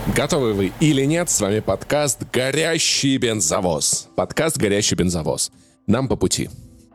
Готовы вы или нет? С вами подкаст «Горящий бензовоз». Подкаст «Горящий бензовоз». Нам по пути.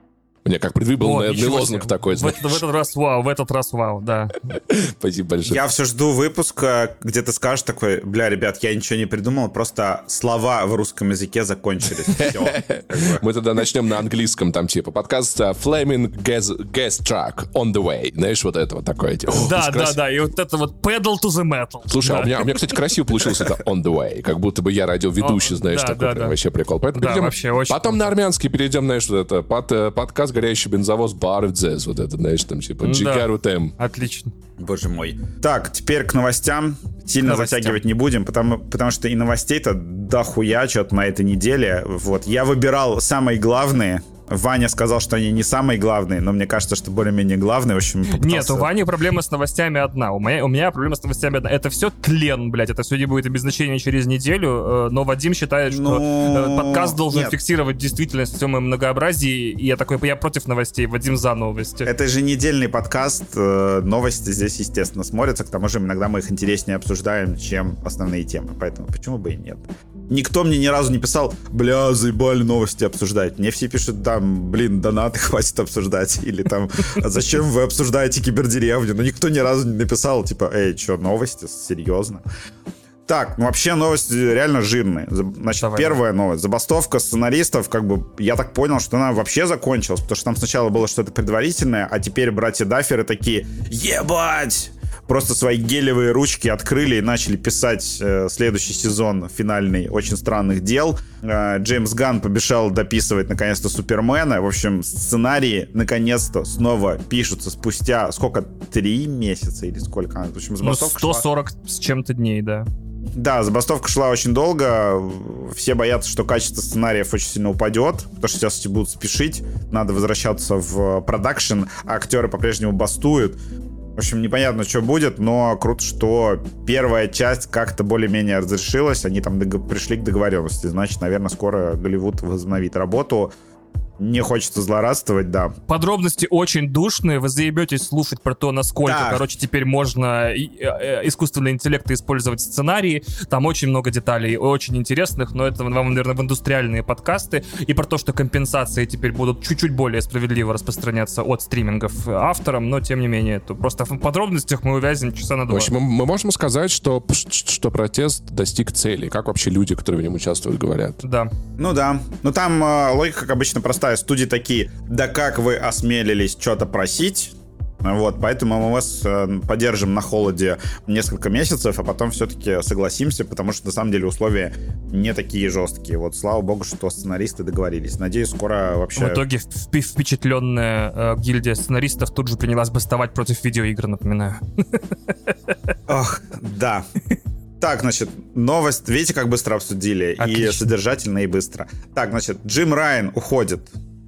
У меня как предвыборный лозунг такой, знаешь. В этот раз вау, да. Спасибо большое. Я все жду выпуска, где ты скажешь такой: бля, ребят, я ничего не придумал, просто слова в русском языке закончились. Все. Мы тогда начнем на английском, там типа подкаст Flaming Gas Truck on the way. Знаешь, вот это вот такое. Да, и вот это вот pedal to the metal. Слушай, а у меня, кстати, красиво получилось это on the way. Как будто бы я радиоведущий, знаешь, такой прям вообще прикол. Поэтому потом на армянский перейдем, знаешь, вот это подкаст «Горящий бензовоз» Бардзез, вот это, знаешь, там типа Джигару Тем. Отлично. Боже мой. Так, теперь к новостям. Сильно затягивать не будем, потому что и новостей-то дохуя что-то на этой неделе. Вот, я выбирал самые главные. Ваня сказал, что они не самые главные, но мне кажется, что более-менее главные. В общем, попытался... Нет, у Вани проблема с новостями одна. У меня проблема с новостями одна. Это все тлен, блядь. Это все будет без значения через неделю. Но Вадим считает, что подкаст должен фиксировать действительность, все мое многообразие. И я такой, я против новостей. Вадим за новости. Это же недельный подкаст. Новости здесь, естественно, смотрятся. К тому же иногда мы их интереснее обсуждаем, чем основные темы. Поэтому почему бы и нет? Никто мне ни разу не писал: бля, заебали новости обсуждать. Мне все пишут: там, блин, донаты хватит обсуждать. Или там, а зачем вы обсуждаете кибердеревню? Но никто ни разу не написал, типа, эй, что, новости? Серьезно? Так, ну вообще новости реально жирные. Значит, первая новость. Забастовка сценаристов, как бы, я так понял, что она вообще закончилась, потому что там сначала было что-то предварительное, а теперь братья Дафферы такие: ебать! Просто свои гелевые ручки открыли и начали писать следующий сезон финальный «Очень странных дел». Джеймс Ганн побежал дописывать наконец-то Супермена. В общем, сценарии наконец-то снова пишутся спустя, сколько, 3 месяца или сколько? В общем, забастовка 140 с чем-то дней, да. Да, забастовка шла очень долго. Все боятся, что качество сценариев очень сильно упадет, потому что сейчас все будут спешить. Надо возвращаться в продакшн, а актеры по-прежнему бастуют. В общем, непонятно, что будет, но круто, что первая часть как-то более-менее разрешилась. Они там пришли к договоренности. Значит, наверное, скоро Голливуд возобновит работу. Не хочется злорадствовать, да. Подробности очень душные. Вы заебетесь слушать про то, насколько, теперь можно искусственный интеллект использовать в сценарии. Там очень много деталей, очень интересных, но это вам, наверное, в индустриальные подкасты. И про то, что компенсации теперь будут чуть-чуть более справедливо распространяться от стримингов авторам, но, тем не менее, то просто в подробностях мы увязнем часа на 2. В общем, мы можем сказать, что протест достиг цели. Как вообще люди, которые в нем участвуют, говорят? Да. Ну да. Ну там логика, как обычно, простая. Студии такие: да как вы осмелились что-то просить? Вот, поэтому мы вас подержим на холоде несколько месяцев, а потом все-таки согласимся, потому что на самом деле условия не такие жесткие. Вот, слава богу, что сценаристы договорились. Надеюсь, скоро вообще... В итоге впечатленная гильдия сценаристов тут же принялась бастовать против видеоигр, напоминаю. Ох, да. Так, значит, новость. Видите, как быстро обсудили? Отлично. И содержательно, и быстро. Так, значит, Джим Райан уходит.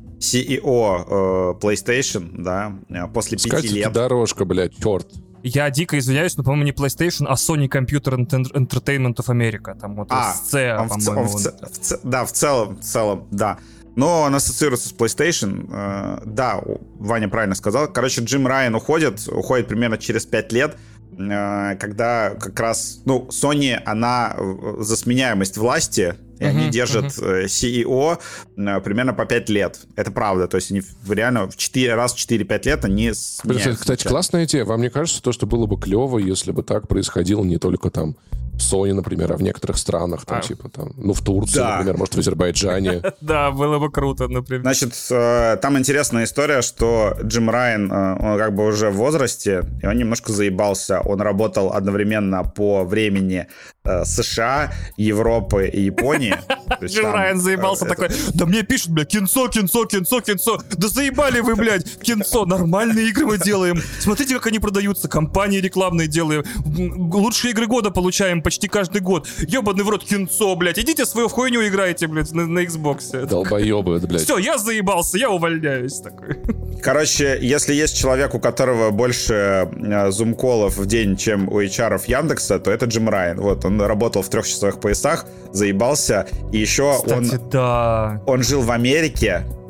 CEO PlayStation, да, после 5 лет. Дорожка, блядь, черт. Я дико извиняюсь, но, по-моему, не PlayStation, а Sony Computer Entertainment of America. Там вот SC, по-моему. Да, в целом, да. Но он ассоциируется с PlayStation. Да, Ваня правильно сказал. Короче, Джим Райан уходит примерно через 5 лет, когда как раз, Sony, она за сменяемость власти, и они держат CEO примерно по 5 лет. Это правда. То есть они реально в 4-5 лет они сменяются. Кстати, классная идея. Вам не кажется, то, что было бы клево, если бы так происходило не только там в Sony, например, а в некоторых странах, там, типа там, в Турции, например, может, в Азербайджане. Да, было бы круто, например. Значит, там интересная история, что Джим Райан, он как бы уже в возрасте, и он немножко заебался. Он работал одновременно по времени США, Европы и Японии. Джим Райан заебался такой: да мне пишут, бля, кинцо. Да заебали вы, блядь, кинцо. Нормальные игры мы делаем. Смотрите, как они продаются. Компании рекламные делаем. Лучшие игры года получаем почти каждый год. Ёбаный в рот, кинцо, блядь. Идите свою хуйню играйте, блядь, на Xbox. Долбоёбы, блядь. Все, я заебался, я увольняюсь. Такой. Короче, если есть человек, у которого больше зум-колов в день, чем у HR Яндекса, то это Джим Райан. Вот, он работал в 3-часовых поясах, заебался. И еще он жил в Америке,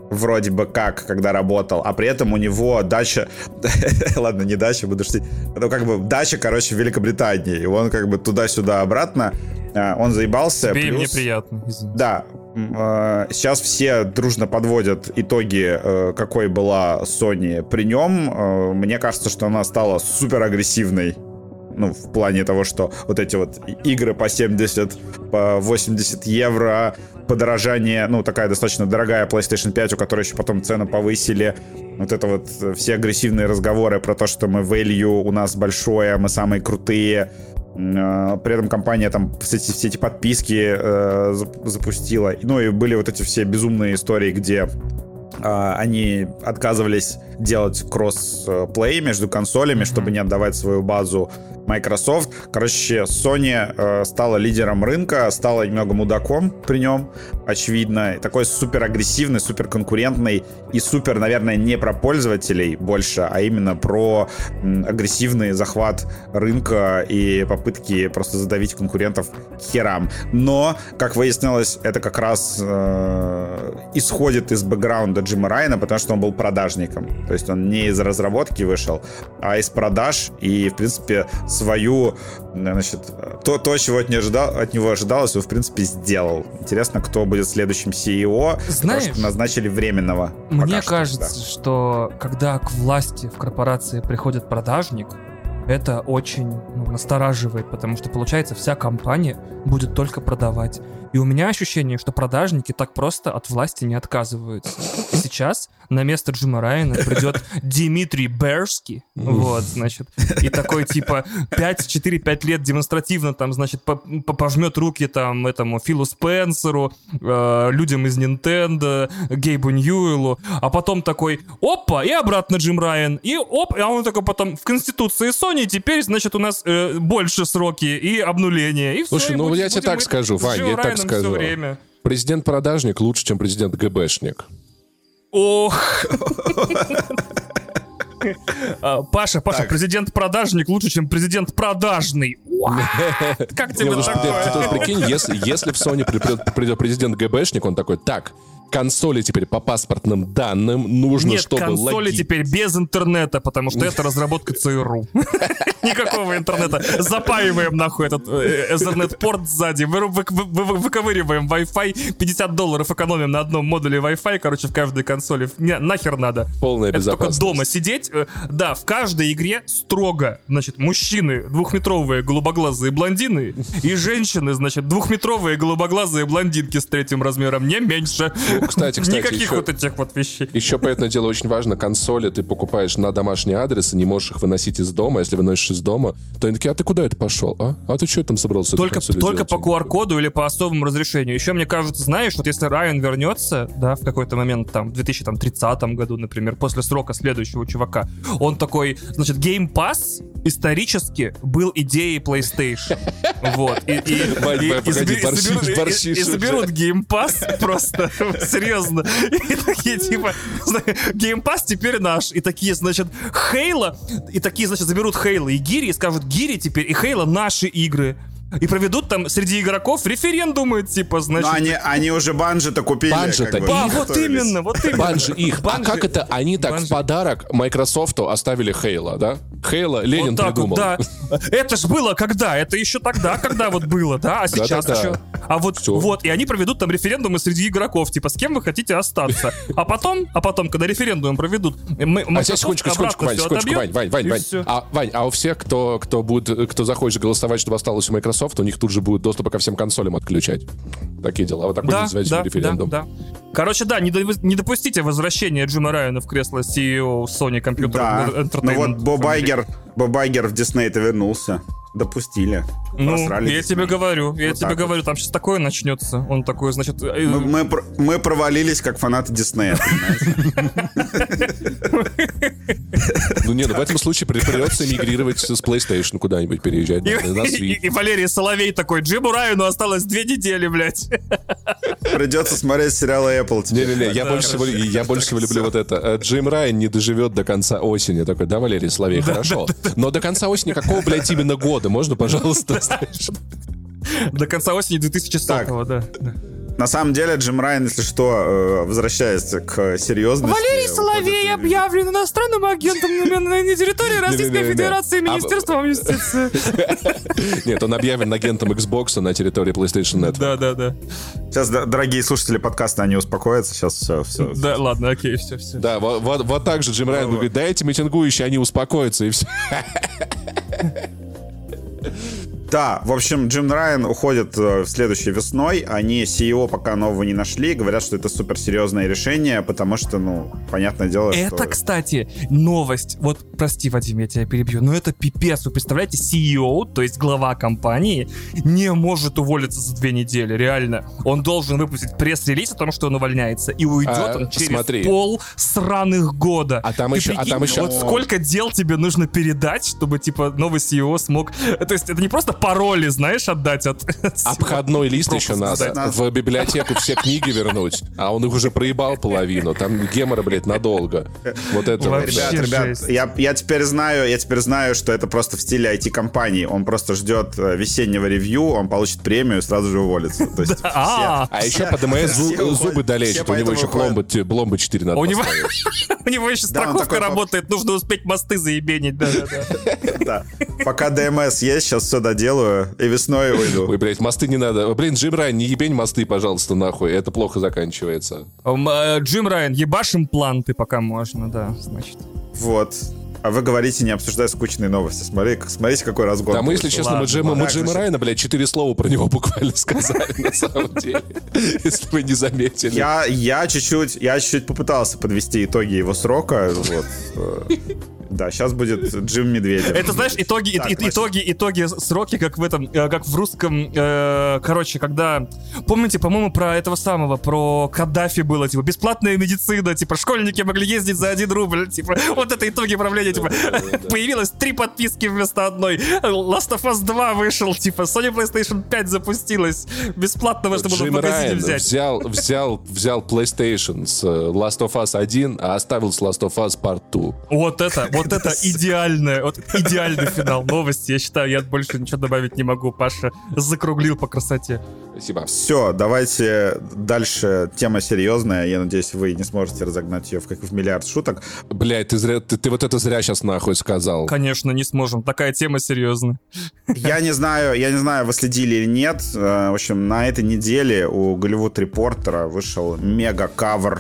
вроде бы как, когда работал, а при этом у него дача... Ладно, не дача, буду шутить. Ну, как бы дача, короче, в Великобритании. И он как бы туда-сюда обратно. Он заебался. Тебе плюс... неприятно. Извините. Да. Сейчас все дружно подводят итоги, какой была Sony при нем. Мне кажется, что она стала супер агрессивной. Ну, в плане того, что вот эти вот игры по 70, по 80 евро, подорожание, ну, такая достаточно дорогая PlayStation 5, у которой еще потом цену повысили. Вот это вот все агрессивные разговоры про то, что мы value у нас большое, мы самые крутые. При этом компания там все эти подписки запустила. Ну, и были вот эти все безумные истории, где они отказывались делать кросс-плей между консолями, чтобы не отдавать свою базу Microsoft. Короче, Sony стала лидером рынка, стала немного мудаком при нем, очевидно. Такой супер агрессивный, супер конкурентный и супер, наверное, не про пользователей больше, а именно про агрессивный захват рынка и попытки просто задавить конкурентов к херам. Но, как выяснилось, это как раз исходит из бэкграунда Джима Райана, потому что он был продажником. То есть он не из разработки вышел, а из продаж. И, в принципе, свою, значит, то, чего от него ожидалось, он, в принципе, сделал. Интересно, кто будет следующим CEO. Знаешь, потому что назначили временного. Мне кажется, что когда к власти в корпорации приходит продажник, это очень настораживает, потому что, получается, вся компания будет только продавать. И у меня ощущение, что продажники так просто от власти не отказываются. И сейчас на место Джима Райана придет Дмитрий Берский, вот, значит, и такой, типа, 4-5 лет демонстративно, там, значит, пожмет руки, там, этому Филу Спенсеру, людям из Nintendo, Гейбу Ньюэллу, а потом такой, опа, и обратно Джим Райан, и оп, а он такой потом в Конституции Sony, теперь, значит, у нас больше сроки и обнуления, и все. Слушай, ну, я тебе так скажу, Вань, я так скажу. Президент-продажник лучше, чем президент-ГБшник. Ох. Паша, президент-продажник лучше, чем президент-продажный. Как тебе такое? Ты прикинь, если в Sony придет президент-ГБшник, он такой, так, консоли теперь по паспортным данным, нужно, чтобы логин. Нет, консоли теперь без интернета, потому что это разработка ЦРУ. Никакого интернета. Запаиваем нахуй этот Ethernet-порт сзади, выковыриваем Wi-Fi, $50 экономим на одном модуле Wi-Fi, короче, в каждой консоли. Нахер надо. Полная безопасность. Только дома сидеть. Да, в каждой игре строго, значит, мужчины 2-метровые голубоглазые блондины и женщины, значит, 2-метровые голубоглазые блондинки с 3 размером, не меньше. Кстати, никаких еще, вот этих вот вещей. Еще, поэтому дело очень важно, консоли ты покупаешь на домашний адрес и не можешь их выносить из дома. Если выносишь из дома, то они такие, а ты куда это пошел? А ты что там собрался? Только по QR-коду или по особому разрешению. Еще, мне кажется, знаешь, вот если Райан вернется, да, в какой-то момент, там, в 2030 году, например, после срока следующего чувака, он такой, значит, Game Pass исторически был идеей PlayStation. Вот. И заберут Game Pass просто, серьезно. И такие, типа, Game Pass теперь наш. И такие, значит, Halo, и такие, значит, заберут Halo и Гири, и скажут, Гири теперь и Halo наши игры. И проведут там среди игроков референдумы, типа, значит... Но они уже Банжи-то купили. Банжи-то вот именно. Банжи их. А как это они так в подарок Microsoft'у оставили Halo, да? Halo Ленин вот придумал. Вот, да. Это ж было когда? Это еще тогда, когда вот было, да? А сейчас еще... А вот, и они проведут там референдумы среди игроков, типа, с кем вы хотите остаться. А потом, когда референдум проведут, секундочку, Вань. А у всех, кто захочет голосовать, чтобы осталось у Microsoft, у них тут же будет доступ ко всем консолям отключать. Такие дела. Вот такой независимый референдум. Да. Короче, да, не допустите возвращения Джима Райана в кресло CEO Sony Computer Entertainment. Ну вот Боб Айгер в Дисней-то вернулся. Допустили. Я тебе говорю, там сейчас такое начнется. Он такой, значит... Мы провалились, как фанаты Диснея, Ну в этом случае придется эмигрировать с PlayStation куда-нибудь, переезжать на Switch. И Валерий Соловей такой, Джиму Райану осталось 2 недели, блядь. Придется смотреть сериалы Apple теперь. Не-не-не, я больше всего люблю вот это. Джим Райан не доживет до конца осени. Такой, да, Валерий Соловей, хорошо. Но до конца осени какого, блядь, именно года? Можно, пожалуйста? До конца осени 2100-го, да. На самом деле, Джим Райан, если что, возвращается к серьезности. Валерий Соловей объявлен иностранным агентом на территории Российской Федерации Министерством юстиции. Нет, он объявлен агентом Xbox на территории PlayStation Network. Да. Сейчас, дорогие слушатели подкаста, они успокоятся. Сейчас все. Да, ладно, окей, все. Да, вот так же Джим Райан говорит, дайте митингующие, они успокоятся, и все. Да, в общем, Джим Райан уходит следующей весной. Они CEO пока нового не нашли. Говорят, что это суперсерьезное решение, потому что, понятное дело, это, что... кстати, новость. Вот, прости, Вадим, я тебя перебью, но это пипец. Вы представляете, CEO, то есть глава компании, не может уволиться за 2 недели, реально. Он должен выпустить пресс-релиз о том, что он увольняется, и уйдет он через пол сраных года. А там еще... Вот сколько дел тебе нужно передать, чтобы, новый CEO смог... То есть это не просто пароли, знаешь, отдать от... Обходной лист еще надо. В библиотеку все книги вернуть, а он их уже проебал половину. Там гемора, блядь, надолго. Вот это вот. Ребят, я теперь знаю, что это просто в стиле IT-компании. Он просто ждет весеннего ревью, он получит премию и сразу же уволится. А еще по ДМС зубы долечат. У него еще пломбы 4 надо поставить. У него еще страховка работает, нужно успеть мосты заебенить. Да. Пока ДМС есть, сейчас все доделаю и весной уйду. Ой, блядь, мосты не надо. Блин, Джим Райан, не ебень мосты, пожалуйста, нахуй. Это плохо заканчивается. Джим Райан, ебашь импланты пока можно, да, значит. Вот. А вы говорите, не обсуждая скучные новости. Смотрите, какой разгон. Да, мы, если честно, мы Джима Райана, блядь, 4 слова про него буквально сказали, на самом деле. Если вы не заметили. Я чуть-чуть попытался подвести итоги его срока. Вот. Да, сейчас будет Джим Медведев. Это, знаешь, итоги, сроки, как в этом, как в русском, когда... Помните, по-моему, про этого самого, про Каддафи было, бесплатная медицина, школьники могли ездить за 1 рубль, вот это итоги правления, появилось 3 подписки вместо одной, Last of Us 2 вышел, Sony PlayStation 5 запустилась, бесплатно можно было в магазине взять. Взял PlayStation с Last of Us 1, а оставил с Last of Us Part 2. Вот это идеальный финал новости. Я считаю, я больше ничего добавить не могу. Паша закруглил по красоте. Спасибо. Все, давайте дальше. Тема серьезная. Я надеюсь, вы не сможете разогнать ее в миллиард шуток. Блядь, ты вот это зря сейчас нахуй сказал. Конечно, не сможем. Такая тема серьезная. Я не знаю, вы следили или нет. В общем, на этой неделе у Hollywood Reporter вышел мега-кавер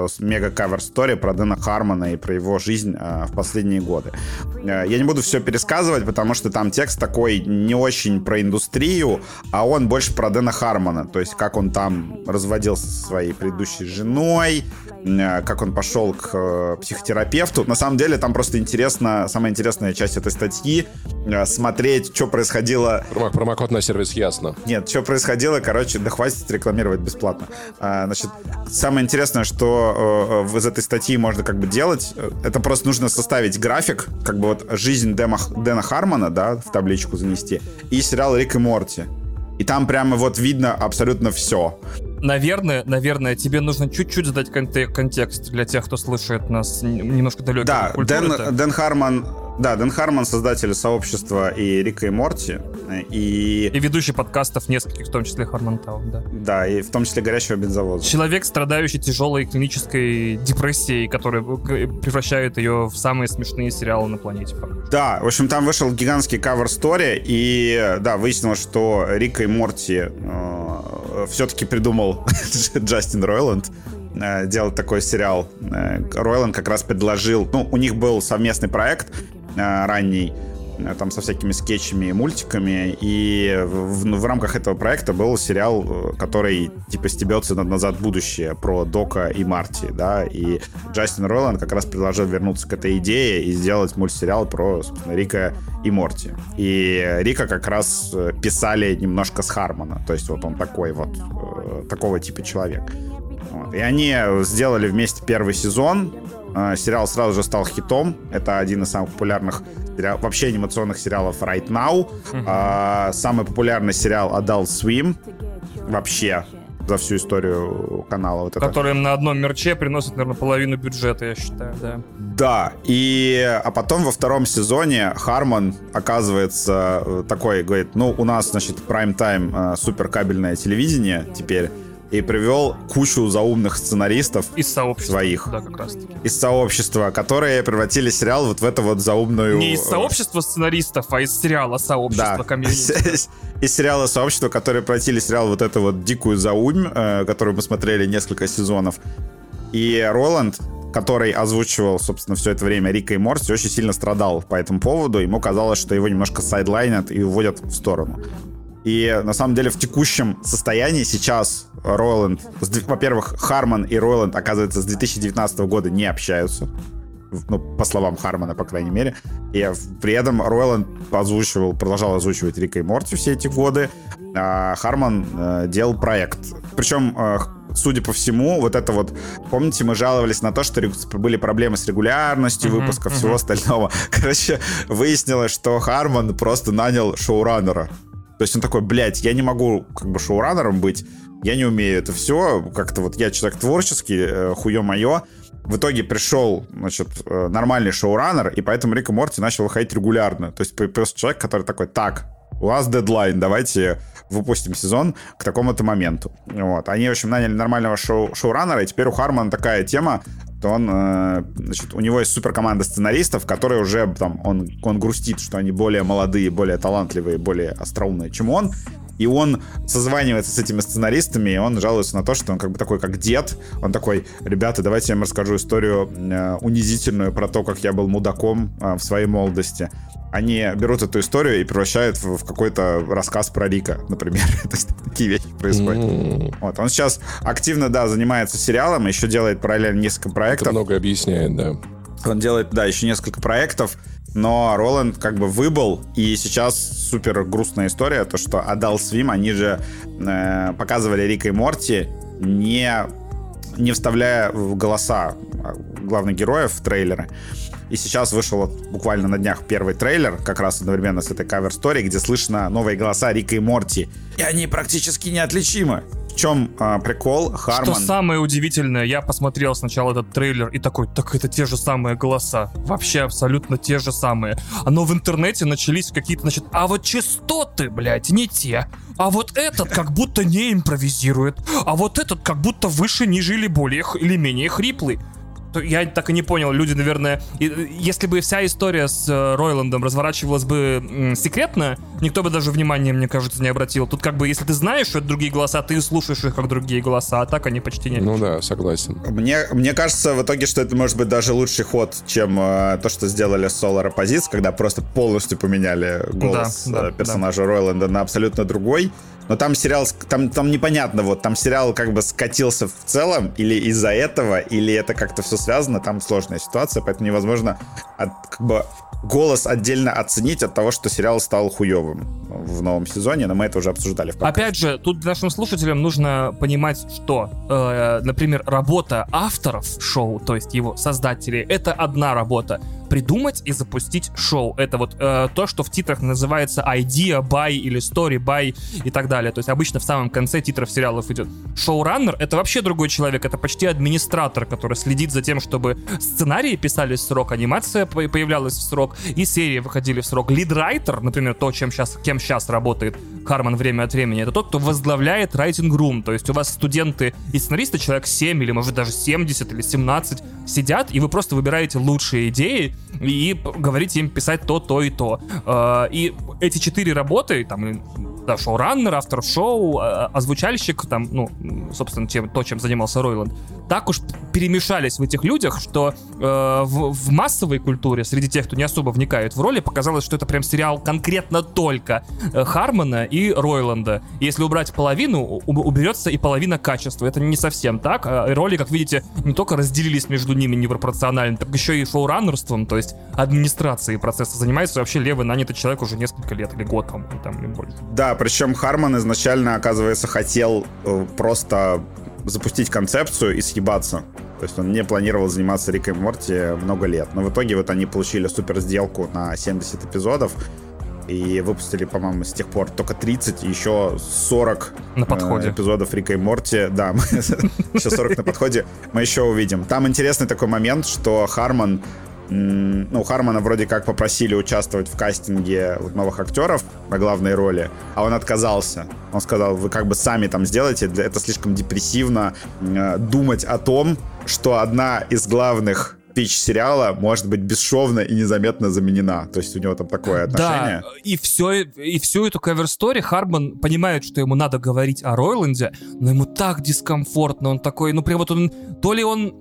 story про Дэна Хармона и про его жизнь в последние годы. Я не буду все пересказывать, потому что там текст такой не очень про индустрию, а он больше про Дэна Хармона. То есть, как он там разводился со своей предыдущей женой, как он пошел к психотерапевту. На самом деле, там просто самая интересная часть этой статьи смотреть, что происходило... Промокод на сервис ясно. Нет, что происходило, да хватит рекламировать бесплатно. Значит, самое интересное, что из этой статьи можно делать, это просто нужно составить график, жизнь Дэна Хармона, да, в табличку занести, и сериал «Рик и Морти». И там прямо видно абсолютно все. Наверное, тебе нужно чуть-чуть задать контекст для тех, кто слышит нас немножко далеких от культуры. Да, Дэн Хармон, создатель сообщества и Рика и Морти. И ведущий подкастов нескольких, в том числе Хармонтаун, да. Да, и в том числе «Горящего бензовоза». Человек, страдающий тяжелой клинической депрессией, которая превращает ее в самые смешные сериалы на планете. Да, в общем, там вышел гигантский кавер-стори, и да, выяснилось, что Рика и Морти все-таки придумал Джастин Ройланд делать такой сериал. Ройланд как раз предложил... у них был совместный проект ранний, там со всякими скетчами и мультиками, и в рамках этого проекта был сериал, который стебется над «Назад в будущее» про Дока и Марти, да, и Джастин Ройланд как раз предложил вернуться к этой идее и сделать мультсериал про, собственно, Рика и Морти. И Рика как раз писали немножко с Хармона, то есть он такого типа человек. И они сделали вместе первый сезон. Сериал сразу же стал хитом. Это один из самых популярных вообще анимационных сериалов right now. Самый популярный сериал Adult Swim вообще за всю историю канала. Который на одном мерче приносит, наверное, половину бюджета, я считаю, да. Да, а потом во втором сезоне Хармон оказывается такой, говорит, у нас, значит, прайм-тайм суперкабельное телевидение теперь. и привел кучу заумных сценаристов из сообщества своих. Да, как раз таки. Из сообщества, которые превратили сериал вот в эту вот заумную... Не из сообщества сценаристов, а из сериала сообщества комьюнити. Из сериала сообщества, которые превратили сериал вот эту вот дикую заумь, которую мы смотрели несколько сезонов. И Роланд, который озвучивал, собственно, все это время Рика и Морти, очень сильно страдал по этому поводу. Ему казалось, что его немножко сайдлайнят и уводят в сторону. И на самом деле в текущем состоянии сейчас Роланд... Во-первых, Хармон и Роланд, оказывается, с 2019 года не общаются. Ну, по словам Хармона, по крайней мере. И при этом Роланд продолжал озвучивать Рика и Морти все эти годы. А Хармон делал проект. Причем... Судя по всему, вот это вот... Помните, мы жаловались на то, что были проблемы с регулярностью выпусков, всего остального. Короче, выяснилось, что Хармон просто нанял шоураннера. То есть он такой, блядь, я не могу как бы шоураннером быть, я не умею это все, как-то вот я человек творческий, хуё моё. В итоге пришел, значит, нормальный шоураннер, и поэтому Рик и Морти начал выходить регулярно. То есть просто человек, который такой, так, у вас дедлайн, давайте выпустим сезон к такому-то моменту. Вот. Они, в общем, наняли нормального шоураннера, и теперь у Хармона такая тема, то он, значит, у него есть суперкоманда сценаристов, которые уже там, он грустит, что они более молодые, более талантливые, более остроумные, чем он. И он созванивается с этими сценаристами, и он жалуется на то, что он как бы такой, как дед. Он такой, ребята, давайте я вам расскажу историю унизительную про то, как я был мудаком в своей молодости. Они берут эту историю и превращают в какой-то рассказ про Рика, например. То есть такие вещи происходят. Вот. Он сейчас активно, да, занимается сериалом, еще делает параллельно несколько проектов. Это много объясняет, да. Он делает, да, еще несколько проектов, но Роланд как бы выбыл, и сейчас супер грустная история, то, что Adult Swim, они же показывали Рика и Морти, не вставляя в голоса главных героев в трейлеры. И сейчас вышел вот буквально на днях первый трейлер, как раз одновременно с этой кавер-стори, где слышно новые голоса Рика и Морти. И они практически неотличимы. В чем прикол? Хармон... Что самое удивительное, я посмотрел сначала этот трейлер и такой, так это те же самые голоса. Вообще абсолютно те же самые. Но в интернете начались какие-то, значит, а вот частоты, блядь, не те. А вот этот как будто не импровизирует. А вот этот как будто выше, ниже или более или менее хриплый. Я так и не понял, люди, наверное, если бы вся история с Ройландом разворачивалась бы секретно, никто бы даже внимания, мне кажется, не обратил. Тут как бы, если ты знаешь, что это другие голоса, ты слушаешь их как другие голоса, а так они почти не... Ну да, согласен. Мне кажется в итоге, что это может быть даже лучший ход, чем то, что сделали с Solar Opposites, когда просто полностью поменяли голос персонажа Ройланда на абсолютно другой. Но там сериал, там непонятно, вот, там сериал как бы скатился в целом, или из-за этого, или это как-то все связано, там сложная ситуация, поэтому невозможно как бы голос отдельно оценить от того, что сериал стал хуевым в новом сезоне, но мы это уже обсуждали в подкасте. Опять же, тут нашим слушателям нужно понимать, что, например, работа авторов шоу, то есть его создателей, это одна работа. Придумать и запустить шоу. Это вот то, что в титрах называется idea by или story by и так далее. То есть обычно в самом конце титров сериалов идет. Шоураннер — это вообще другой человек, это почти администратор, который следит за тем, чтобы сценарии писались в срок, анимация появлялась в срок, и серии выходили в срок. Лидрайтер, например, то, кем сейчас работает Хармон время от времени, это тот, кто возглавляет writing room. То есть у вас студенты и сценаристы, человек 7 или, может, даже 70 или 17 сидят, и вы просто выбираете лучшие идеи и говорите им писать то и то. И эти 4 работы, там, да, шоураннер, автор шоу, озвучальщик, там, ну, собственно, чем занимался Ройланд, так уж перемешались в этих людях, что в массовой культуре, среди тех, кто не особо вникает в роли, показалось, что это прям сериал конкретно только Хармона и Ройланда. И если убрать половину, уберется и половина качества. Это не совсем так. Роли, как видите, не только разделились между ними непропорционально, так еще и шоураннерством, то есть администрацией процесса занимается вообще левый нанятый человек уже несколько лет, или год, по-моему, там, или больше. Да, причем Хармон изначально, оказывается, хотел просто запустить концепцию и съебаться. То есть он не планировал заниматься Риком и Морти много лет. Но в итоге вот они получили супер сделку на 70 эпизодов и выпустили, по-моему, с тех пор только 30, и еще 40 на подходе. Эпизодов Рика и Морти. Да, еще 40 на подходе мы еще увидим. Там интересный такой момент, что Хармон ну, Хармона вроде как попросили участвовать в кастинге новых актеров на главной роли, а он отказался. Он сказал, вы как бы сами там сделайте, это слишком депрессивно думать о том, что одна из главных пич сериала может быть бесшовно и незаметно заменена. То есть у него там такое отношение. Да, и всю эту кавер-стори Хармон понимает, что ему надо говорить о Ройланде, но ему так дискомфортно, он такой, ну прям вот он, то ли он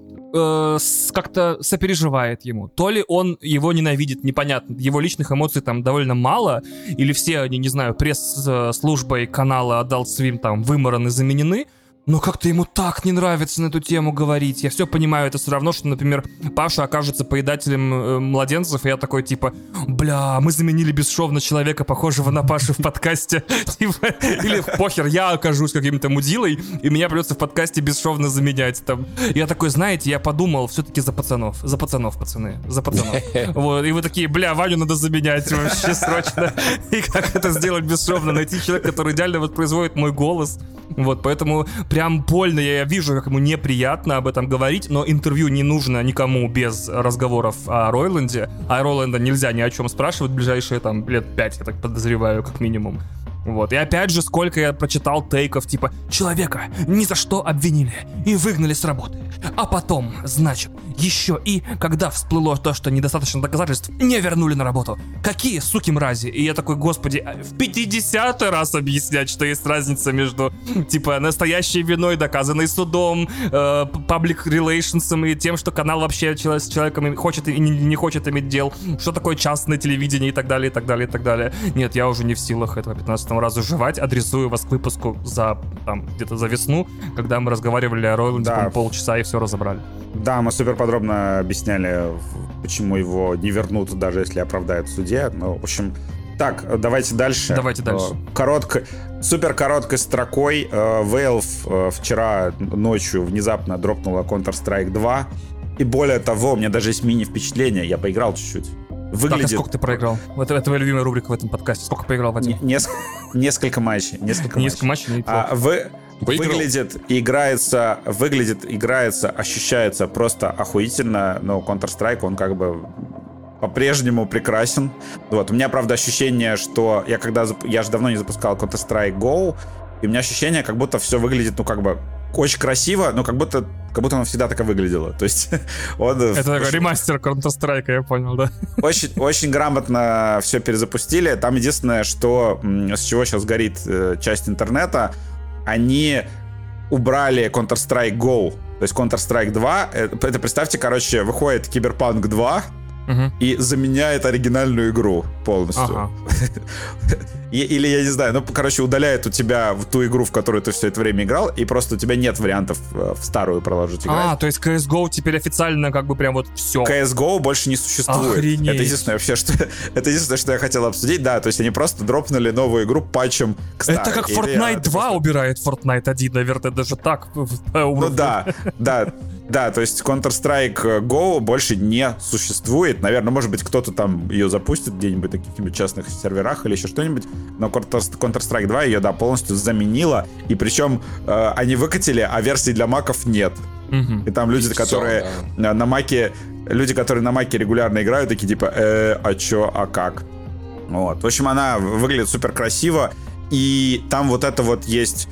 как-то сопереживает ему, то ли он его ненавидит, непонятно. Его личных эмоций там довольно мало, или все они, не знаю, пресс-службой канала Adult Swim там вымораны, заменены. Но как-то ему так не нравится на эту тему говорить. Я все понимаю, это все равно, что, например, Паша окажется поедателем младенцев, и я такой, типа, бля, мы заменили бесшовно человека, похожего на Пашу в подкасте. Или похер, я окажусь каким-то мудилой, и меня придется в подкасте бесшовно заменять. Я такой, знаете, я подумал, все-таки за пацанов, пацаны, за пацанов. Вот, и вы такие, бля, Ваню надо заменять вообще срочно. И как это сделать бесшовно? Найти человека, который идеально воспроизводит мой голос. Вот, поэтому прям больно, я вижу, как ему неприятно об этом говорить, но интервью не нужно никому без разговоров о Ройланде, а Ройланда нельзя ни о чем спрашивать в ближайшие там лет 5, я так подозреваю, как минимум. Вот, и опять же, сколько я прочитал тейков, типа, человека ни за что обвинили и выгнали с работы, а потом, значит, еще и, когда всплыло то, что недостаточно доказательств, не вернули на работу. Какие суки мрази? И я такой, господи, в 50-й раз объяснять, что есть разница между, типа, настоящей виной, доказанной судом, public relations и тем, что канал вообще с человеком хочет и не хочет иметь дел, что такое частное телевидение и так далее, и так далее, и так далее. Нет, я уже не в силах этого 15 разу жевать, адресую вас к выпуску где-то за весну, когда мы разговаривали о Ройланде, да, полчаса и все разобрали. Да, мы супер подробно объясняли, почему его не вернут, даже если оправдают в суде. Ну, в общем, так, давайте дальше. Супер короткой строкой Valve вчера ночью внезапно дропнула Counter-Strike 2. И более того, у меня даже есть мини-впечатление, я поиграл чуть-чуть. Выглядит... Так, а сколько ты проиграл? Это твоя любимая рубрика в этом подкасте. Сколько поиграл, Вадим? Несколько матчей. Несколько матчей? Выглядит, играется, ощущается просто охуительно, но Counter-Strike, он как бы по-прежнему прекрасен. Вот. У меня, правда, ощущение, что я же давно не запускал Counter-Strike Go, и у меня ощущение, как будто все выглядит, ну, как бы очень красиво, но как будто оно всегда так и выглядело. То есть это ремастер Counter-Strike, я понял, да? Очень грамотно все перезапустили. Там единственное, что с чего сейчас горит часть интернета, они убрали Counter-Strike Go. То есть Counter-Strike 2, это представьте, короче, выходит Cyberpunk 2 и заменяет оригинальную игру полностью. Или, я не знаю, ну, короче, удаляет у тебя ту игру, в которую ты все это время играл, и просто у тебя нет вариантов в старую продолжить играть. То есть CSGO теперь официально как бы прям вот все. CSGO больше не существует. Охренеть. Это единственное, что я хотел обсудить. Да, то есть они просто дропнули новую игру патчем к старой. Это как Fortnite 2 убирает Fortnite 1, наверное, даже так. Ну да, то есть Counter-Strike Go больше не существует. Наверное, может быть, кто-то там ее запустит где-нибудь на каких-нибудь частных серверах или еще что-нибудь. Но Counter-Strike 2 ее, да, полностью заменила. И причем они выкатили, а версий для маков нет. И там люди, которые на маке регулярно играют, такие типа, а чё, а как? Вот. В общем, она выглядит супер красиво. И там вот это вот есть...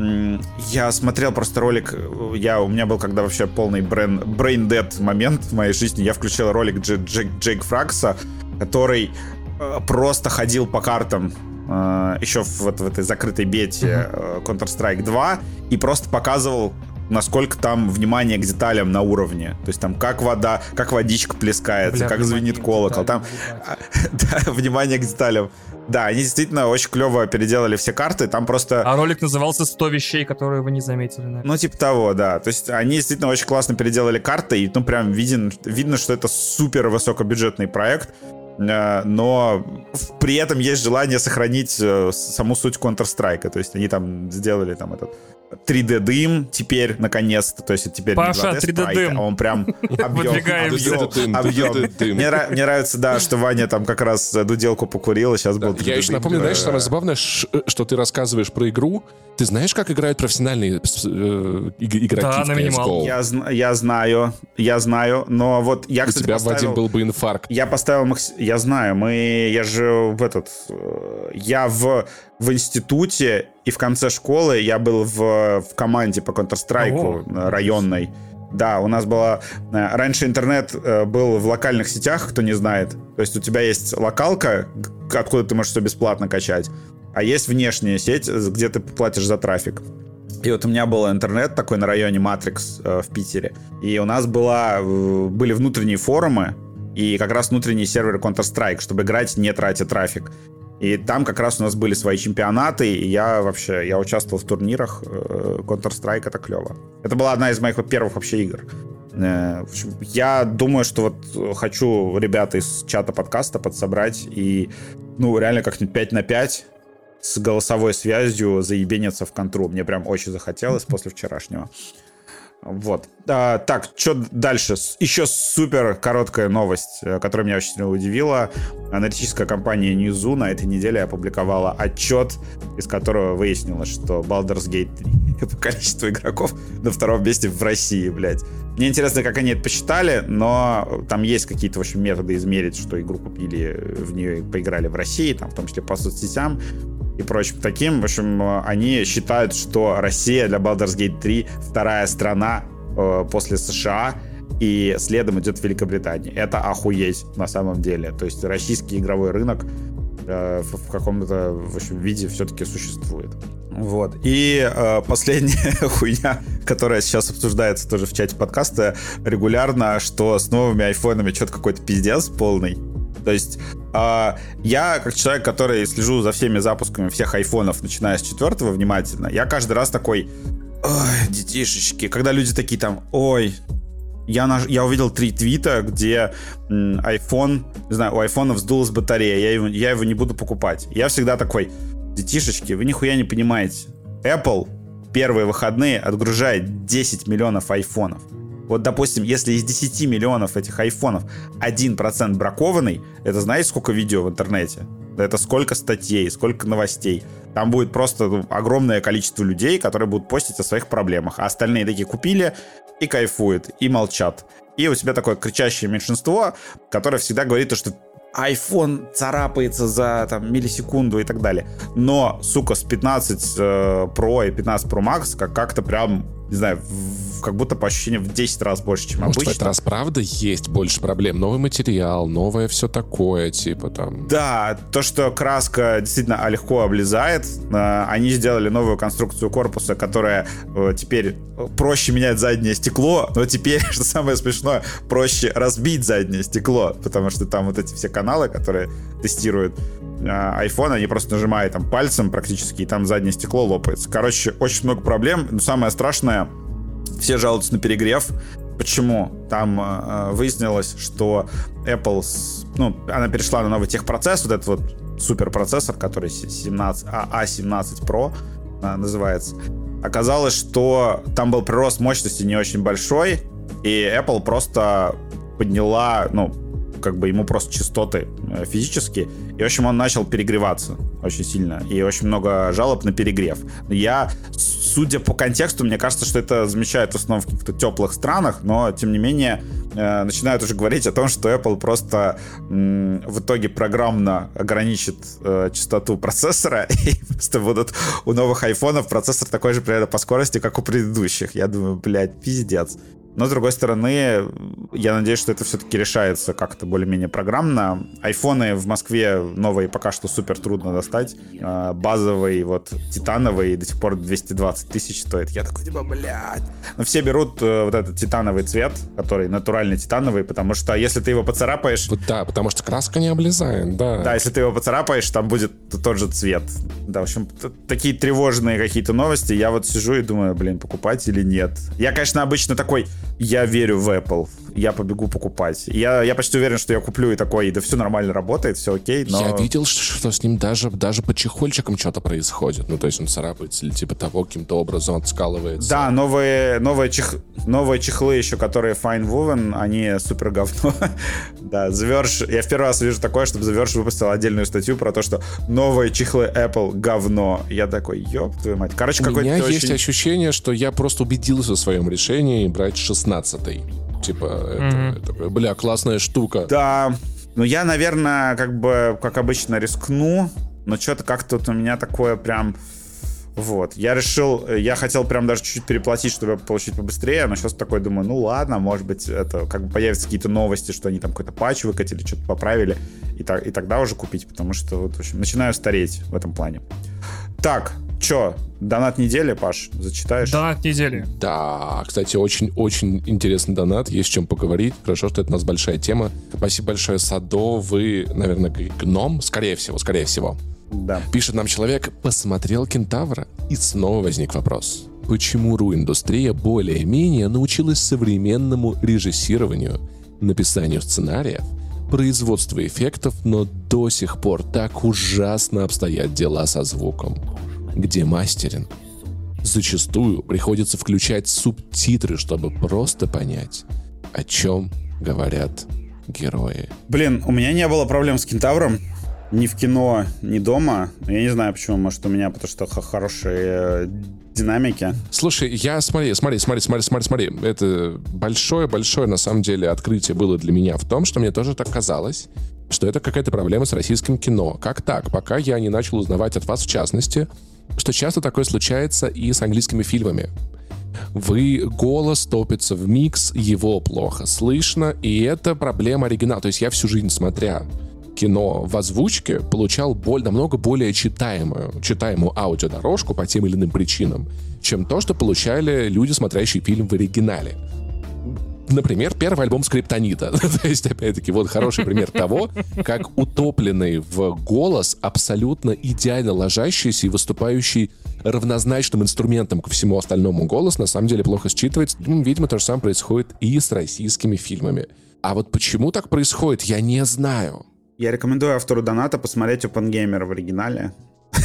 Я смотрел просто ролик... У меня был когда вообще полный brain dead момент в моей жизни. Я включил ролик Джейк Фракса, который просто ходил по картам еще в этой закрытой бете Counter-Strike 2 и просто показывал, насколько там внимание к деталям на уровне. То есть там как водичка плескается, как звенит колокол. Там внимание к деталям. Да, они действительно очень клево переделали все карты, там просто... А ролик назывался «100 вещей, которые вы не заметили». Наверное. Ну, типа того, да. То есть они действительно очень классно переделали карты, и ну прям видно, что это супер высокобюджетный проект, но при этом есть желание сохранить саму суть Counter-Strike. То есть они там сделали там этот 3D-дым теперь, наконец-то. То есть это теперь Паша, не 2D-спрайт, а он прям объем. Мне нравится, да, что Ваня там как раз дуделку покурил, и сейчас был 3D-дым. Я еще напомню, знаешь, самое забавное, что ты рассказываешь про игру. Ты знаешь, как играют профессиональные игроки в CSGO? Я знаю, но вот я, кстати, у тебя, Вадим, был бы инфаркт. Я поставил... Я знаю, я же я в институте и в конце школы я был в команде по Counter-Strike районной. Да, у нас была... Раньше интернет был в локальных сетях, кто не знает. То есть у тебя есть локалка, откуда ты можешь все бесплатно качать. А есть внешняя сеть, где ты платишь за трафик. И вот у меня был интернет такой на районе Матрикс в Питере. И у нас были внутренние форумы и как раз внутренние серверы Counter-Strike, чтобы играть, не тратя трафик. И там как раз у нас были свои чемпионаты, и я участвовал в турнирах. Counter-Strike — это клево. Это была одна из моих первых вообще игр. В общем, я думаю, что вот хочу ребят из чата подкаста подсобрать и, реально как-нибудь 5 на 5 с голосовой связью заебениться в контру. Мне прям очень захотелось после вчерашнего. Вот. Так, что дальше? Еще супер короткая новость, которая меня очень сильно удивила. Аналитическая компания Newzoo на этой неделе опубликовала отчет, из которого выяснилось, что Baldur's Gate 3 по количеству игроков на втором месте в России, блядь. Мне интересно, как они это посчитали, но там есть какие-то, в общем, методы измерить, что игру купили в нее и поиграли в России, там, в том числе по соцсетям и прочим таким. В общем, они считают, что Россия для Baldur's Gate 3 вторая страна после США, и следом идет Великобритания. Это охуеть на самом деле. То есть российский игровой рынок в каком-то, в общем, виде все-таки существует. Вот. И последняя хуйня, которая сейчас обсуждается тоже в чате подкаста регулярно, что с новыми айфонами что-то какой-то пиздец полный. То есть я, как человек, который слежу за всеми запусками всех айфонов, начиная с 4-го внимательно, я каждый раз такой: ой, детишечки. Когда люди такие там: ой, я увидел 3 твита, где iPhone, не знаю, у айфона вздулась батарея, я его не буду покупать. Я всегда такой: детишечки, вы нихуя не понимаете. Apple первые выходные отгружает 10 миллионов айфонов. Вот, допустим, если из 10 миллионов этих айфонов 1% бракованный, это знаете, сколько видео в интернете? Это сколько статей, сколько новостей. Там будет просто огромное количество людей, которые будут постить о своих проблемах. А остальные такие купили и кайфуют, и молчат. И у тебя такое кричащее меньшинство, которое всегда говорит, что iPhone царапается за миллисекунду и так далее. Но, сука, с 15 Pro и 15 Pro Max как-то прям, не знаю, как будто по ощущениям в 10 раз больше, чем обычно. Может, в этот раз правда есть больше проблем? Новый материал, новое все такое, типа там... Да, то, что краска действительно легко облезает. Они сделали новую конструкцию корпуса, которая теперь проще менять заднее стекло, но теперь, что самое смешное, проще разбить заднее стекло, потому что там вот эти все каналы, которые тестируют iPhone, они просто нажимают там пальцем практически, и там заднее стекло лопается. Короче, очень много проблем. Но самое страшное, все жалуются на перегрев. Почему? Там выяснилось, что Apple, она перешла на новый техпроцесс, вот этот вот суперпроцессор, который A17 Pro называется. Оказалось, что там был прирост мощности не очень большой, и Apple просто подняла, ему просто частоты физически, и, в общем, он начал перегреваться очень сильно, и очень много жалоб на перегрев. Я, судя по контексту, мне кажется, что это замечают в основном в каких-то теплых странах, но, тем не менее, начинают уже говорить о том, что Apple просто в итоге программно ограничит частоту процессора, и просто будут у новых айфонов процессор такой же примерно по скорости, как у предыдущих. Я думаю, блядь, пиздец. Но, с другой стороны, я надеюсь, что это все-таки решается как-то более-менее программно. Айфоны в Москве новые пока что супер трудно достать. Базовый, титановый, до сих пор 220 тысяч стоит. Я такой, блядь. Но все берут вот этот титановый цвет, который натуральный титановый, потому что если ты его поцарапаешь... Да, потому что краска не облезает, да. Да, если ты его поцарапаешь, там будет тот же цвет. Да, в общем, такие тревожные какие-то новости. Я сижу и думаю, покупать или нет. Я, конечно, обычно такой... Я верю в Apple. я побегу покупать. Я почти уверен, что я куплю и такой, да все нормально работает, все окей, но... Я видел, что с ним даже по чехольчикам что-то происходит. Ну, то есть он царапается или типа того, каким-то образом откалывается. Да, новые чехлы еще, которые Fine Woven, они супер говно. Да, The Verge, я в первый раз вижу такое, чтобы The Verge выпустил отдельную статью про то, что новые чехлы Apple говно. Я такой, ёб твою мать. Короче, какой-то У меня есть ощущение, что я просто убедился в своем решении брать 16-й. Типа, это, классная штука. Да, ну я, наверное, как обычно, рискну, но что-то как-то вот у меня такое прям... Вот, я хотел прям даже чуть-чуть переплатить, чтобы получить побыстрее, но сейчас такой думаю, ну ладно, может быть, это как бы появятся какие-то новости, что они там какой-то патч выкатили, что-то поправили, и тогда уже купить, потому что, вот, в общем, начинаю стареть в этом плане. Так, чё, донат недели, Паш, зачитаешь? Донат недели. Да, кстати, очень-очень интересный донат, есть о чем поговорить. Хорошо, что это у нас большая тема. Спасибо большое, Садо, вы, наверное, гном, скорее всего. Да. Пишет нам человек, посмотрел «Кентавра», и снова возник вопрос. Почему РУ-индустрия более-менее научилась современному режиссированию, написанию сценариев, производству эффектов, но до сих пор так ужасно обстоят дела со звуком? Где мастеринг? Зачастую приходится включать субтитры, чтобы просто понять, о чем говорят герои. Блин, у меня не было проблем с «Кентавром». Ни в кино, ни дома. Я не знаю, почему. Может, у меня, потому что хорошие динамики. Слушай, смотри. Это большое, на самом деле, открытие было для меня в том, что мне тоже так казалось, что это какая-то проблема с российским кино. Как так? Пока я не начал узнавать от вас, в частности, что часто такое случается и с английскими фильмами. Голос топится в микс, его плохо слышно, и это проблема оригинала. То есть я всю жизнь, смотря кино в озвучке, получал намного более читаемую аудиодорожку по тем или иным причинам, чем то, что получали люди, смотрящие фильм в оригинале. Например, первый альбом Скриптонита. То есть, опять-таки, вот хороший пример того, как утопленный в голос, абсолютно идеально ложащийся и выступающий равнозначным инструментом ко всему остальному голос, на самом деле плохо считывается. Видимо, то же самое происходит и с российскими фильмами. А вот почему так происходит, я не знаю. Я рекомендую автору доната посмотреть «Оппенгеймера» в оригинале.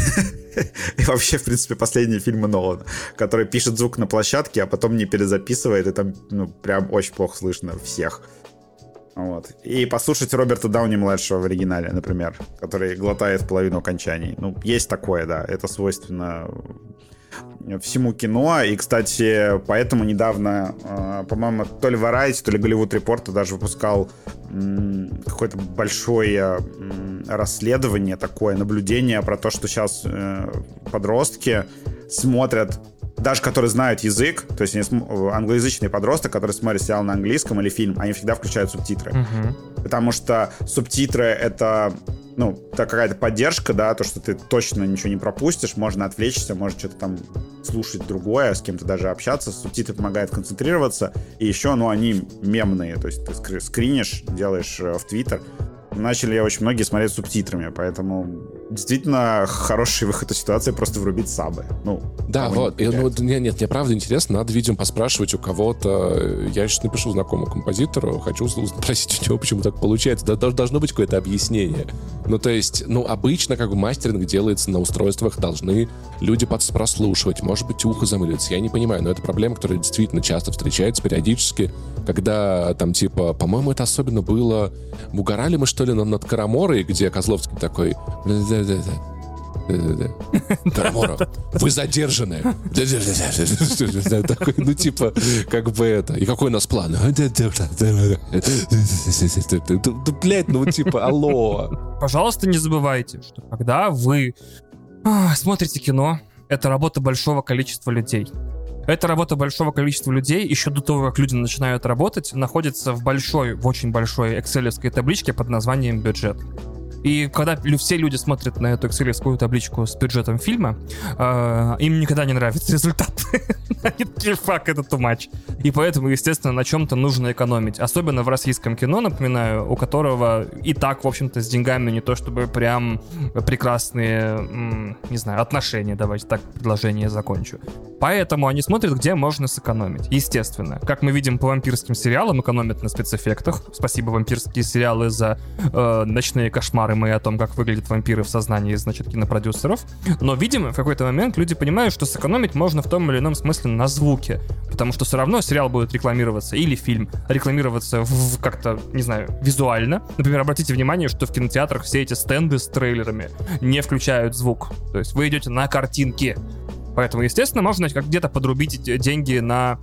И вообще, в принципе, последние фильмы Нолана, который пишет звук на площадке, а потом не перезаписывает, и там, прям очень плохо слышно всех. Вот. И послушать Роберта Дауни-младшего в оригинале, например, который глотает половину окончаний. Есть такое, да, это свойственно всему кино. И, кстати, поэтому недавно, по-моему, то ли Variety, то ли Голливуд Репорт даже выпускал какое-то большое расследование, такое наблюдение про то, что сейчас подростки смотрят, даже которые знают язык, то есть англоязычный подросток, который смотрит сериал на английском или фильм, они всегда включают субтитры. Потому что субтитры — это какая-то поддержка, да, то, что ты точно ничего не пропустишь, можно отвлечься, можно что-то там слушать другое, с кем-то даже общаться, субтитры помогают концентрироваться, и еще, они мемные, то есть ты скринишь, делаешь в Твиттер. Начали очень многие смотреть субтитрами, поэтому действительно хороший выход из ситуации — просто врубить сабы. Да, вот. Нет, мне правда интересно, надо, видимо, поспрашивать у кого-то. Я сейчас напишу знакомому композитору, хочу спросить у него, почему так получается. Должно быть какое-то объяснение. То есть, обычно как бы мастеринг делается на устройствах, должны люди прослушивать, может быть, ухо замыливается. Я не понимаю, но это проблема, которая действительно часто встречается периодически, когда там типа, по-моему, это особенно было... Угорали мы, что ли, над Караморой, где Козловский такой... Карамора, вы задержаны. Такой, и какой у нас план? Блять, алло. Пожалуйста, не забывайте, что когда вы смотрите кино, это работа большого количества людей. Эта работа большого количества людей, еще до того, как люди начинают работать, находится в очень большой экселевской табличке под названием «бюджет». И когда все люди смотрят на эту экселевскую табличку с бюджетом фильма, им никогда не нравится результат. Они такие, фак, это too much. И поэтому, естественно, на чем-то нужно экономить. Особенно в российском кино, напоминаю, у которого и так, в общем-то, с деньгами не то чтобы прям прекрасные, не знаю, отношения. Давайте так предложение закончу. Поэтому они смотрят, где можно сэкономить. Естественно. Как мы видим по вампирским сериалам, экономят на спецэффектах. Спасибо, вампирские сериалы, за ночные кошмары мои о том, как выглядят вампиры в сознании, значит, кинопродюсеров. Но, видимо, в какой-то момент люди понимают, что сэкономить можно в том или ином смысле на звуке. Потому что все равно сериал будет рекламироваться, или фильм рекламироваться как-то, не знаю, визуально. Например, обратите внимание, что в кинотеатрах все эти стенды с трейлерами не включают звук. То есть вы идете на картинки. Поэтому, естественно, можно где-то подрубить деньги на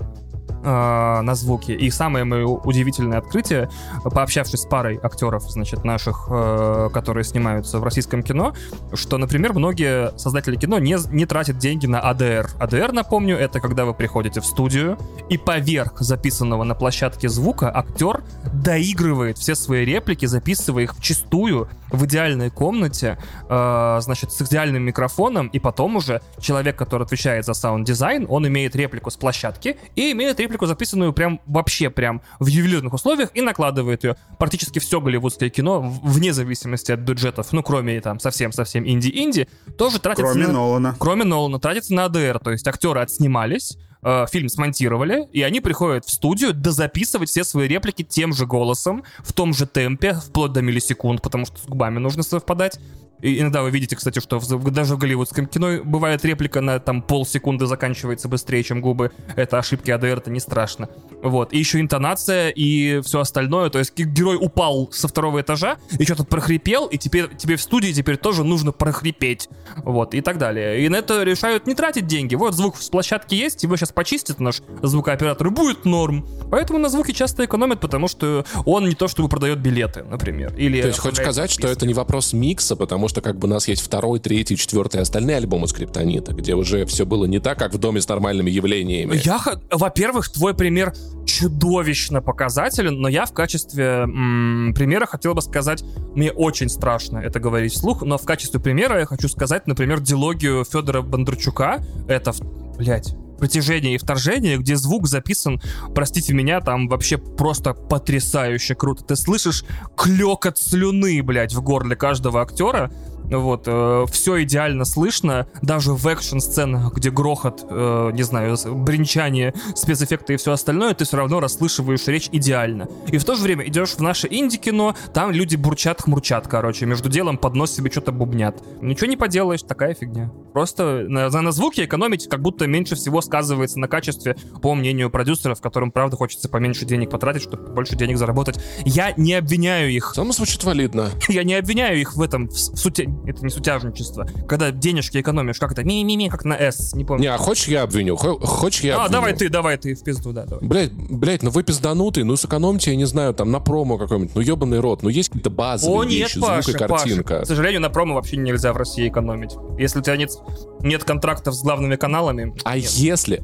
звуки. И самое мое удивительное открытие, пообщавшись с парой актеров, значит, наших, которые снимаются в российском кино, что, например, многие создатели кино не тратят деньги на ADR. ADR, напомню, это когда вы приходите в студию, и поверх записанного на площадке звука актер доигрывает все свои реплики, записывая их вчистую в идеальной комнате, значит, с идеальным микрофоном, и потом уже человек, который отвечает за саунд-дизайн, он имеет реплику с площадки и имеет реплику, записанную прям вообще прям в ювелирных условиях, и накладывает ее. Практически все голливудское кино, вне зависимости от бюджетов, ну, кроме там совсем-совсем инди-инди, тоже тратится Кроме Нолана. Кроме Нолана, тратится на ADR, то есть актеры отснимались, фильм смонтировали, и они приходят в студию дозаписывать все свои реплики тем же голосом, в том же темпе, вплоть до миллисекунд, потому что с губами нужно совпадать. И иногда вы видите, кстати, что даже в голливудском кино бывает реплика на там полсекунды заканчивается быстрее, чем губы. Это ошибки ADR, это не страшно. Вот. И еще интонация и все остальное. То есть герой упал со второго этажа и что-то прохрипел, и тебе в студии теперь тоже нужно прохрипеть. Вот. И так далее. И на это решают не тратить деньги. Вот звук с площадки есть, его сейчас почистит наш звукооператор, и будет норм. Поэтому на звуке часто экономят, потому что он не то чтобы продает билеты, например. Или то есть хочешь сказать, что это не вопрос микса, потому что как бы у нас есть 2, 3, 4 остальные альбомы Скриптонита, где уже все было не так, как в «Доме с нормальными явлениями». Во-первых, твой пример чудовищно показателен, но я в качестве примера хотел бы сказать, мне очень страшно это говорить вслух, но в качестве примера я хочу сказать, например, дилогию Федора Бондарчука. Это, «Притяжение и вторжение», где звук записан, простите меня, там вообще просто потрясающе круто. Ты слышишь клёкот слюны, в горле каждого актера. Вот, все идеально слышно, даже в экшн-сценах, где грохот, не знаю, бренчание, спецэффекты и все остальное, ты все равно расслышиваешь речь идеально. И в то же время идешь в наше инди-кино, там люди бурчат-хмурчат, между делом под нос себе что-то бубнят. Ничего не поделаешь, такая фигня. Просто на звуке экономить как будто меньше всего сказывается на качестве, по мнению продюсеров, которым, правда, хочется поменьше денег потратить, чтобы больше денег заработать. Я не обвиняю их. Само звучит валидно. Я не обвиняю их в этом, это не сутяжничество. Когда денежки экономишь, как это? Ми-ми-ми, как на «С», не помню. Не, а хочешь я обвиню? Хочешь я обвиню? Давай ты в пизду, да, давай. Блять, ну вы пизданутые, ну сэкономьте, я не знаю, там на промо какой-нибудь, ну ебаный рот, ну есть какие-то базовые вещи, звук и картинка. Паша, к сожалению, на промо вообще нельзя в России экономить. Если у тебя нет контрактов с главными каналами... Если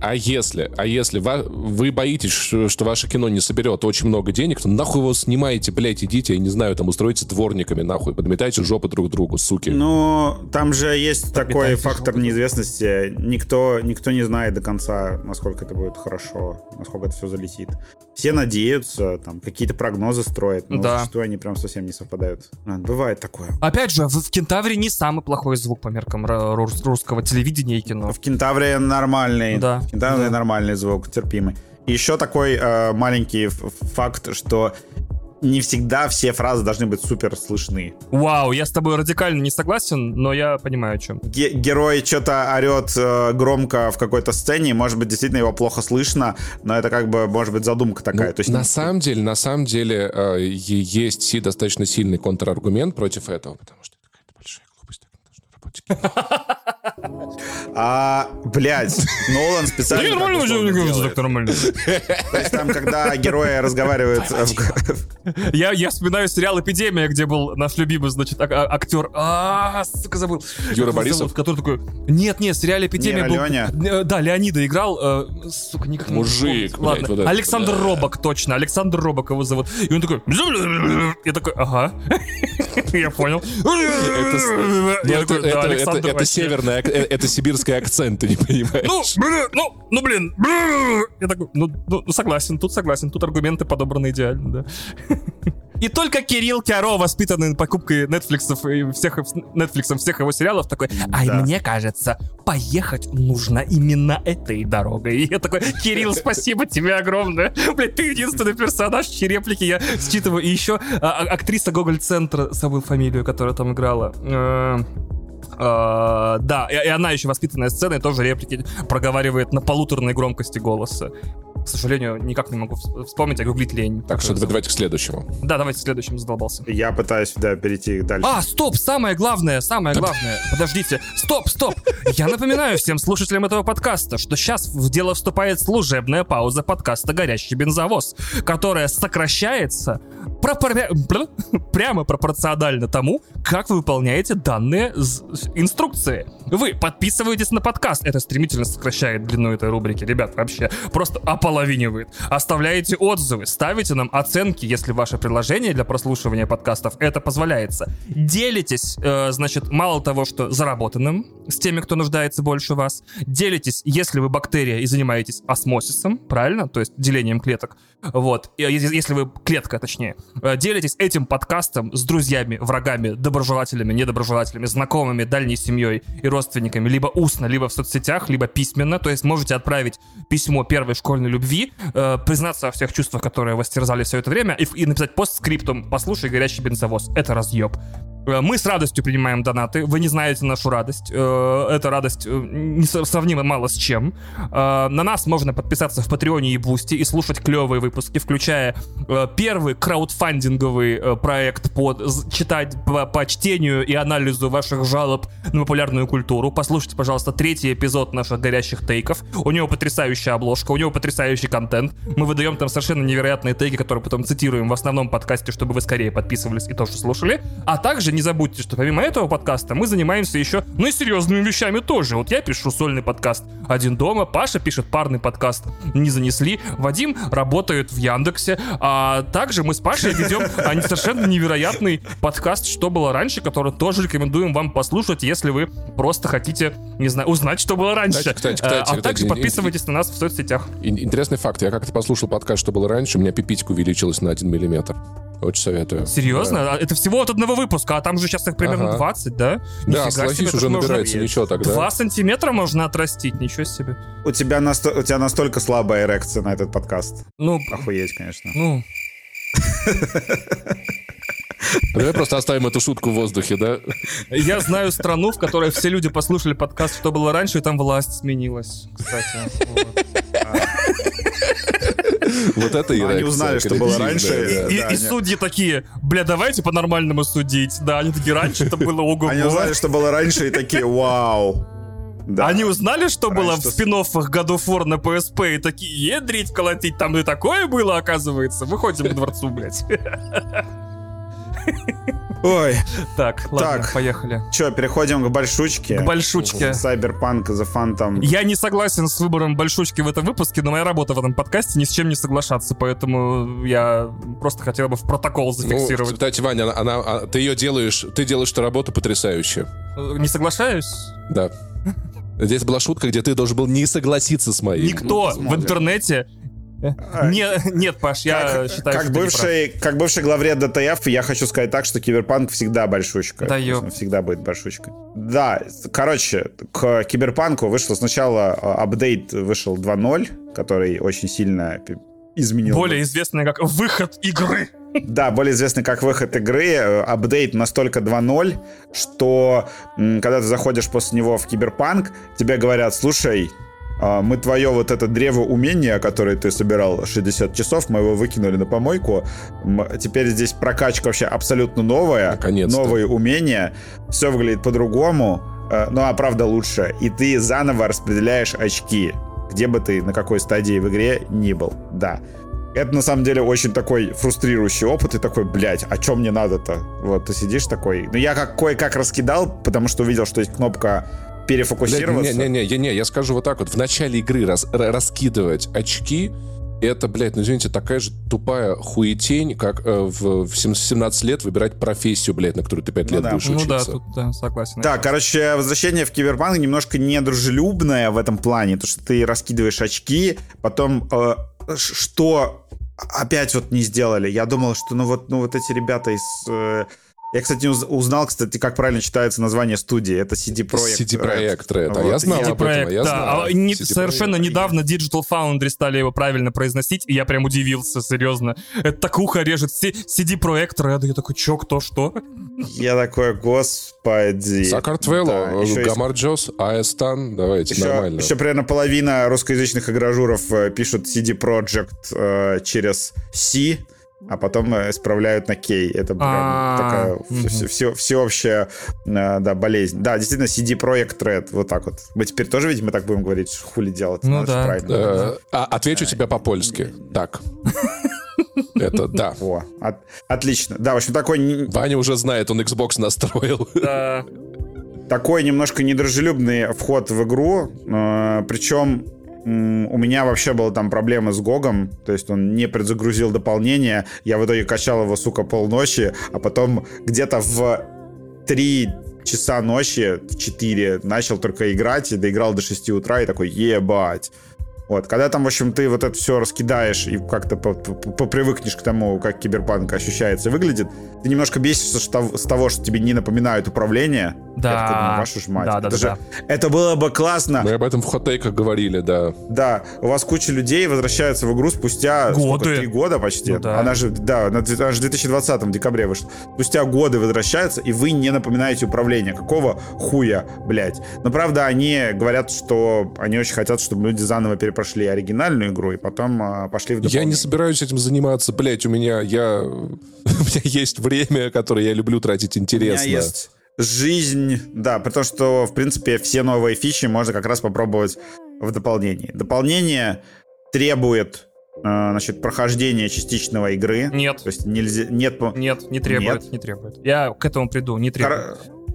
вы боитесь, что ваше кино не соберет очень много денег, то нахуй его снимаете, блять, идите, я не знаю, там устроите дворниками, нахуй, подметайте жопы друг другу, суки. Ну, там же есть такой фактор неизвестности. Никто не знает до конца, насколько это будет хорошо, насколько это все залетит. Все надеются, там, какие-то прогнозы строят, но зачастую они прям совсем не совпадают. Бывает такое. Опять же, в «Кентавре» не самый плохой звук по меркам русского телевидения и кино. В «Кентавре» нормальный. Да. В «Кентавре» нормальный звук, терпимый. И еще такой маленький факт, что не всегда все фразы должны быть супер слышны. Вау, я с тобой радикально не согласен, но я понимаю, о чем. Герой что-то орет громко в какой-то сцене, может быть, действительно его плохо слышно, но это как бы, может быть, задумка такая. Ну, то есть, на самом деле, есть достаточно сильный контраргумент против этого, потому что это какая-то большая глупость, так не должно работать. Блядь, Нолан специально нормально. То есть там, когда герои разговаривают... Я вспоминаю сериал «Эпидемия», где был наш любимый, значит, актер... Сука, забыл. Юра Борисов? Который такой... Нет, в сериале «Эпидемия» был... Леня? Да, Леонида играл. Сука, никак не мужик, блядь. Ладно, Александр Робок, точно. Александр Робок его зовут. И он такой... Я такой, ага. Я понял. Это северный, это сибирский акцент, ты не понимаешь. Блин. Я такой, согласен, тут аргументы подобраны идеально, да. И только Кирилл Кяро, воспитанный покупкой Netflix всех его сериалов, такой, мне кажется, поехать нужно именно этой дорогой. И я такой, Кирилл, спасибо тебе огромное. Блядь, ты единственный персонаж, чьи реплики я считываю. И еще актриса Гоголь-центра, забыл фамилию, которая там играла. Да, и она еще воспитанная сценой, тоже реплики проговаривает на полуторной громкости голоса. К сожалению, никак не могу вспомнить, а гуглить лень. Так что давайте к следующему. Да, давайте к следующему, задолбался. Я пытаюсь, перейти дальше. Стоп, самое главное. Подождите, стоп. Я напоминаю всем слушателям этого подкаста, что сейчас в дело вступает служебная пауза подкаста «Горящий бензовоз», которая сокращается прямо пропорционально тому, как вы выполняете данные инструкции. Вы подписываетесь на подкаст. Это стремительно сокращает длину этой рубрики. Ребят, вообще просто ополовинивает. Оставляете отзывы, ставите нам оценки, если ваше приложение для прослушивания подкастов это позволяется. Делитесь, мало того, что заработанным с теми, кто нуждается больше вас. Делитесь, если вы бактерия и занимаетесь осмосисом, правильно? То есть делением клеток. Вот. Если вы клетка, точнее. Делитесь этим подкастом с друзьями, врагами, доброжелателями, недоброжелателями, знакомыми, дальней семьей и родственниками, либо устно, либо в соцсетях, либо письменно. То есть можете отправить письмо первой школьной любви, признаться во всех чувствах, которые вас терзали все это время, и написать постскриптум: «Послушай «Горящий бензовоз». Это разъеб». Мы с радостью принимаем донаты. Вы не знаете нашу радость. Эта радость несравнима мало с чем. На нас можно подписаться в Патреоне и Бусти и слушать клевые выпуски, включая первый краудфандинговый проект по чтению и анализу ваших жалоб на популярную культуру. Послушайте, пожалуйста, 3-й эпизод наших горящих тейков. У него потрясающая обложка, у него потрясающий контент. Мы выдаем там совершенно невероятные тейки, которые потом цитируем в основном подкасте, чтобы вы скорее подписывались и тоже слушали. А также не забудьте, что помимо этого подкаста мы занимаемся еще, и серьезными вещами тоже. Вот я пишу сольный подкаст «Один дома», Паша пишет парный подкаст «Не занесли», Вадим работает в Яндексе, а также мы с Пашей ведем совершенно невероятный подкаст «Что было раньше», который тоже рекомендуем вам послушать, если вы просто хотите, не знаю, узнать, что было раньше. Кстати, также подписывайтесь на нас в соцсетях. Интересный факт. Я как-то послушал подкаст «Что было раньше», у меня пипичка увеличилась на 1 миллиметр. Очень советую. Серьезно? Да. Это всего от одного выпуска, а там же сейчас их примерно 20, да? Да, согласись, уже набирается, ничего тогда. 2 сантиметра можно отрастить, ничего себе. У тебя настолько слабая эрекция на этот подкаст. Охуеть, конечно. Давай просто оставим эту шутку в воздухе, да? Я знаю страну, в которой все люди послушали подкаст «Что было раньше», и там власть сменилась, кстати. Вот это и они узнали, что было раньше. И судьи такие: бля, давайте по-нормальному судить. Да, они такие: раньше это было ого-го. Они узнали, что было раньше, и такие: вау. Да. Они узнали, что было в спин-оффах God of War на PSP, и такие: едрить, колотить, там и такое было, оказывается. Выходим к дворцу, блядь. Ой. Так, ладно, поехали. Че, переходим к большучке? К большучке. Cyberpunk The Phantom. Я не согласен с выбором большучки в этом выпуске, но моя работа в этом подкасте ни с чем не соглашаться, поэтому я просто хотел бы в протокол зафиксировать. Кстати, Ваня, ты делаешь эту работу потрясающе. Не соглашаюсь? Да. Здесь была шутка, где ты должен был не согласиться с моим. Никто в интернете... Нет, Паш, я считаю, что как бывший главред ДТФ, я хочу сказать так, что Киберпанк всегда большучка. Да, всегда будет большучкой. Да, короче, к Киберпанку вышло сначала апдейт, вышел 2.0, который очень сильно изменил. Более известный как выход игры. Да, более известный как выход игры. Апдейт настолько 2.0, что когда ты заходишь после него в Киберпанк, тебе говорят: слушай, мы твое вот это древо умения, которое ты собирал 60 часов, мы его выкинули на помойку. Теперь здесь прокачка вообще абсолютно новая. Наконец-то. Новые умения. Все выглядит по-другому. Правда лучше. И ты заново распределяешь очки, где бы ты, на какой стадии в игре ни был. Да. Это на самом деле очень такой фрустрирующий опыт. И такой: блять, а что мне надо-то? Вот ты сидишь такой. Я кое-как раскидал, потому что увидел, что есть кнопка перефокусироваться. Не, я скажу вот так вот. В начале игры раскидывать очки это, блядь, ну извините, такая же тупая хуетень, как в 17 лет выбирать профессию, блядь, на которую ты 5 лет будешь учиться. Ну да, тут да, согласен. Да, короче, возвращение в Киберпанк немножко недружелюбное в этом плане, то что ты раскидываешь очки, потом что опять вот не сделали. Я думал, что ну вот эти ребята из... Я, кстати, узнал, как правильно читается название студии. Это CD Projekt. CD Projekt Red. Вот. Я знал об этом, я знал. Совершенно недавно Digital Foundry стали его правильно произносить, и я прям удивился, серьезно. Это так ухо режет. CD Projekt Red. Я такой, чё, кто, что? Я такой, господи. Сакартвело, Гамарджос, Аэстан. Давайте, нормально. Еще примерно половина русскоязычных игражуров пишут CD Projekt через C, а потом исправляют на K. Это прям такая всеобщая болезнь. Да, действительно, CD Projekt Red. Вот так вот. Мы теперь тоже, видимо, так будем говорить, хули делать. Ну да. Правильно. Отвечу тебе по-польски. Так. Это да. О, отлично. Да, в общем, такой... Ваня уже знает, он Xbox настроил. Да. Такой немножко недружелюбный вход в игру. Причем у меня вообще была там проблема с Гогом, то есть он не предзагрузил дополнение, я в итоге качал его, сука, полночи, а потом где-то в 3 часа ночи, в 4, начал только играть, и доиграл до 6 утра, и такой, ебать. Вот, когда там, в общем, ты вот это все раскидаешь и как-то попривыкнешь к тому, как Киберпанк ощущается и выглядит, ты немножко бесишься с того, что тебе не напоминают управление. Да. Я думаю, вашу ж мать. Да. Это было бы классно. Мы об этом в хот-тейках говорили, да. Да, у вас куча людей возвращаются в игру спустя 3 года почти. Ну, да. Она же в 2020 в декабре вышла. Спустя годы возвращаются, и вы не напоминаете управление. Какого хуя, блядь? Но правда, они говорят, что они очень хотят, чтобы люди заново перепрошли оригинальную игру, и потом пошли в дополнение. Я не собираюсь этим заниматься, блядь, у меня есть время, которое я люблю тратить интересно. У меня есть жизнь, да, потому что, в принципе, все новые фичи можно как раз попробовать в дополнении. Дополнение требует, прохождения частичного игры. Нет. То есть нельзя... Нет, не требует. Я к этому приду, не требует.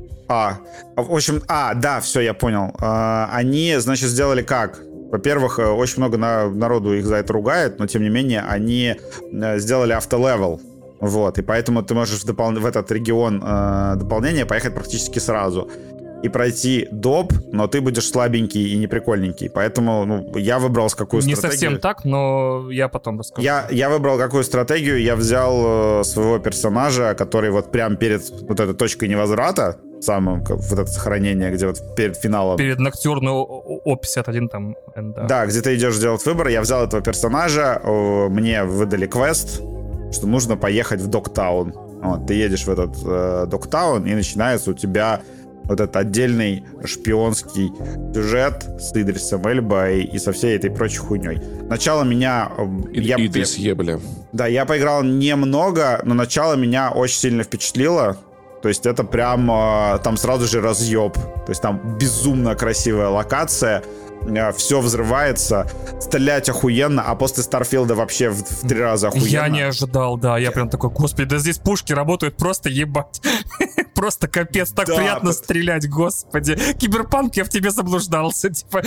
В общем, да, все, я понял. Они, значит, сделали как? Во-первых, очень много народу их за это ругает, но, тем не менее, они сделали автолевел. Вот, и поэтому ты можешь в этот регион дополнения поехать практически сразу. И пройти доп, но ты будешь слабенький и неприкольненький. Поэтому, я выбрал какую стратегию. Не совсем так, но я потом расскажу. Я выбрал какую стратегию. Я взял своего персонажа, который вот прям перед вот этой точкой невозврата, самым, вот это сохранение, где вот перед финалом. Перед Ноктюрной О51 там. Да, где ты идешь делать выбор. Я взял этого персонажа, мне выдали квест, что нужно поехать в Догтаун. Вот, ты едешь в этот Догтаун, и начинается у тебя вот этот отдельный шпионский сюжет с Идрисом Эльбой и со всей этой прочей хуйней. Начало меня... Идрис ебли. Да, я поиграл немного, но начало меня очень сильно впечатлило. То есть это прям там сразу же разъеб. То есть там безумно красивая локация. Все взрывается, стрелять охуенно, а после Старфилда вообще в 3 раза охуенно. Я не ожидал, да, я прям такой, господи, да здесь пушки работают просто ебать. Просто капец, так приятно стрелять, господи. Киберпанк, я в тебе заблуждался, типа.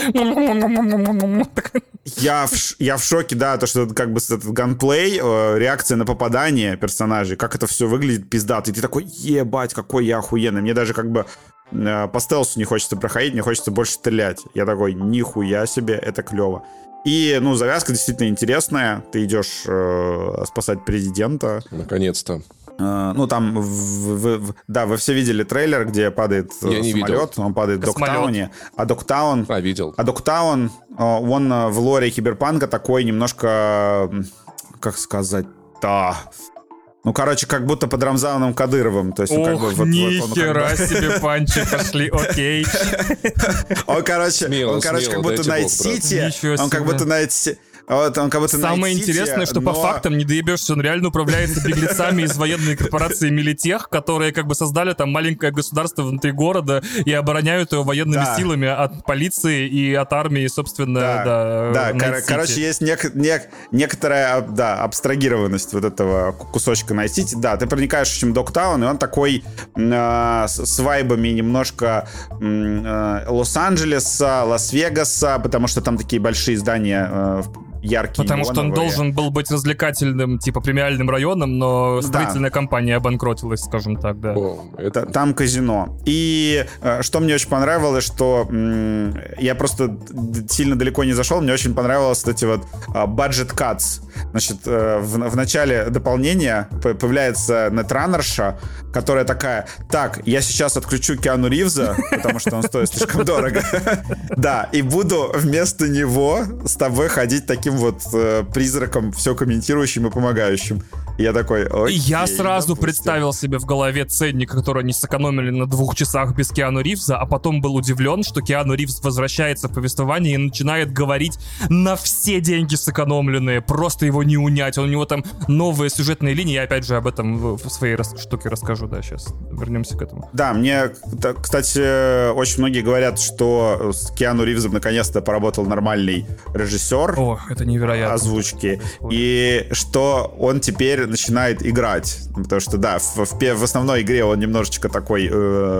Я в шоке, да, то, что как бы этот ганплей, реакция на попадание персонажей, как это все выглядит пиздато. И ты такой, ебать, какой я охуенный. Мне даже как бы по стелсу не хочется проходить, мне хочется больше стрелять. Я такой, нихуя себе, это клево. И, завязка действительно интересная. Ты идешь спасать президента. Наконец-то. Там, вы все видели трейлер, где падает самолет, он падает в Догтауне. А Догтаун... видел. А Догтаун, он в лоре Киберпанка такой немножко, как сказать-то... как будто под Рамзаном Кадыровым. То есть, нихера себе панчи пошли, окей. Он, как будто Найт Сити. Он как будто Найт Сити. Самое интересное, что по фактам не доебешься, он реально управляется беглецами из военной корпорации Милитех, которые как бы создали там маленькое государство внутри города и обороняют его военными силами от полиции и от армии, собственно, есть некоторая, абстрагированность вот этого кусочка Найт Сити. Да, ты проникаешь в общем Догтаун, и он такой с вайбами немножко Лос-Анджелеса, Лас-Вегаса, потому что там такие большие здания яркий. Потому что он должен был быть развлекательным, типа премиальным районом, но строительная компания обанкротилась, скажем так, да. Там казино. И что мне очень понравилось, что я просто сильно далеко не зашел, мне очень понравилось эти вот budget cuts. Значит, в начале дополнения появляется нетранерша, которая такая: так, я сейчас отключу Киану Ривза, потому что он стоит слишком дорого. Да, и буду вместо него с тобой ходить таким вот призраком, все комментирующим и помогающим. И я такой: окей. Я сразу представил себе в голове ценник, который они сэкономили на 2 часах без Киану Ривза, а потом был удивлен, что Киану Ривз возвращается в повествование и начинает говорить на все деньги сэкономленные, просто его не унять. У него там новые сюжетные линии, я опять же об этом в своей штуке расскажу, да, сейчас вернемся к этому. Да, мне, кстати, очень многие говорят, что с Киану Ривзом наконец-то поработал нормальный режиссер. О, это невероятно. Озвучки. И что он теперь начинает играть. Потому что, да, в основной игре он немножечко такой...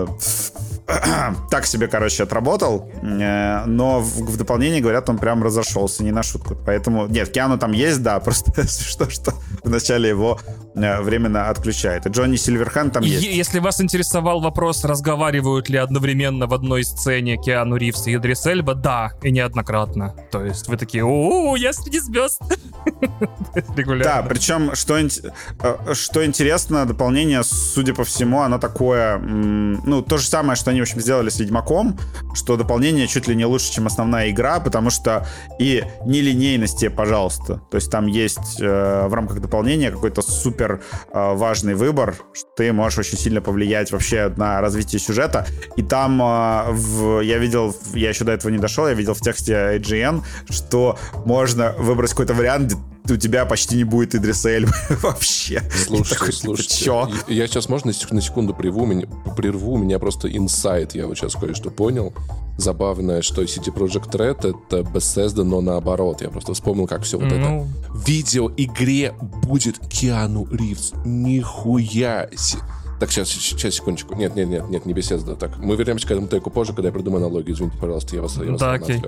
так себе, короче, отработал, но в дополнении, говорят, он прям разошелся, не на шутку. Поэтому, нет, Киану там есть, да, просто что вначале его временно отключает. И Джонни Сильверхенд там есть. Если вас интересовал вопрос, разговаривают ли одновременно в одной сцене Киану Ривз и Идрис Эльба, да, и неоднократно. То есть вы такие: о, я среди звезд. Регулярно. Да, причем, что интересно, дополнение, судя по всему, оно такое, ну, то же самое, что они, в общем, сделали с Ведьмаком, что дополнение чуть ли не лучше, чем основная игра, потому что и нелинейности, пожалуйста. То есть там есть в рамках дополнения какой-то супер важный выбор, что ты можешь очень сильно повлиять вообще на развитие сюжета. И там я видел, я еще до этого не дошел, я видел в тексте IGN, что можно выбрать какой-то вариант, где у тебя почти не будет Идриса Эльбы вообще. Слушайте, я сейчас, можно на секунду прерву? У меня просто инсайт, я вот сейчас кое-что понял. Забавное, что City Project Red — это Bethesda, но наоборот. Я просто вспомнил, как все вот это. В видеоигре будет Киану Ривз. Нихуя себе. Так, сейчас, секундочку. Нет, не Bethesda. Так, мы вернемся к этому теку позже, когда я придумаю аналогию. Извините, пожалуйста, я вас да, окей.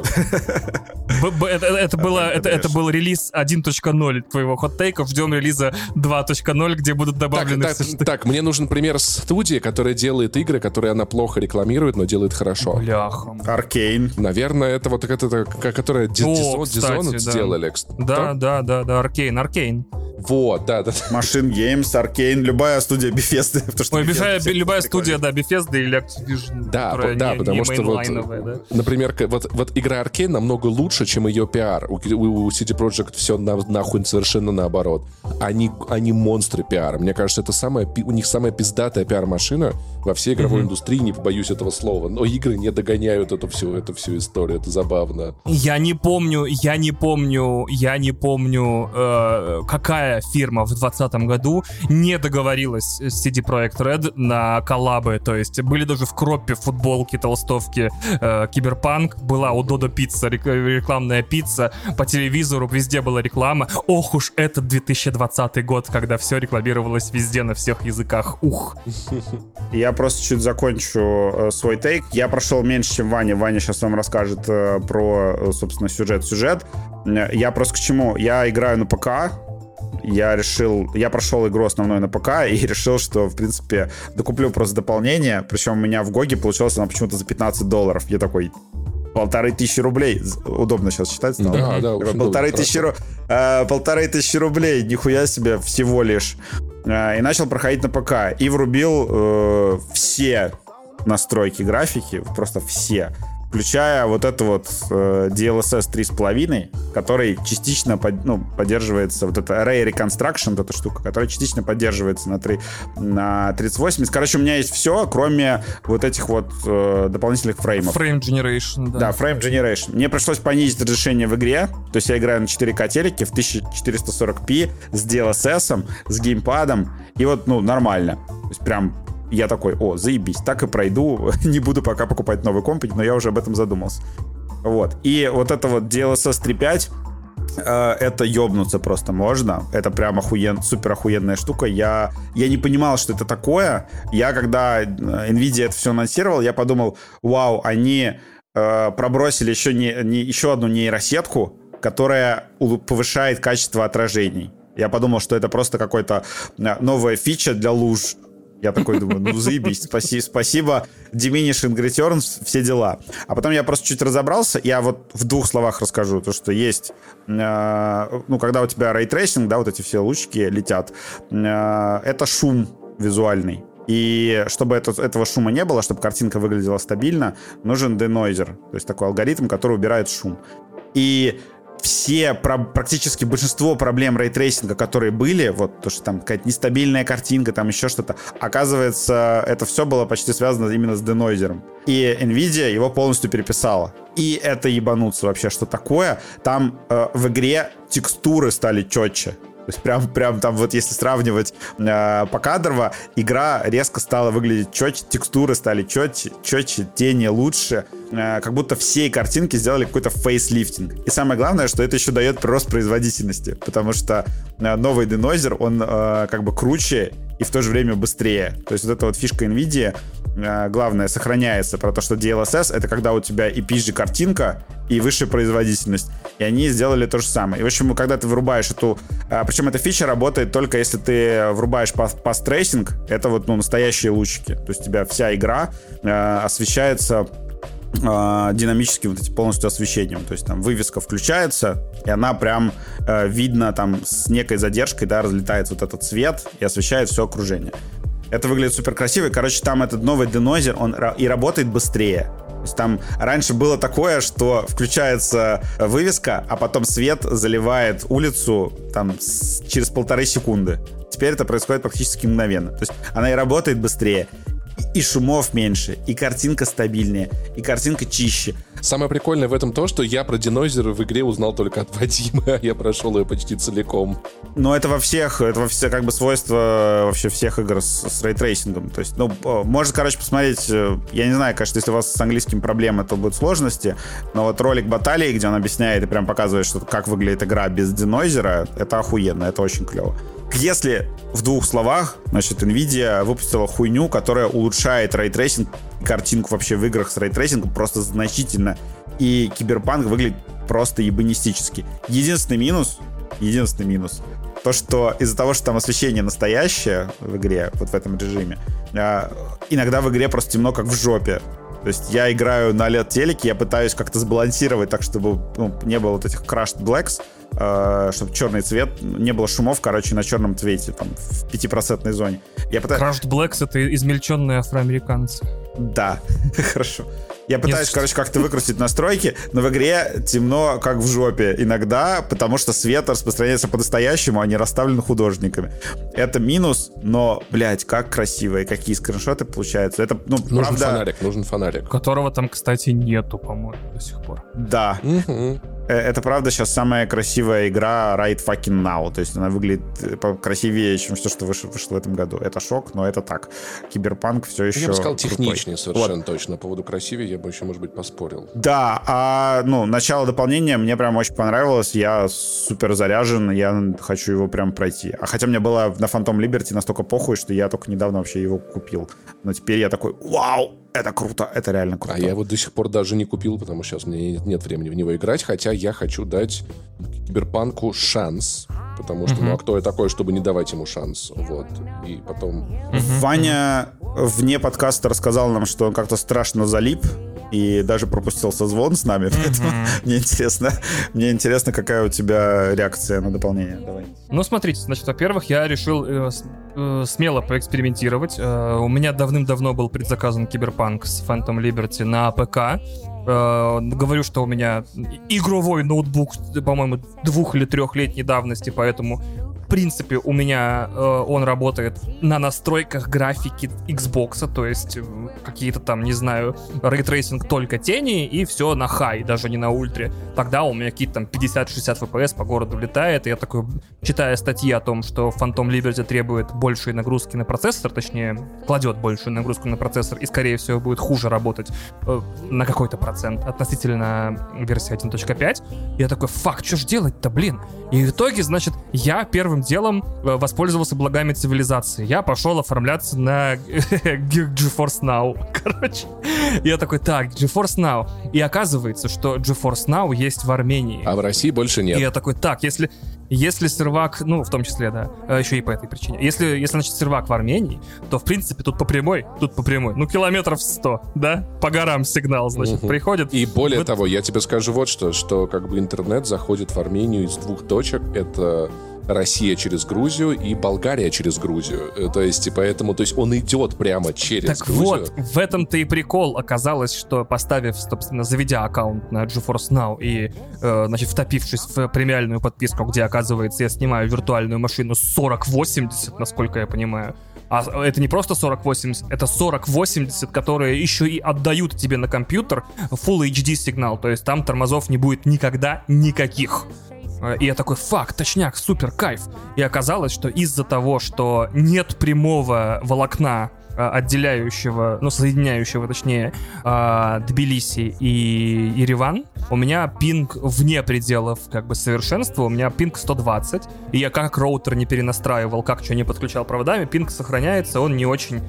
Это был релиз 1.0 твоего хот-тейка. Ждем релиза 2.0, где будут добавлены... Так, мне нужен пример студии, которая делает игры, которые она плохо рекламирует, но делает хорошо. Бляха. Аркейн. Наверное, это вот это, которая Dishonored сделали. Да, Аркейн. Вот, да. Machine Games, Аркейн, любая студия Bethesda. Любая студия, да, Bethesda или Activision. Да, потому что вот, например, вот игра Arcane намного лучше, чем ее пиар. У City Project все нахуй совершенно наоборот. Они монстры пиара. Мне кажется, это у них самая пиздатая пиар-машина во всей игровой индустрии, не побоюсь этого слова. Но игры не догоняют эту всю историю. Это забавно. Я не помню, какая фирма в 2020 году не договорилась с CD Projekt Red на коллабы. То есть были даже в кропе футболки, толстовки Киберпанк, была у Додо Пицца рекламная пицца, по телевизору везде была реклама. Ох уж этот 2020 год, когда все рекламировалось везде на всех языках. Ух. Я просто чуть закончу свой тейк. Я прошел меньше, чем Ваня. Ваня сейчас вам расскажет про, собственно, сюжет. Я просто к чему? Я играю на ПК. Я прошел игру основную на ПК и решил, что, в принципе, докуплю просто дополнение. Причем у меня в Гоге получилось оно почему-то за $15. Я такой: 1500 рублей. Удобно сейчас читать стало. Да, 1500 рублей. Нихуя себе, всего лишь. И начал проходить на ПК. И врубил все настройки графики. Просто все. Включая вот это вот DLSS 3.5, который частично поддерживается, вот это Array Reconstruction, вот эта штука, которая частично поддерживается на 3080. Короче, у меня есть все, кроме вот этих вот дополнительных фреймов. Frame Generation, да. Да, Frame Generation. Мне пришлось понизить разрешение в игре, то есть я играю на 4К телеке в 1440p с DLSS, с геймпадом, и вот, нормально. То есть прям... Я такой: о, заебись, так и пройду, не буду пока покупать новый комп, но я уже об этом задумался. Вот. И вот это вот DLSS 3.5, это ёбнуться просто можно. Это прям супер охуенная штука. Я не понимал, что это такое. Когда Nvidia это все анонсировал, я подумал: вау, они пробросили еще одну нейросетку которая повышает качество отражений. Я подумал, что это просто какая-то новая фича для луж. Я такой думаю, ну заебись, спасибо, diminishing returns, все дела. А потом я просто чуть разобрался, я вот в 2 словах расскажу, то, что есть, когда у тебя рейтрейсинг, да, вот эти все лучики летят, это шум визуальный. И чтобы этого шума не было, чтобы картинка выглядела стабильно, нужен денойзер, то есть такой алгоритм, который убирает шум. И практически большинство проблем рейтрейсинга, которые были, вот то, что там какая-то нестабильная картинка, там еще что-то, оказывается, это все было почти связано именно с денойзером. И NVIDIA его полностью переписала. И это ебануться вообще, что такое. Там в игре текстуры стали четче. То есть прям там вот если сравнивать покадрово, игра резко стала выглядеть четче, текстуры стали четче, тени лучше. Как будто всей картинки сделали какой-то фейслифтинг. И самое главное, что это еще дает прирост производительности, потому что новый денойзер, он как бы круче и в то же время быстрее. То есть вот эта вот фишка NVIDIA, главное, сохраняется про то, что DLSS — это когда у тебя и пизже картинка, и высшая производительность. И они сделали то же самое. И, в общем, когда ты вырубаешь эту... Причем эта фича работает только если ты врубаешь паст-трейсинг. Это вот настоящие лучики. То есть у тебя вся игра освещается динамическим вот этим полностью освещением. То есть там вывеска включается, и она прям видно там с некой задержкой, да, разлетается вот этот цвет и освещает все окружение. Это выглядит супер красиво. И, короче, там этот новый денойзер, он и работает быстрее. То есть там раньше было такое, что включается вывеска, а потом свет заливает улицу там через 1,5 секунды. Теперь это происходит практически мгновенно. То есть она и работает быстрее, и шумов меньше, и картинка стабильнее, и картинка чище. Самое прикольное в этом то, что я про денойзер в игре узнал только от Вадима. Я прошел ее почти целиком. Но это во все как бы свойства вообще всех игр с рейтрейсингом. То есть, можно, короче, посмотреть, я не знаю, конечно, если у вас с английским проблемы, то будут сложности, но вот ролик баталии, где он объясняет и прям показывает, что как выглядит игра без денойзера, это охуенно, это очень клево. Если в 2 словах, значит, NVIDIA выпустила хуйню, которая улучшает рейтрейсинг, картинку вообще в играх с рейтрейсингом просто значительно. И Киберпанк выглядит просто ебанистически. Единственный минус, то, что из-за того, что там освещение настоящее в игре, вот в этом режиме, иногда в игре просто темно, как в жопе. То есть я играю на LED-телеке, я пытаюсь как-то сбалансировать так, чтобы не было вот этих crushed blacks, чтобы черный цвет, не было шумов, короче, на черном цвете, там, в 5% зоне. Crushed blacks — это измельченные афроамериканцы. Да, хорошо. Я пытаюсь, как-то выкрутить настройки, но в игре темно, как в жопе иногда, потому что свет распространяется по-настоящему, а не расставлен художниками. Это минус, но, блядь, как красиво, и какие скриншоты получаются. Это, Нужен фонарик. Которого там, кстати, нету, по-моему, до сих пор. Да. Это правда сейчас самая красивая игра right fucking now. То есть она выглядит красивее, чем все, что вышло в этом году. Это шок, но это так. Киберпанк все еще... Я бы сказал, техничнее совершенно точно. По поводу красивее я бы еще, может быть, поспорил. Да, начало дополнения мне прям очень понравилось. Я супер заряжен, я хочу его прям пройти. А хотя мне было на Phantom Liberty настолько похуй, что я только недавно вообще его купил. Но теперь я такой, вау! Это круто, это реально круто. А я его до сих пор даже не купил, потому что сейчас мне нет времени в него играть, хотя я хочу дать Киберпанку шанс, потому что, а кто я такой, чтобы не давать ему шанс, вот, и потом... Ваня вне подкаста рассказал нам, что он как-то страшно залип, и даже пропустил созвон с нами, поэтому мне интересно, какая у тебя реакция на дополнение. Давай. Ну, смотрите, значит, во-первых, я решил смело поэкспериментировать. У меня давным-давно был предзаказан Киберпанк с Phantom Liberty на ПК. Говорю, что у меня игровой ноутбук, по-моему, 2- или 3-летней давности, поэтому в принципе у меня он работает на настройках графики Xbox, то есть какие-то там, не знаю, рейтрейсинг только тени и все на хай, даже не на ультре. Тогда у меня какие-то там 50-60 FPS по городу летает, и я такой, читая статьи о том, что Phantom Liberty требует большей нагрузки на процессор, точнее, кладет большую нагрузку на процессор и, скорее всего, будет хуже работать на какой-то процент относительно версии 1.5, я такой, что ж делать-то, блин? И в итоге, значит, я первым первым делом воспользовался благами цивилизации. Я пошел оформляться на GeForce Now. Короче, я такой, так, GeForce Now. И оказывается, что GeForce Now есть в Армении. А в России больше нет. И я такой, так, если сервак, ну, в том числе, да, еще и по этой причине. Если, значит, сервак в Армении, то, в принципе, тут по прямой, ну, километров 100, да, по горам сигнал, значит, приходит. И более того, я тебе скажу вот что как бы интернет заходит в Армению из двух точек. Это Россия через Грузию и Болгария через Грузию. То есть, поэтому, то есть он идет прямо через так Грузию. Так вот, в этом-то и прикол. Оказалось, что поставив, собственно, заведя аккаунт на GeForce Now и, значит, втопившись в премиальную подписку, где, оказывается, я снимаю виртуальную машину 4080, насколько я понимаю. А это не просто 4080, это 4080, которые еще и отдают тебе на компьютер Full HD сигнал. То есть там тормозов не будет никогда никаких. И я такой, точняк, супер, кайф. И оказалось, что из-за того, что нет прямого волокна, отделяющего, ну, соединяющего, точнее, Тбилиси и Ереван, у меня пинг вне пределов, как бы, совершенства, у меня пинг 120, и я как роутер не перенастраивал, как что не подключал проводами, пинг сохраняется, он не очень,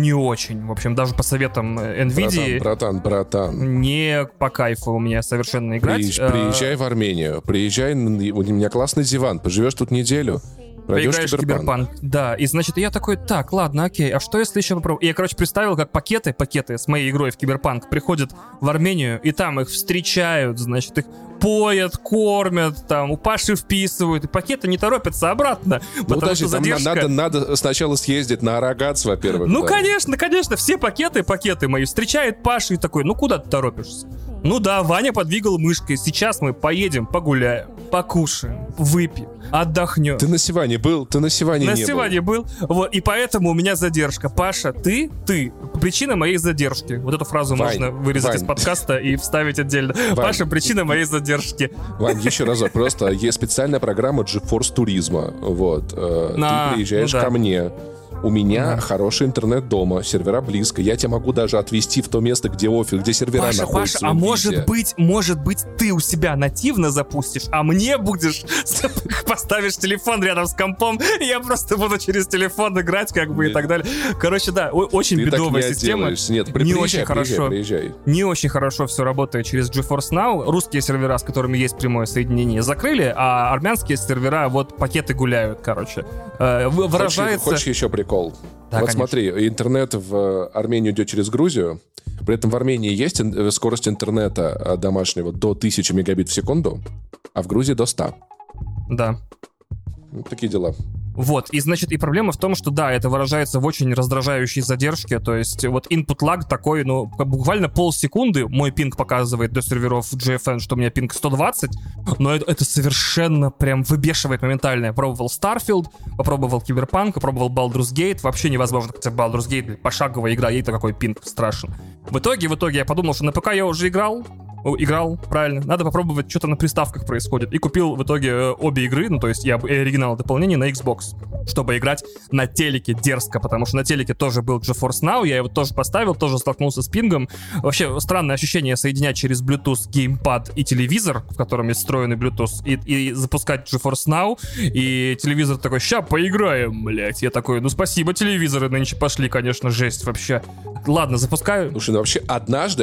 в общем, даже по советам NVIDIA... Братан. Не по кайфу у меня совершенно играть. Приезжай в Армению, у меня классный диван, поживешь тут неделю. Поиграешь в Киберпанк. Да, и значит, я такой, так, ладно, окей, а что если еще попробую? Я, короче, представил, как пакеты с моей игрой в Киберпанк приходят в Армению, и там их встречают, значит, их поят, кормят, там, у Паши вписывают, и пакеты не торопятся обратно, потому что задержка... Надо сначала съездить на Арагац, во-первых. Ну, да. Конечно, все пакеты мои встречает Паша и такой, ну, куда ты торопишься? Ну да, Ваня подвигал мышкой, сейчас мы поедем, погуляем, покушаем, выпьем, отдохнем. Ты на Сиване был? Ты на Сиване не был. На Сиване был. Вот, и поэтому у меня задержка. Паша, ты, причина моей задержки. Вот эту фразу можно вырезать из подкаста и вставить отдельно. Паша, причина моей задержки. Вань, еще разок, просто есть специальная программа GeForce туризма. Вот. Ты приезжаешь ко мне. У меня хороший интернет дома, сервера близко. Я тебя могу даже отвезти в то место, где офис, где сервера находятся. Паша, а может быть, ты у себя нативно запустишь, а мне поставишь телефон рядом с компом, и я просто буду через телефон играть, как бы, и так далее. Короче, да, очень бедовая система. Нет, приезжай. Не очень хорошо все работает через GeForce Now. Русские сервера, с которыми есть прямое соединение, закрыли, а армянские сервера, вот, пакеты гуляют, короче. Выражается... Хочешь еще прикол? Да, вот конечно. Смотри, интернет в Армению идет через Грузию. При этом в Армении есть скорость интернета домашнего до 1000 мегабит в секунду, а в Грузии до 100. Да. Вот такие дела. Вот, и, значит, и проблема в том, что, да, это выражается в очень раздражающей задержке, то есть вот input lag такой, ну, буквально полсекунды мой пинг показывает до серверов GFN, что у меня пинг 120, но это совершенно прям выбешивает моментально. Я пробовал Starfield, попробовал Киберпанк, попробовал Baldur's Gate, вообще невозможно, хотя Baldur's Gate, пошаговая игра, ей-то какой пинг страшен. В итоге я подумал, что на ПК я уже играл, правильно. Надо попробовать, что там на приставках происходит. И купил в итоге обе игры, ну, то есть я оригинал дополнение на Xbox, чтобы играть на телеке дерзко, потому что на телеке тоже был GeForce Now, я его тоже поставил, тоже столкнулся с пингом. Вообще, странное ощущение соединять через Bluetooth геймпад и телевизор, в котором есть встроенный Bluetooth, и запускать GeForce Now, и телевизор такой, ща поиграем, блять. Я такой, ну, спасибо, телевизоры нынче пошли, конечно, жесть вообще. Ладно, запускаю. Слушай, ну вообще однажды,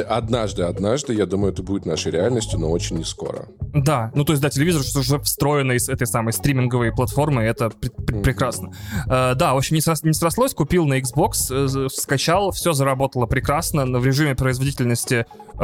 я думаю, это будет нашей реальностью, но очень не скоро. Да, ну то есть, да, телевизор уже встроенный из этой самой стриминговой платформы, это прекрасно. Да, в общем, не срослось, купил на Xbox, скачал, все заработало прекрасно, но в режиме производительности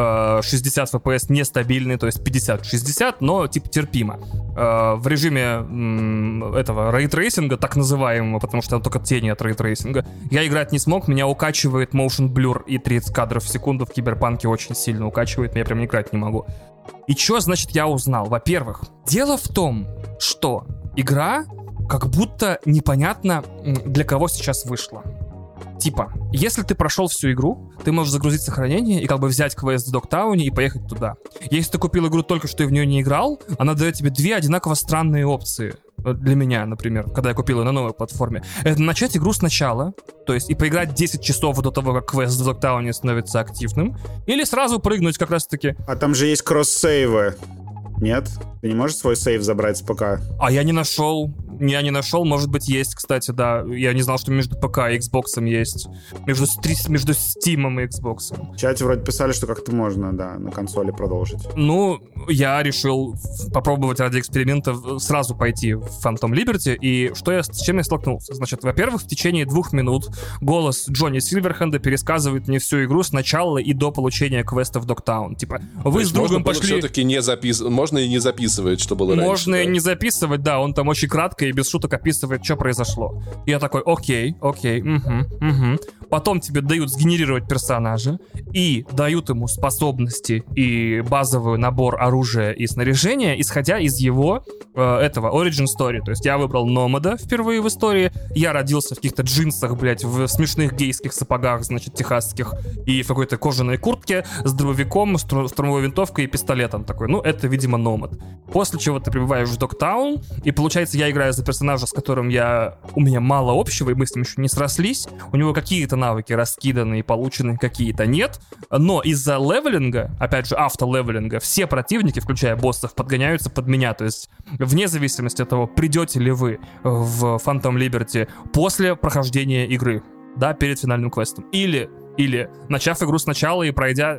60 FPS нестабильный, то есть 50-60, но типа терпимо. В режиме этого рейтрейсинга, так называемого, потому что там только тени от рейтрейсинга, я играть не смог, меня укачивает motion blur и 30 кадров в секунду в Киберпанке очень сильно укачивает, я прям играть не могу. И что, значит, я узнал? Во-первых, дело в том, что игра как будто непонятно для кого сейчас вышла. Типа, если ты прошел всю игру, ты можешь загрузить сохранение и как бы взять квест в Догтауне и поехать туда. Если ты купил игру только что и в нее не играл, она дает тебе две одинаково странные опции. Для меня, например, когда я купил ее на новой платформе. Это начать игру сначала, то есть и поиграть 10 часов до того, как квест в Догтауне становится активным, или сразу прыгнуть как раз-таки. А там же есть кросс-сейвы. Нет? Ты не можешь свой сейв забрать с ПК? А я не нашел Я не нашел, может быть, есть, кстати, да. Я не знал, что между ПК и Xbox есть. Между Steam и Xbox. В чате вроде писали, что как-то можно, да, на консоли продолжить. Ну, я решил попробовать ради эксперимента сразу пойти в Phantom Liberty, и с чем я столкнулся? Значит, во-первых, в течение 2 минут голос Джонни Сильверхенда пересказывает мне всю игру с начала и до получения квеста в Догтаун. Типа, вы с другом пошли... все-таки не можно и не записывать, что было раньше. Можно и не записывать, да, он там очень кратко и без шуток описывает, что произошло. Я такой, окей, угу. Потом тебе дают сгенерировать персонажа и дают ему способности и базовый набор оружия и снаряжения, исходя из его этого origin story. То есть я выбрал Номада впервые в истории, я родился в каких-то джинсах, блять, в смешных гейских сапогах, значит, техасских, и в какой-то кожаной куртке с дробовиком, штурмовой винтовкой и пистолетом такой. Ну, это, видимо, Номад. После чего ты прибываешь в Догтаун, и получается, я играю за персонажа, с которым у меня мало общего, и мы с ним еще не срослись. У него какие-то навыки раскиданы и получены, какие-то нет. Но из-за левелинга, опять же, автолевелинга, все противники, включая боссов, подгоняются под меня. То есть, вне зависимости от того, придете ли вы в Phantom Liberty после прохождения игры, да, перед финальным квестом. Или начав игру сначала и пройдя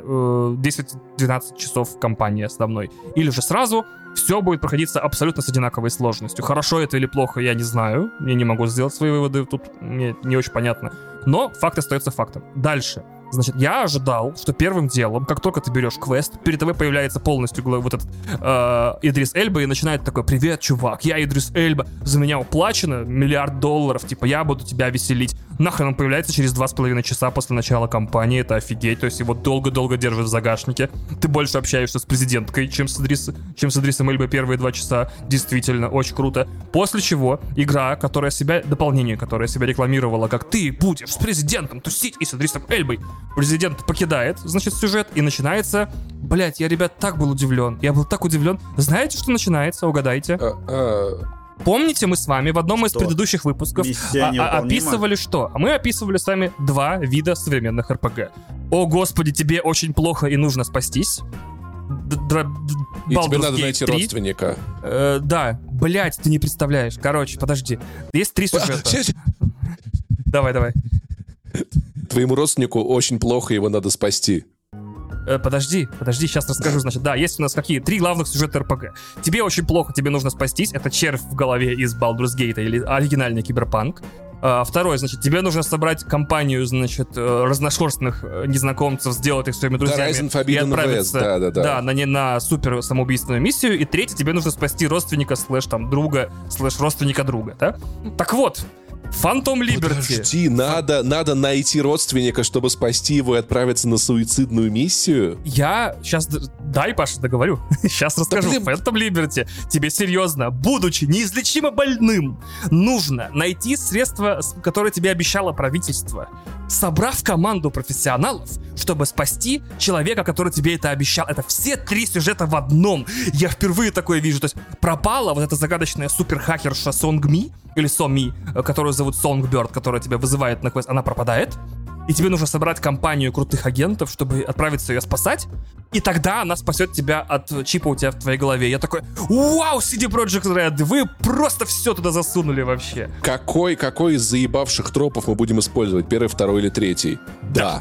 10-12 часов кампании основной. Или же сразу все будет проходиться абсолютно с одинаковой сложностью. Хорошо это или плохо, я не знаю. Я не могу сделать свои выводы, тут мне не очень понятно. Но факт остается фактом. Дальше. Значит, я ожидал, что первым делом, как только ты берешь квест, перед тобой появляется полностью вот этот Идрис Эльба и начинает такой: привет, чувак, я Идрис Эльба, за меня уплачено $1 миллиард, типа, я буду тебя веселить. Нахрен он появляется через 2,5 часа после начала кампании, это офигеть, то есть его долго-долго держат в загашнике. Ты больше общаешься с президенткой, чем с Идрисом Эльбой первые 2 часа, действительно, очень круто. После чего игра, дополнение, которое себя рекламировало, как ты будешь с президентом тусить и с Идрисом Эльбой. Президент покидает, значит, сюжет, и начинается... Блять, я, ребят, так был удивлен. Я был так удивлен. Знаете, что начинается? Угадайте. Помните, мы с вами в одном из предыдущих выпусков описывали что? Мы описывали с вами 2 вида современных РПГ. О, господи, тебе очень плохо и нужно спастись. И тебе надо найти родственника. Да, блять, ты не представляешь. Короче, подожди. Есть 3 сюжета. Давай. Твоему родственнику очень плохо, его надо спасти. Подожди, сейчас расскажу. Значит, да, есть у нас 3 главных сюжета РПГ. Тебе очень плохо, тебе нужно спастись. Это червь в голове из Baldur's Gate или оригинальный киберпанк. Второе, значит, тебе нужно собрать компанию, значит, разношерстных незнакомцев, сделать их своими друзьями и отправиться на супер самоубийственную миссию. И третье, тебе нужно спасти родственника /друга /родственника друга, да? Так вот, Phantom Liberty. Подожди, надо найти родственника, чтобы спасти его и отправиться на суицидную миссию? Я сейчас... Дай, Паша, договорю. Сейчас расскажу. Phantom Liberty. Тебе серьезно, будучи неизлечимо больным, нужно найти средства, которые тебе обещало правительство, собрав команду профессионалов, чтобы спасти человека, который тебе это обещал. Это все 3 сюжета в одном. Я впервые такое вижу. То есть пропала вот эта загадочная суперхакерша Сонгми, или Соми, которую зовут Songbird, которая тебя вызывает на квест, она пропадает. И тебе нужно собрать компанию крутых агентов, чтобы отправиться ее спасать. И тогда она спасет тебя от чипа у тебя в твоей голове. Я такой: вау, CD Projekt Red, вы просто все туда засунули вообще. Какой из заебавших тропов мы будем использовать? 1, 2 или 3? Да.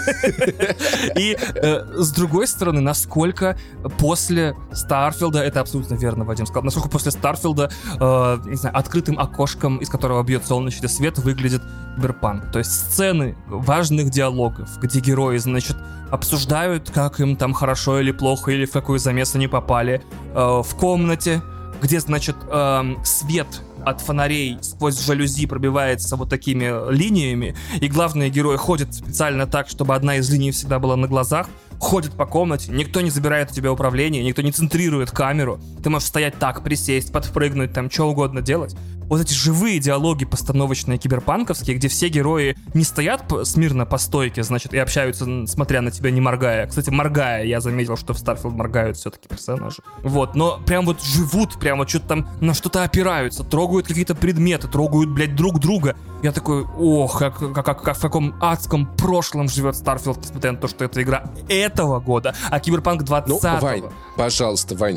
И с другой стороны, насколько после Старфилда, это абсолютно верно, Вадим сказал, насколько после Старфилда, не знаю, открытым окошком, из которого бьет солнечный свет, выглядит киберпанк. То есть сцены важных диалогов, где герои, значит, обсуждают, как им там хорошо или плохо, или в какой замес они попали. В комнате, где, значит, свет от фонарей сквозь жалюзи пробивается вот такими линиями, и главные герои ходят специально так, чтобы одна из линий всегда была на глазах, ходят по комнате, никто не забирает у тебя управление, никто не центрирует камеру, ты можешь стоять так, присесть, подпрыгнуть, там, что угодно делать. Вот эти живые диалоги постановочные киберпанковские, где все герои не стоят смирно по стойке, значит, и общаются, смотря на тебя, не моргая. Кстати, моргая, я заметил, что в Starfield моргают все-таки персонажи. Вот, но прям вот живут, прям вот что-то там на что-то опираются, трогают какие-то предметы, трогают, блядь, друг друга. Я такой: ох, как в каком адском прошлом живет Starfield, несмотря на то, что это игра этого года, а Киберпанк 20-го. Ну, Вань, пожалуйста, Вань.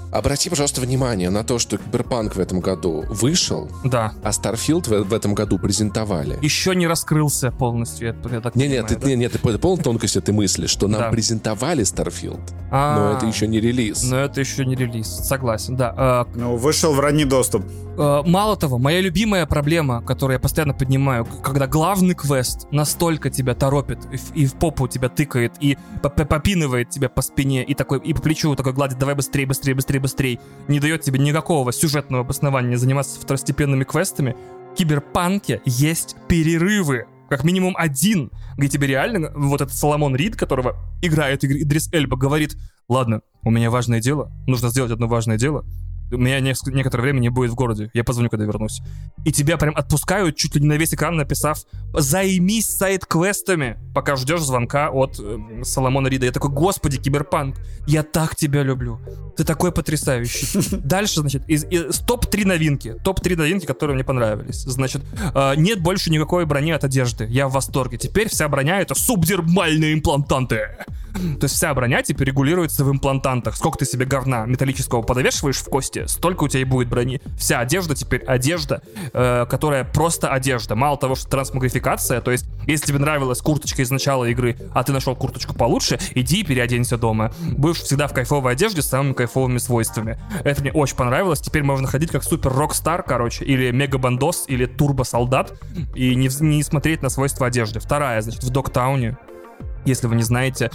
Обрати, пожалуйста, внимание на то, что Киберпанк в этом году вышел, да, а Starfield в этом году презентовали. Еще не раскрылся полностью, я так понимаю. Нет, ты понял тонкость этой мысли, что нам презентовали Starfield, но это еще не релиз. Согласен, да. Вышел в ранний доступ. Мало того, моя любимая проблема, которую я постоянно поднимаю, когда главный квест настолько тебя торопит, и в попу тебя тыкает, и попинывает тебя по спине, и по плечу такой гладит, давай быстрее, не дает тебе никакого сюжетного обоснования заниматься второстепенными квестами, в Киберпанке есть перерывы. Как минимум один, где тебе реально вот этот Соломон Рид, которого играет Идрис Эльба, говорит: ладно, у меня важное дело, нужно сделать одно важное дело, у меня некоторое время не будет в городе, я позвоню, когда вернусь. И тебя прям отпускают чуть ли не на весь экран, написав: займись сайд-квестами, пока ждешь звонка от Соломона Рида. Я такой: господи, Киберпанк, я так тебя люблю, ты такой потрясающий. Дальше, значит, топ-3 новинки, которые мне понравились. Значит, нет больше никакой брони от одежды, я в восторге. Теперь вся броня — это субдермальные имплантанты. То есть вся броня теперь регулируется в имплантантах. Сколько ты себе говна металлического подвешиваешь в кости, столько у тебя и будет брони. Вся одежда теперь одежда, которая просто одежда. Мало того, что трансмогрификация, то есть если тебе нравилась курточка из начала игры, а ты нашел курточку получше, иди и переоденься дома. Будешь всегда в кайфовой одежде с самыми кайфовыми свойствами. Это мне очень понравилось. Теперь можно ходить как супер рок-стар, или мега-бандос, или турбо-солдат, и не смотреть на свойства одежды. Вторая, значит, в Догтауне, если вы не знаете,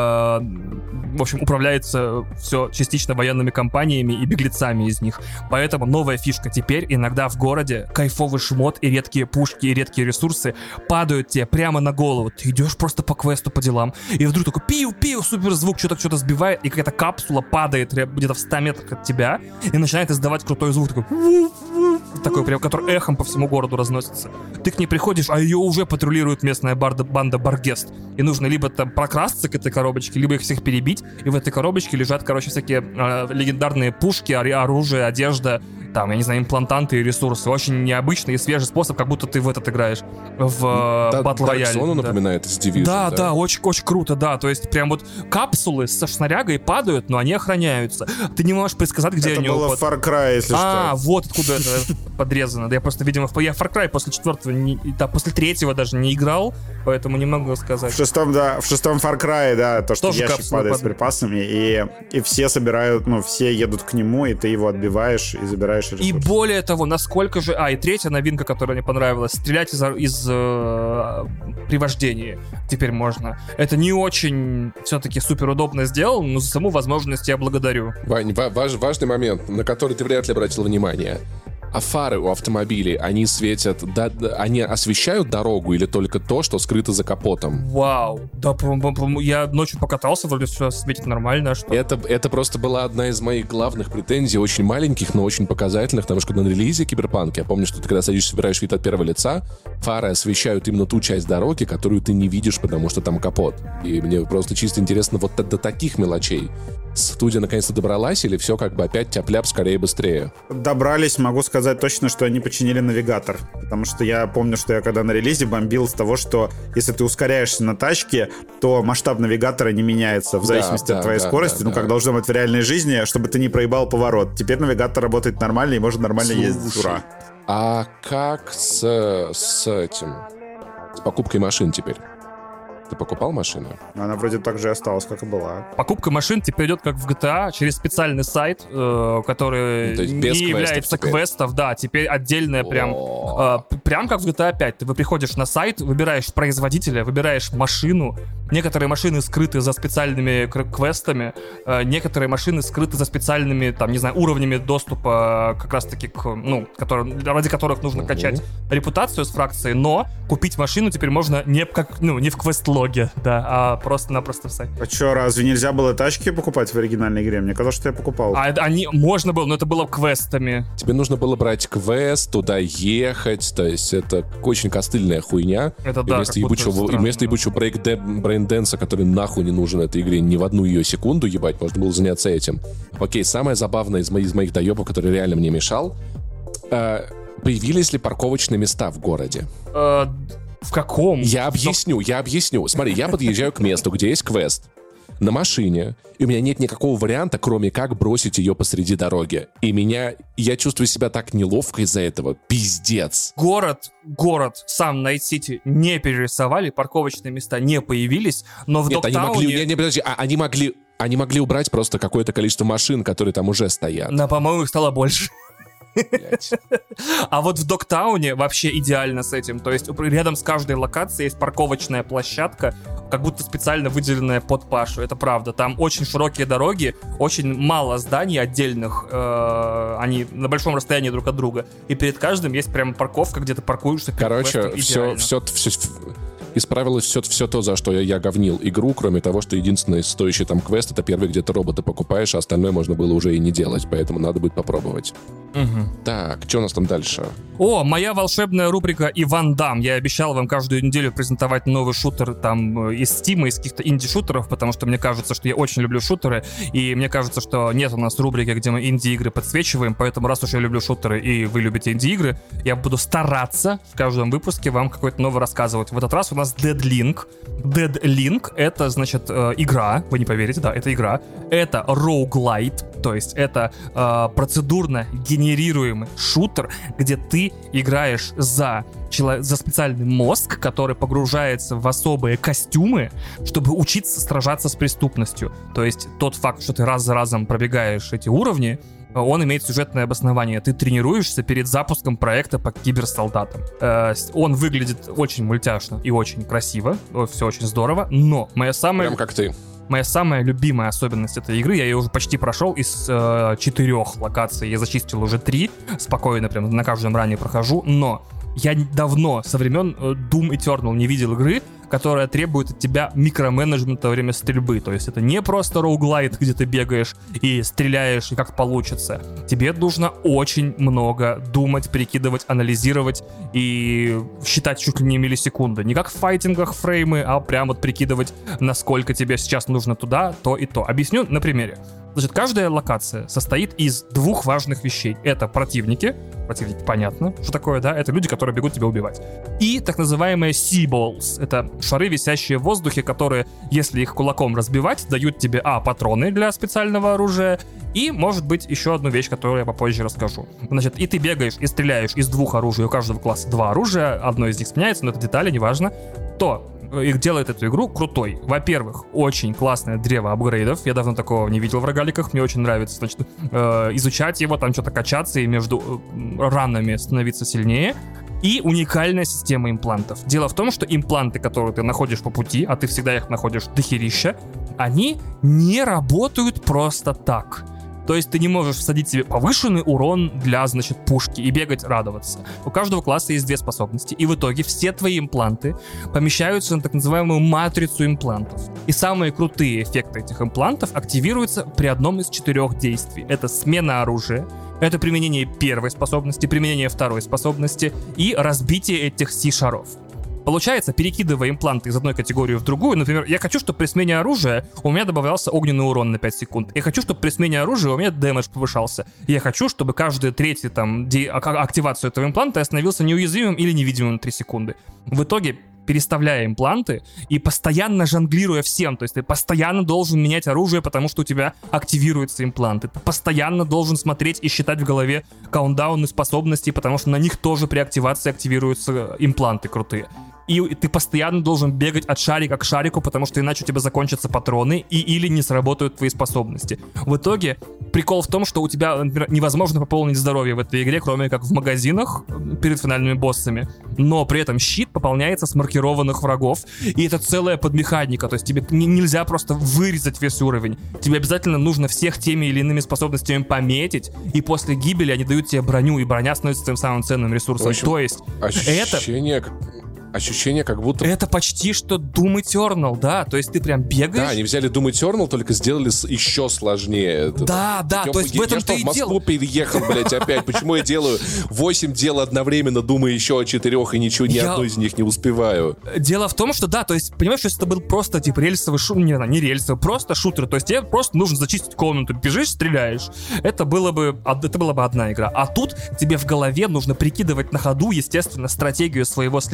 в общем, управляется все частично военными компаниями и беглецами из них. Поэтому новая фишка: теперь иногда в городе кайфовый шмот и редкие пушки, и редкие ресурсы падают тебе прямо на голову. Ты идешь просто по квесту, по делам, и вдруг такой пиу-пиу, суперзвук, что-то сбивает, и какая-то капсула падает где-то в 100 метрах от тебя и начинает издавать крутой звук, такой прям, который эхом по всему городу разносится. Ты к ней приходишь, а ее уже патрулирует местная банда Баргест. И нужно либо там прокрасться к этой коробочке, либо их всех перебить. И в этой коробочке лежат, всякие легендарные пушки, оружие, одежда, там, я не знаю, имплантанты и ресурсы. Очень необычный и свежий способ, как будто ты в этот играешь, в Battle Royale. Он напоминает из Division. Да, очень круто, да. То есть прям вот капсулы со снарягой падают, но они охраняются. Ты не можешь предсказать, где это они. Это было в Far Cry, если что. Вот откуда это подрезано. Да я просто, видимо, я в Far Cry после 4-го, после 3-го даже не играл, поэтому не могу сказать. В шестом Far Cry, да, то, что тоже ящик падает с припасами, и все собирают, все едут к нему, и ты его отбиваешь и забираешь ресурсы. И более того, насколько же... и третья новинка, которая мне понравилась: стрелять из привождения теперь можно. Это не очень все-таки супер удобно сделано, но за саму возможность я благодарю. Вань, важный момент, на который ты вряд ли обратил внимание. А фары у автомобилей, они светят, они освещают дорогу или только то, что скрыто за капотом? Вау, да, я ночью покатался, вроде все светит нормально. Что... Это просто была одна из моих главных претензий, очень маленьких, но очень показательных, потому что на релизе Киберпанка, я помню, что ты когда садишься, собираешь вид от первого лица, фары освещают именно ту часть дороги, которую ты не видишь, потому что там капот. И мне просто чисто интересно вот до таких мелочей. Студия наконец-то добралась или все опять тяп-ляп, скорее, быстрее? Добрались, могу сказать точно, что они починили навигатор. Потому что я помню, что я когда на релизе бомбил с того, что если ты ускоряешься на тачке, то масштаб навигатора не меняется в зависимости от твоей скорости, как должно быть в реальной жизни, чтобы ты не проебал поворот. Теперь навигатор работает нормально и может нормально ездить. Ура! А как с этим? С покупкой машин теперь? Ты покупал машину? Она вроде так же и осталась, как и была. Покупка машин теперь идет как в GTA, через специальный сайт, который не является квестов. Да, теперь отдельная прям как в GTA 5. Вы приходишь на сайт, выбираешь производителя, выбираешь машину. Некоторые машины скрыты за специальными квестами, некоторые машины скрыты за специальными, там, не знаю, уровнями доступа как раз-таки ради которых нужно качать репутацию с фракцией, но купить машину теперь можно не в квест-логе, да, а просто-напросто в сайте. А что, разве нельзя было тачки покупать в оригинальной игре? Мне казалось, что я покупал. Можно было, но это было квестами. Тебе нужно было брать квест, туда ехать, то есть это очень костыльная хуйня. Это да, вместо ебучего брейнденса, который нахуй не нужен этой игре ни в одну ее секунду, ебать, можно было заняться этим. Окей, самое забавное из моих доебов, который реально мне мешал, появились ли парковочные места в городе? В каком? Я объясню. Смотри, я подъезжаю к месту, где есть квест. на машине, и у меня нет никакого варианта, кроме как бросить ее посреди дороги. И я чувствую себя так неловко из-за этого. Пиздец. Город сам Найт-Сити не перерисовали, парковочные места не появились, но в Доктауне... Подожди, они могли убрать просто какое-то количество машин, которые там уже стоят. Но, по-моему, их стало больше. А вот в Доктауне вообще идеально с этим. То есть рядом с каждой локацией есть парковочная площадка, как будто специально выделенная под Пашу. Это правда. Там очень широкие дороги, очень мало зданий отдельных. Они на большом расстоянии друг от друга. И перед каждым есть прям парковка, где ты паркуешься. Короче, все исправилось все то, за что я говнил игру, кроме того, что единственный стоящий там квест — это первый, где ты робота покупаешь, а остальное можно было уже и не делать, поэтому надо будет попробовать. Так, что у нас там дальше? Моя волшебная рубрика «Иван Дам». Я обещал вам каждую неделю презентовать новый шутер там из Steam, из каких-то инди-шутеров, потому что мне кажется, что я очень люблю шутеры, и мне кажется, что нет у нас рубрики, где мы инди-игры подсвечиваем, поэтому раз уж я люблю шутеры и вы любите инди-игры, я буду стараться в каждом выпуске вам какой-то новый рассказывать. В этот раз у нас Dead Link. Dead Link — это, значит, игра, вы не поверите, да, это игра. Это roguelite, то есть это процедурно генерируемый шутер, где ты играешь за специальный мозг, который погружается в особые костюмы, чтобы учиться сражаться с преступностью. То есть тот факт, что ты раз за разом пробегаешь эти уровни, он имеет сюжетное обоснование. Ты тренируешься перед запуском проекта по киберсолдатам. Он выглядит очень мультяшно и очень красиво. Все очень здорово. Но Прям как ты. Моя самая любимая особенность этой игры, я ее уже почти прошел из 4 локаций, я зачистил уже 3, спокойно прям на каждом ране прохожу, но я давно, со времен Doom Eternal, не видел игры, которая требует от тебя микроменеджмента во время стрельбы. То есть это не просто роуглайт, где ты бегаешь и стреляешь, и как получится. Тебе нужно очень много думать, прикидывать, анализировать и считать чуть ли не миллисекунды. Не как в файтингах фреймы, а прям вот прикидывать, насколько тебе сейчас нужно туда, то и то. Объясню на примере. Значит, каждая локация состоит из 2 важных вещей. Это противники, понятно, что такое, да? Это люди, которые бегут тебя убивать. И так называемые Sea-Balls. Это шары, висящие в воздухе, которые, если их кулаком разбивать, дают тебе, патроны для специального оружия, и, может быть, еще одну вещь, которую я попозже расскажу. Значит, и ты бегаешь и стреляешь из 2 оружий, у каждого класса 2 оружия, одно из них сменяется, но это детали, неважно, то их делает эту игру крутой. Во-первых, очень классное древо апгрейдов. Я давно такого не видел в рогаликах. Мне очень нравится, значит, изучать его, там что-то качаться и между ранами становиться сильнее. И уникальная система имплантов. Дело в том, что импланты, которые ты находишь по пути, а ты всегда их находишь дохерища, они не работают просто так. То есть ты не можешь всадить себе повышенный урон для, значит, пушки и бегать, радоваться. У каждого класса есть 2 способности, и в итоге все твои импланты помещаются на так называемую матрицу имплантов. И самые крутые эффекты этих имплантов активируются при одном из 4 действий. Это смена оружия, это применение 1 способности, применение 2 способности и разбитие этих Си-шаров. Получается, перекидывая импланты из одной категории в другую, например, я хочу, чтобы при смене оружия у меня добавлялся огненный урон на 5 секунд. Я хочу, чтобы при смене оружия у меня дэмэдж повышался. Я хочу, чтобы каждая третья активацию этого импланта я становился неуязвимым или невидимым на 3 секунды. В итоге, переставляя импланты и постоянно жонглируя всем. То есть ты постоянно должен менять оружие, потому что у тебя активируются импланты. Ты постоянно должен смотреть и считать в голове каунтдауны способностей, потому что на них тоже при активации активируются импланты крутые. И ты постоянно должен бегать от шарика к шарику, потому что иначе у тебя закончатся патроны или не сработают твои способности. В итоге прикол в том, что у тебя, например, невозможно пополнить здоровье в этой игре, кроме как в магазинах перед финальными боссами. Но при этом щит пополняется с маркированных врагов, и это целая подмеханика. То есть тебе нельзя просто вырезать весь уровень. Тебе обязательно нужно всех теми или иными способностями пометить, и после гибели они дают тебе броню, и броня становится тем самым ценным ресурсом. То есть Ощущение, как будто... Это почти что Doom Eternal, да, то есть ты прям бегаешь... Да, они взяли Doom Eternal, только сделали еще сложнее. Да, то есть в этом-то и дело. Я в Москву переехал, блядь, опять. Почему я делаю 8 дел одновременно, думаю еще о 4, и ничего, ни одной из них не успеваю? Дело в том, что да, то есть, понимаешь, что если это был просто, типа, рельсовый шутер, не рельсовый, просто шутер, то есть тебе просто нужно зачистить комнату, бежишь, стреляешь. Это была бы одна игра. А тут тебе в голове нужно прикидывать на ходу, естественно, стратегию своей следующей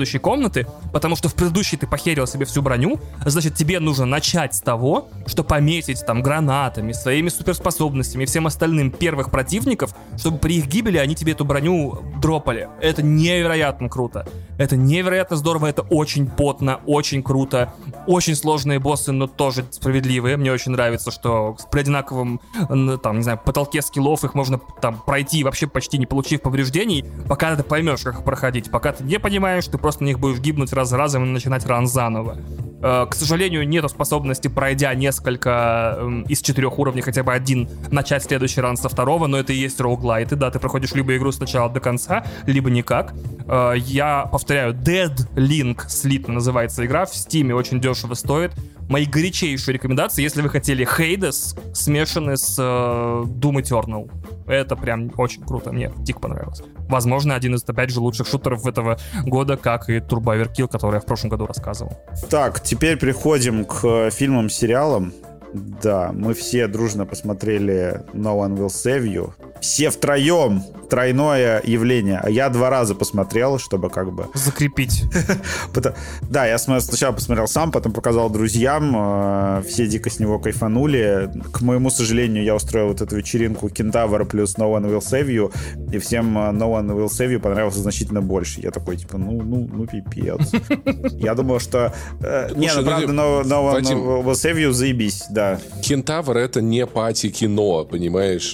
следующей комнаты, потому что в предыдущей ты похерил себе всю броню, значит, тебе нужно начать с того, что пометить там гранатами, своими суперспособностями и всем остальным первых противников, чтобы при их гибели они тебе эту броню дропали. Это невероятно круто. Это невероятно здорово, это очень потно, очень круто. Очень сложные боссы, но тоже справедливые. Мне очень нравится, что при одинаковом, там, не знаю, потолке скиллов их можно там пройти, вообще почти не получив повреждений, пока ты поймешь, как их проходить. Пока ты не понимаешь, ты просто на них будешь гибнуть раз за разом и начинать ран заново. К сожалению, нету способности, пройдя несколько из 4 уровней, хотя бы один, начать следующий ран со второго, но это и есть роуглайты, да, ты проходишь либо игру сначала до конца, либо никак. Я повторяю, Dead Link слитно называется игра, в Steam очень дешево стоит. Мои горячейшие рекомендации, если вы хотели Hades, смешанный с Doom Eternal. Это прям очень круто, мне дико понравилось. Возможно, один из, опять же, лучших шутеров этого года, как и Turbo Overkill, который я в прошлом году рассказывал. Так, теперь переходим к фильмам, сериалам. Да, мы все дружно посмотрели No One Will Save You. Все втроем. Тройное явление. А я 2 раза посмотрел, чтобы как бы... закрепить. Да, я сначала посмотрел сам, потом показал друзьям. Все дико с него кайфанули. К моему сожалению, я устроил вот эту вечеринку Кентавр плюс No One Will Save You. И всем No One Will Save You понравился значительно больше. Я такой, типа, ну пипец. Я думал, что... Не, ну правда, No One Will Save You заебись, да. Кентавр — это не пати-кино, понимаешь?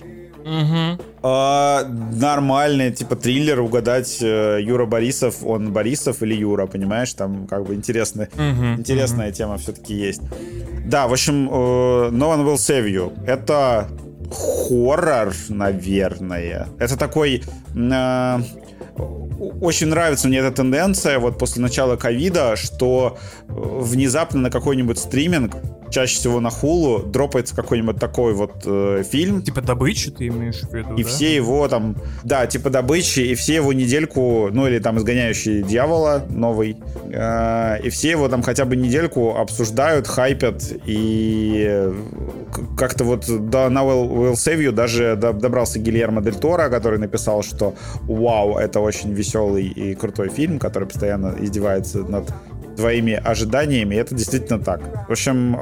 Нормальный, типа, триллер, угадать, Юра Борисов, он Борисов или Юра, понимаешь? Там как бы интересная тема все-таки есть. Да, в общем, No One Will Save You. Это хоррор, наверное. Это такой... Очень нравится мне эта тенденция вот после начала ковида, что внезапно на какой-нибудь стриминг, чаще всего на Hulu, дропается какой-нибудь такой вот фильм. Типа добычи ты имеешь в виду, и да? все его там... Да, типа добычи, и все его недельку, ну или там «Изгоняющий дьявола» новый, и все его там хотя бы недельку обсуждают, хайпят, и как-то вот до No Will Save You даже добрался Гильермо Дель Торо, который написал, что вау, это очень веселый и крутой фильм, который постоянно издевается над твоими ожиданиями, и это действительно так. В общем,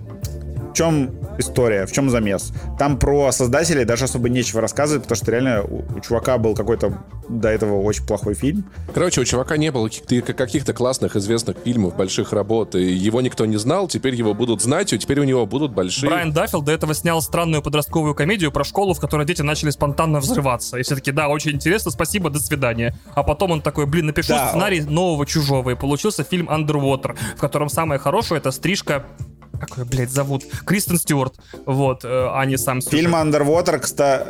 в чем история, в чем замес? Там про создателей даже особо нечего рассказывать, потому что реально у чувака был какой-то до этого очень плохой фильм. Короче, у чувака не было каких-то классных, известных фильмов, больших работ, и его никто не знал, теперь его будут знать, и теперь у него будут большие... Брайан Даффилд до этого снял странную подростковую комедию про школу, в которой дети начали спонтанно взрываться. И все таки, да, очень интересно, спасибо, до свидания. А потом он такой, напишу сценарий нового «Чужого», и получился фильм «Underwater», в котором самое хорошее — это стрижка... Как ее, блядь, зовут? Кристен Стюарт. Вот, а не сам сюжет. Фильм Underwater,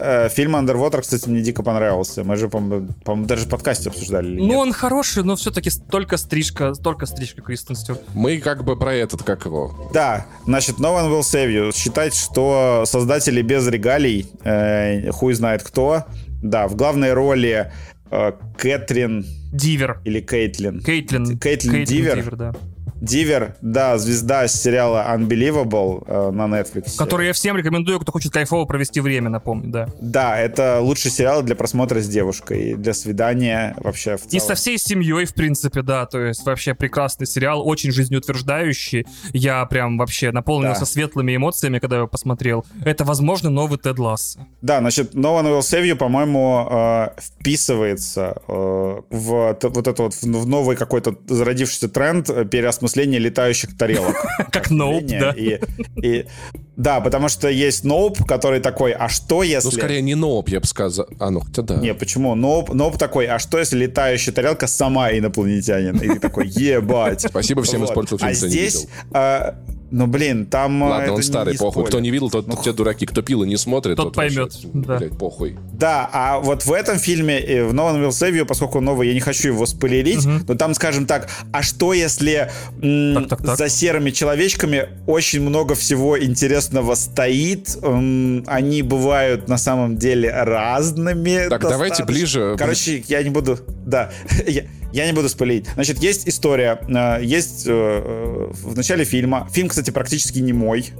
кстати, мне дико понравился. Мы же, по-моему, даже в подкасте обсуждали. Ну, он хороший, но все-таки только стрижка Кристен Стюарт. Мы как бы про этот, как его? Да, значит, No One Will Save You. Считать, что создатели без регалий, хуй знает кто. Да, в главной роли Кэтрин... Дивер. Или Кейтлин. Кейтлин Дивер, да. Дивер, да, звезда сериала Unbelievable на Netflix. Который я всем рекомендую, кто хочет кайфово провести время, напомню, да. Да, это лучший сериал для просмотра с девушкой, для свидания вообще в целом. И со всей семьей, в принципе, да, то есть вообще прекрасный сериал, очень жизнеутверждающий. Я прям вообще наполнился светлыми эмоциями, когда его посмотрел. Это, возможно, новый Тед Лассо. Да, значит, No One Will Save You, по-моему, вписывается в вот это вот в новый какой-то зародившийся тренд переосмысления летающих тарелок. Как Ноуп, да. Да, потому что есть Ноуп, который такой, а что если... Ну, скорее не Ноуп, я бы сказал. Ну, хотя да. Не, почему? Ноуп такой, а что если летающая тарелка сама инопланетянин? И ты такой, ебать. Спасибо всем испортил фильм, кто не видел. Ну, блин, там... Ладно, он старый, похуй. Кто не видел, тот те дураки. Кто пил и не смотрит, тот поймет. Да. Блядь, похуй. Да, а вот в этом фильме, в No One Will Save You, поскольку он новый, я не хочу его спойлерить, но там, скажем так, а что если за серыми человечками очень много всего интересного стоит, они бывают на самом деле разными. Так, давайте ближе. Короче, я не буду... Да, я не буду спойлерить. Значит, есть история, есть в начале фильма. Фильм, кстати, практически немой.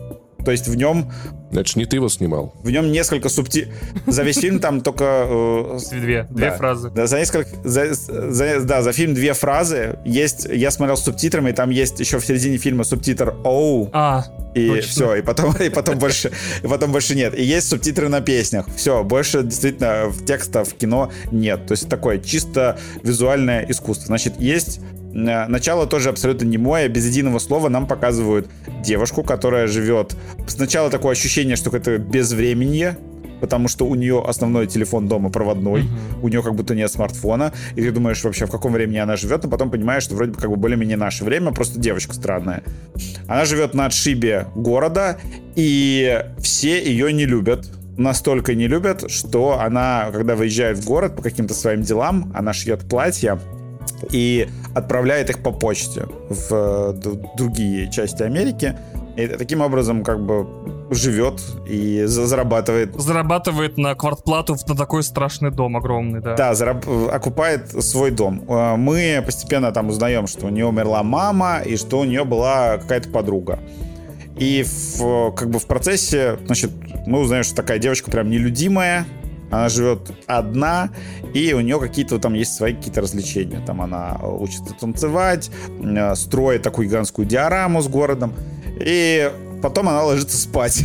То есть в нем... Это ж не ты его снимал. В нем несколько За весь фильм там только... Две фразы. Да, за фильм 2 фразы. Я смотрел с субтитрами, и там есть еще в середине фильма субтитр «Оу». И точно. Все, и потом больше нет. И есть субтитры на песнях. Все, больше действительно текста в кино нет. То есть такое чисто визуальное искусство. Значит, есть... Начало тоже абсолютно немое, без единого слова нам показывают девушку, которая живет... Сначала такое ощущение, что это безвременье, потому что у нее основной телефон дома проводной, у нее как будто нет смартфона, и ты думаешь вообще, в каком времени она живет, но потом понимаешь, что вроде бы как бы более-менее наше время, просто девочка странная. Она живет на отшибе города, и все ее не любят. Настолько не любят, что она, когда выезжает в город по каким-то своим делам, она шьет платья и отправляет их по почте в другие части Америки. И таким образом как бы живет и зарабатывает. Зарабатывает на квартплату на такой страшный дом огромный, да. Да, окупает свой дом. Мы постепенно там узнаем, что у нее умерла мама и что у нее была какая-то подруга. И в процессе, значит, мы узнаем, что такая девочка прям нелюдимая. Она живет одна, и у нее какие-то там есть свои какие-то развлечения. Там она учится танцевать, строит такую гигантскую диораму с городом, и потом она ложится спать.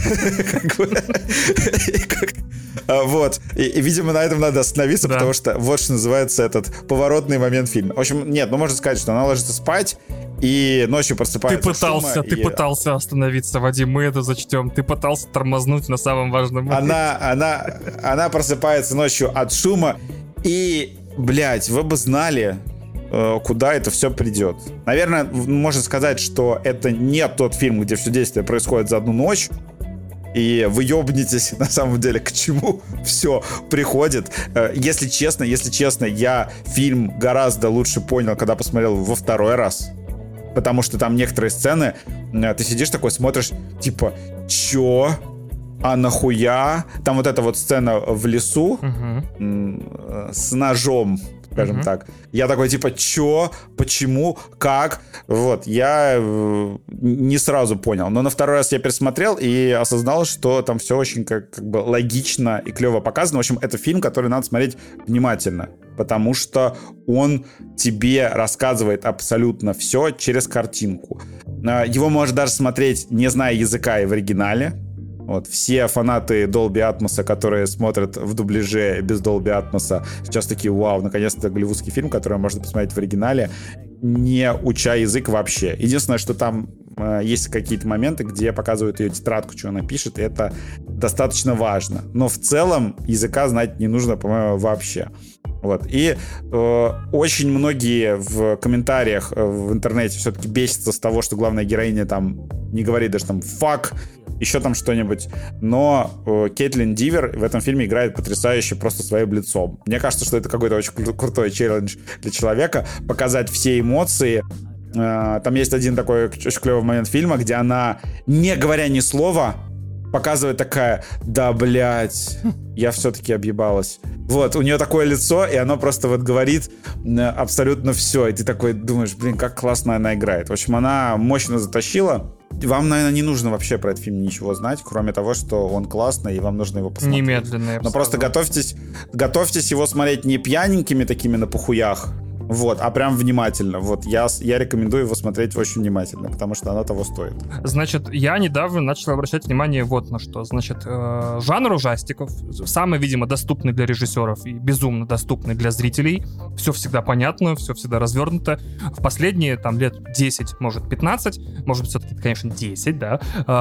Вот. И, видимо, на этом надо остановиться, потому что вот что называется этот поворотный момент фильма. В общем, нет, можно сказать, что она ложится спать, и ночью просыпается Ты пытался остановиться, Вадим, мы это зачтем. Ты пытался тормознуть на самом важном моменте. Она просыпается ночью от шума, и, блядь, вы бы знали, куда это все придет. Наверное, можно сказать, что это не тот фильм, где все действие происходит за одну ночь, и вы ёбнетесь, на самом деле, к чему все приходит. Если честно, я фильм гораздо лучше понял, когда посмотрел во второй раз. Потому что там некоторые сцены, ты сидишь такой, смотришь, типа, чё? А нахуя? Там вот эта вот сцена в лесу с ножом, скажем так. Я такой, типа, чё? Почему? Как? Вот, я не сразу понял. Но на второй раз я пересмотрел и осознал, что там все очень как бы логично и клево показано. В общем, это фильм, который надо смотреть внимательно, потому что он тебе рассказывает абсолютно все через картинку. Его можно даже смотреть, не зная языка, и в оригинале. Вот, все фанаты Dolby Atmos, которые смотрят в дубляже без Dolby Atmos, сейчас такие, вау, наконец-то голливудский фильм, который можно посмотреть в оригинале, не уча язык вообще. Единственное, что там есть какие-то моменты, где показывают ее тетрадку, что она пишет, и это достаточно важно. Но в целом языка знать не нужно, по-моему, вообще. Вот. И очень многие в комментариях в интернете все-таки бесятся с того, что главная героиня там не говорит даже там «fuck», еще там что-нибудь. Но Кейтлин Дивер в этом фильме играет потрясающе просто своим лицом. Мне кажется, что это какой-то очень крутой челлендж для человека, показать все эмоции. Там есть один такой очень клевый момент фильма, где она, не говоря ни слова, показывает такая: да, блядь, я все-таки объебалась. Вот, у нее такое лицо, и оно просто вот говорит абсолютно все. И ты такой думаешь, блин, как классно она играет. В общем, она мощно затащила. Вам, наверное, не нужно вообще про этот фильм ничего знать, кроме того, что он классный, и вам нужно его посмотреть. Немедленно. Но просто готовьтесь его смотреть не пьяненькими такими на похуях, вот, а прям внимательно. Вот, я рекомендую его смотреть очень внимательно, потому что оно того стоит. Значит, я недавно начал обращать внимание вот на что. Значит, жанр ужастиков, самый, видимо, доступный для режиссеров и безумно доступный для зрителей. Все всегда понятно, все всегда развернуто. В последние, там, лет 10, может, 15, может быть, все-таки, конечно, 10, да,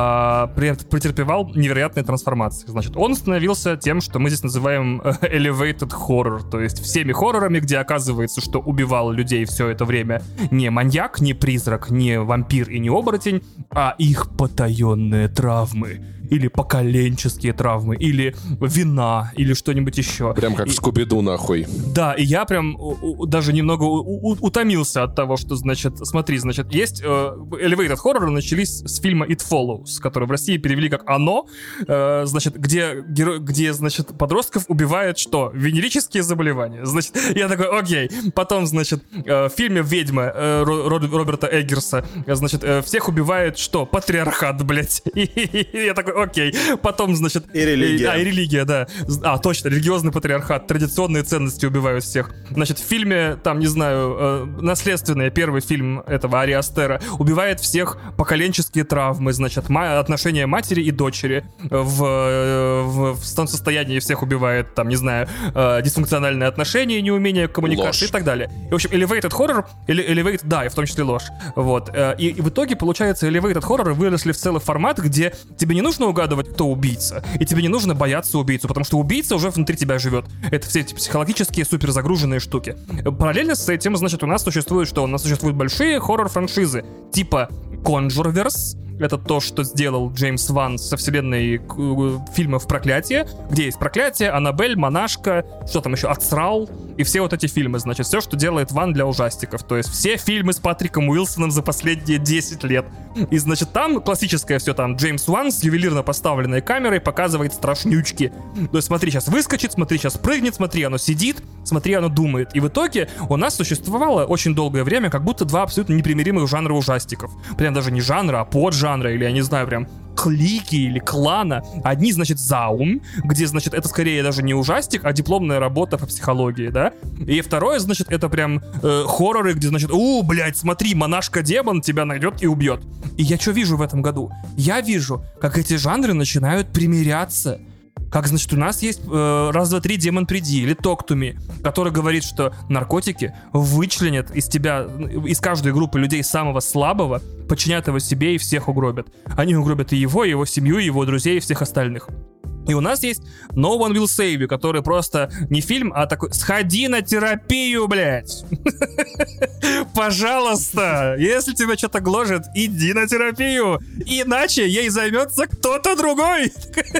претерпевал невероятные трансформации. Значит, он становился тем, что мы здесь называем elevated horror, то есть всеми хоррорами, где оказывается, что убивал людей все это время не маньяк, не призрак, не вампир и не оборотень, а их потаенные травмы, или поколенческие травмы, или вина, или что-нибудь еще. Прям как в Скуби-Ду, нахуй. Да, и я прям даже немного утомился от того, что, значит, смотри, значит, есть elevated horror начались с фильма It Follows, который в России перевели как «Оно», значит, где, значит, подростков убивают что? Венерические заболевания. Значит, я такой, окей. Потом, значит, в фильме «Ведьма» Роберта Эггерса, значит, всех убивает что? Патриархат, блядь. И я такой, окей. Потом, значит... И религия. И религия, да. Точно, религиозный патриархат. Традиционные ценности убивают всех. Значит, в фильме, там, не знаю, «Наследственное», первый фильм этого Ари Астера, убивает всех поколенческие травмы, значит, отношения матери и дочери в том состоянии всех убивает, там, не знаю, дисфункциональные отношения, неумение коммуникации. Ложь. И так далее. И, в общем, elevated horror, да, и в том числе ложь. Вот. И в итоге, получается, elevated horror выросли в целый формат, где тебе не нужно угадывать, кто убийца, и тебе не нужно бояться убийцу, потому что убийца уже внутри тебя живет. Это все эти психологические суперзагруженные штуки. Параллельно с этим, значит, у нас существует что? У нас существуют большие хоррор-франшизы, типа Conjureverse. Это то, что сделал Джеймс Ван со вселенной фильмов «Проклятие», где есть «Проклятие», «Аннабель», «Монашка», что там еще, «Ацрал», и все вот эти фильмы, значит, все, что делает Ван для ужастиков. То есть все фильмы с Патриком Уилсоном за последние 10 лет. И, значит, там классическое все, там Джеймс Ван с ювелирно поставленной камерой показывает страшнючки. То есть смотри, сейчас выскочит, смотри, сейчас прыгнет, смотри, оно сидит, смотри, оно думает. И в итоге у нас существовало очень долгое время как будто два абсолютно непримиримых жанра ужастиков. Прям даже не жанра, а поджанра, или, я не знаю, прям клики или клана. Одни, значит, Заум, где, значит, это скорее даже не ужастик, а дипломная работа по психологии, да? И второе, значит, это прям хорроры, где, значит, блядь, смотри, монашка-демон тебя найдет и убьет. И я что вижу в этом году? Я вижу, как эти жанры начинают примиряться. Как, значит, у нас есть «Раз, два, три, демон, приди» или «Talk to me», который говорит, что наркотики вычленят из тебя, из каждой группы людей самого слабого, подчинят его себе и всех угробят. Они угробят и его семью, и его друзей, и всех остальных. И у нас есть No One Will Save You, который просто не фильм, а такой «Сходи на терапию, блядь!» Пожалуйста, если тебя что-то гложет, иди на терапию, иначе ей займется кто-то другой.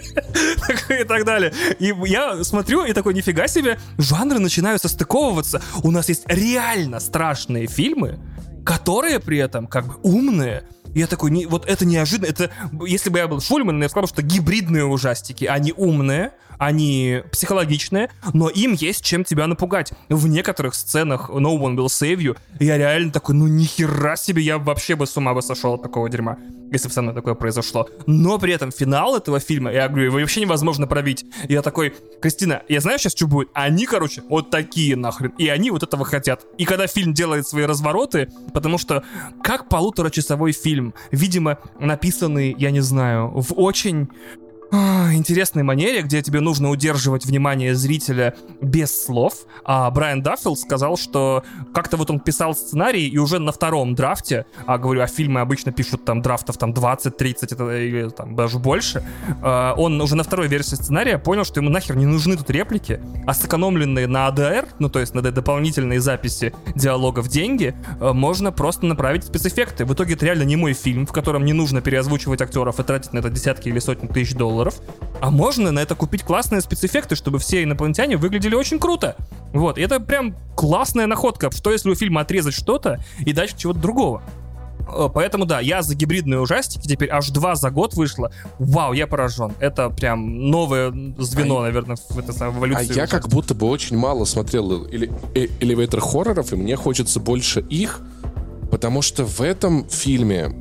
И так далее. И я смотрю и такой, нифига себе, жанры начинают состыковываться. У нас есть реально страшные фильмы, которые при этом как бы умные. И я такой, вот это неожиданно. Это, если бы я был Шульман, я сказал, что гибридные ужастики. Они умные, они психологичные, но им есть чем тебя напугать. В некоторых сценах No One Will Save You я реально такой, нихера себе, я вообще бы с ума бы сошел от такого дерьма, если бы со мной такое произошло. Но при этом финал этого фильма, я говорю, его вообще невозможно пробить. И я такой, Кристина, я знаю сейчас, что будет? Они, короче, вот такие нахрен. И они вот этого хотят. И когда фильм делает свои развороты, потому что как полуторачасовой фильм, видимо, написанный, я не знаю, в очень интересной манере, где тебе нужно удерживать внимание зрителя без слов. А Брайан Даффилд сказал, что как-то вот он писал сценарий, и уже на втором драфте, говорю, фильмы обычно пишут там драфтов там 20-30 или там даже больше, он уже на второй версии сценария понял, что ему нахер не нужны тут реплики, а сэкономленные на ADR, ну то есть на дополнительные записи диалогов деньги, можно просто направить в спецэффекты. В итоге это реально не мой фильм, в котором не нужно переозвучивать актеров и тратить на это десятки или сотни тысяч $, а можно на это купить классные спецэффекты, чтобы все инопланетяне выглядели очень круто. Вот, и это прям классная находка. Что если у фильма отрезать что-то и дать чего-то другого? Поэтому да, я за гибридные ужастики, теперь аж 2 за год вышло. Вау, я поражен. Это прям новое звено, наверное, в эволюции. А я как будто бы очень мало смотрел элевейтор-хорроров, и мне хочется больше их, потому что в этом фильме...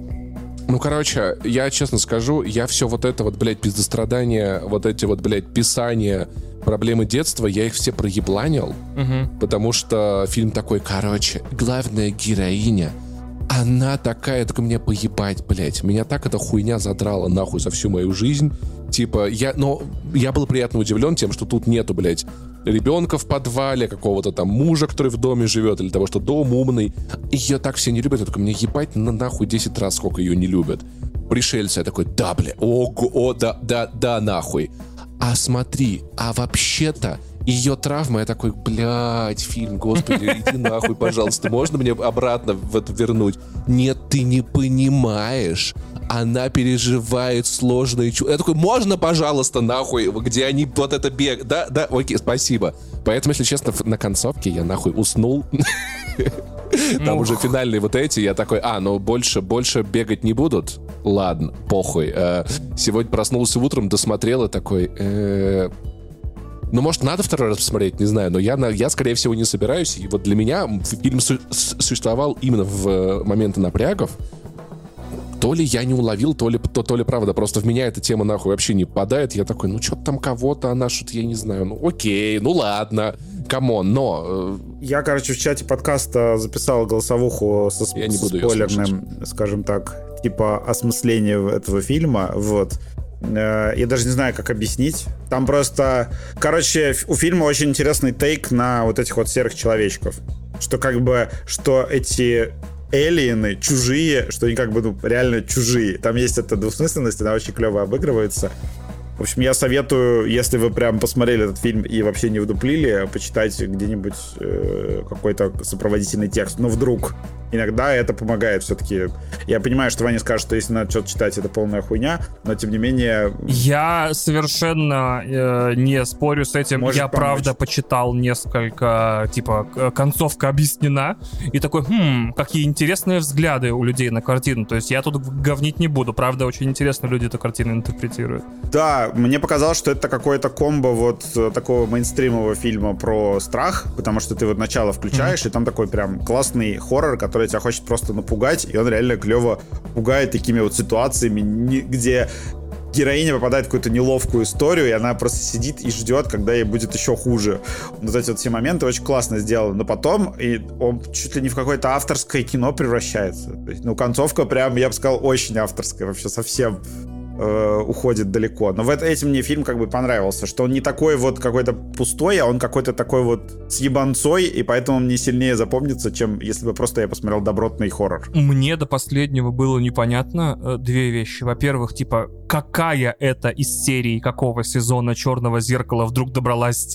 я честно скажу, я все вот это вот, блядь, пиздострадания, вот эти вот, блядь, писания, проблемы детства, я их все проебланил, потому что фильм такой, главная героиня, она такая, только мне поебать, блядь, меня так эта хуйня задрала нахуй за всю мою жизнь, типа, я был приятно удивлен тем, что тут нету, блядь, ребенка в подвале, какого-то там мужа, который в доме живет, или того, что дом умный. Ее так все не любят, я только мне ебать нахуй 10 раз, сколько ее не любят. Пришельцы, я такой, да, бля, да, нахуй. А смотри, вообще-то ее травма, я такой, блядь, фильм, господи, иди нахуй, пожалуйста, можно мне обратно в это вернуть? Нет, ты не понимаешь. она переживает сложные чувства. Я такой, можно, пожалуйста, нахуй, где они вот это бегают? Да, окей, спасибо. Поэтому, если честно, на концовке я нахуй уснул. Там уже финальные вот эти, я такой, больше бегать не будут? Ладно, похуй. Сегодня проснулся утром, досмотрел и такой... может, надо второй раз посмотреть, не знаю, но я, скорее всего, не собираюсь. И вот для меня фильм существовал именно в моменты напрягов. То ли я не уловил, то ли правда. Просто в меня эта тема нахуй вообще не попадает. Я такой, что-то там кого-то, она что-то, я не знаю. Окей, ладно, камон, но... Я, в чате подкаста записал голосовуху со спойлерным, скажем так, типа осмысление этого фильма, вот. Я даже не знаю, как объяснить. Там просто... у фильма очень интересный тейк на вот этих вот серых человечков. Что эти... элиены чужие, что они реально чужие. Там есть эта двусмысленность, она очень клево обыгрывается. В общем, я советую, если вы прям посмотрели этот фильм и вообще не вдуплили, почитайте где-нибудь какой-то сопроводительный текст. Но вдруг. Иногда это помогает все-таки. Я понимаю, что Ваня скажет, что если надо что-то читать, это полная хуйня, но тем не менее... Я совершенно не спорю с этим. Я правда почитал несколько, концовка объяснена, и такой, какие интересные взгляды у людей на картину. То есть я тут говнить не буду. Правда, очень интересно люди эту картину интерпретируют. Да, мне показалось, что это какое-то комбо вот такого мейнстримового фильма про страх, потому что ты вот начало включаешь, и там такой прям классный хоррор, который тебя хочет просто напугать, и он реально клево пугает такими вот ситуациями, где героиня попадает в какую-то неловкую историю, и она просто сидит и ждет, когда ей будет еще хуже. Вот эти вот все моменты очень классно сделаны. Но потом он чуть ли не в какое-то авторское кино превращается. То есть, концовка прям, я бы сказал, очень авторская. Вообще совсем уходит далеко. Но этим мне фильм понравился, что он не такой вот какой-то пустой, а он какой-то такой вот с ебанцой, и поэтому он мне сильнее запомнится, чем если бы просто я посмотрел добротный хоррор. Мне до последнего было непонятно две вещи. Во-первых, какая это из серии какого сезона «Черного зеркала» вдруг добралась,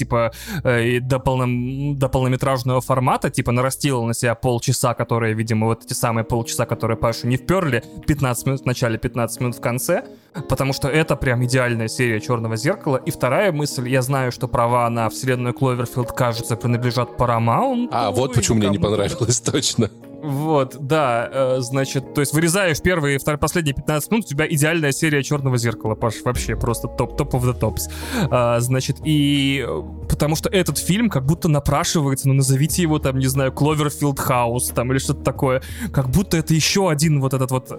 до полнометражного формата, нарастила на себя полчаса, которые, видимо, вот эти самые полчаса, которые Пашу не вперли, 15 минут в начале, 15 минут в конце, потому что это прям идеальная серия «Черного зеркала». И вторая мысль, я знаю, что права на вселенную Кловерфилд, кажется, принадлежат Paramount. Вот почему мне не понравилось, точно. Вот, да, значит, то есть вырезаешь первые и последние 15 минут, у тебя идеальная серия «Черного зеркала», Паш, вообще просто топ of the tops. Значит, и потому что этот фильм как будто напрашивается, назовите его там, не знаю, Cloverfield House там или что-то такое, как будто это еще один вот этот вот...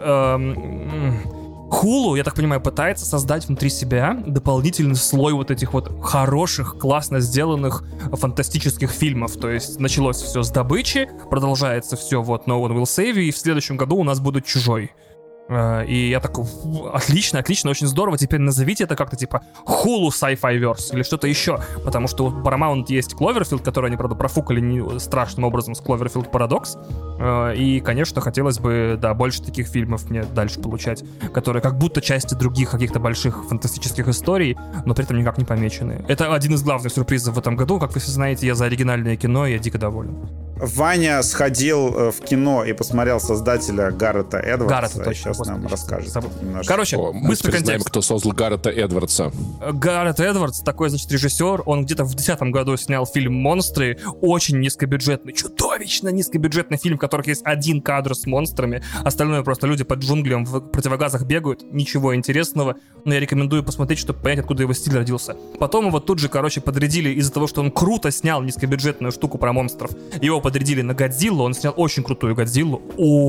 Hulu, я так понимаю, пытается создать внутри себя дополнительный слой вот этих вот хороших, классно сделанных фантастических фильмов. То есть началось все с «Добычи», продолжается все вот «No One Will Save You», и в следующем году у нас будет «Чужой». И я такой, отлично, очень здорово, теперь назовите это как-то Hulu Sci-Fi-Verse или что-то еще, потому что у Paramount есть Cloverfield, который они, правда, профукали страшным образом с Cloverfield Paradox, и, конечно, хотелось бы, да, больше таких фильмов мне дальше получать, которые как будто части других каких-то больших фантастических историй, но при этом никак не помечены. Это один из главных сюрпризов в этом году, как вы все знаете, я за оригинальное кино, и я дико доволен. Ваня сходил в кино и посмотрел создателя Гаррета Эдвардса. Гаррета, точно. Сейчас нам расскажет. Короче, быстрый контекст. Знаем, кто создал Гаррета Эдвардса. Гаррет Эдвардс, такой, значит, режиссер. Он где-то в 2010 году снял фильм «Монстры». Очень низкобюджетный, чудовищно низкобюджетный фильм, в котором есть один кадр с монстрами. Остальное просто люди под джунглям в противогазах бегают. Ничего интересного. Но я рекомендую посмотреть, чтобы понять, откуда его стиль родился. Потом его тут же, подрядили из-за того, что он круто снял низкобюджетную штуку про монстров. Его подрядили на Годзиллу. Он снял очень крутую Годзиллу.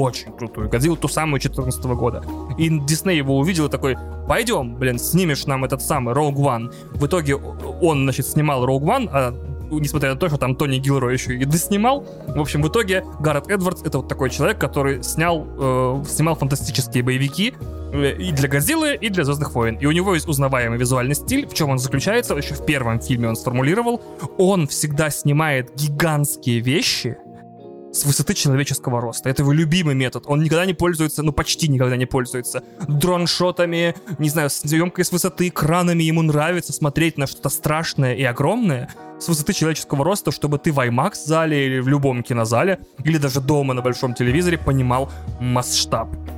Ту самую 2014 года. И Дисней его увидел и такой: пойдем, снимешь нам этот самый Rogue One. В итоге он, значит, снимал Rogue One, несмотря на то, что там Тони Гилрой еще и доснимал. В общем, в итоге Гаррет Эдвардс — это вот такой человек, который снимал фантастические боевики и для Годзиллы, и для Звездных войн. И у него есть узнаваемый визуальный стиль. В чем он заключается? Еще в первом фильме он сформулировал. Он всегда снимает гигантские вещи с высоты человеческого роста. Это его любимый метод. Он никогда не пользуется, почти никогда не пользуется дроншотами, не знаю, съемкой с высоты, экранами. Ему нравится смотреть на что-то страшное и огромное с высоты человеческого роста, чтобы ты в IMAX-зале или в любом кинозале, или даже дома на большом телевизоре понимал масштаб.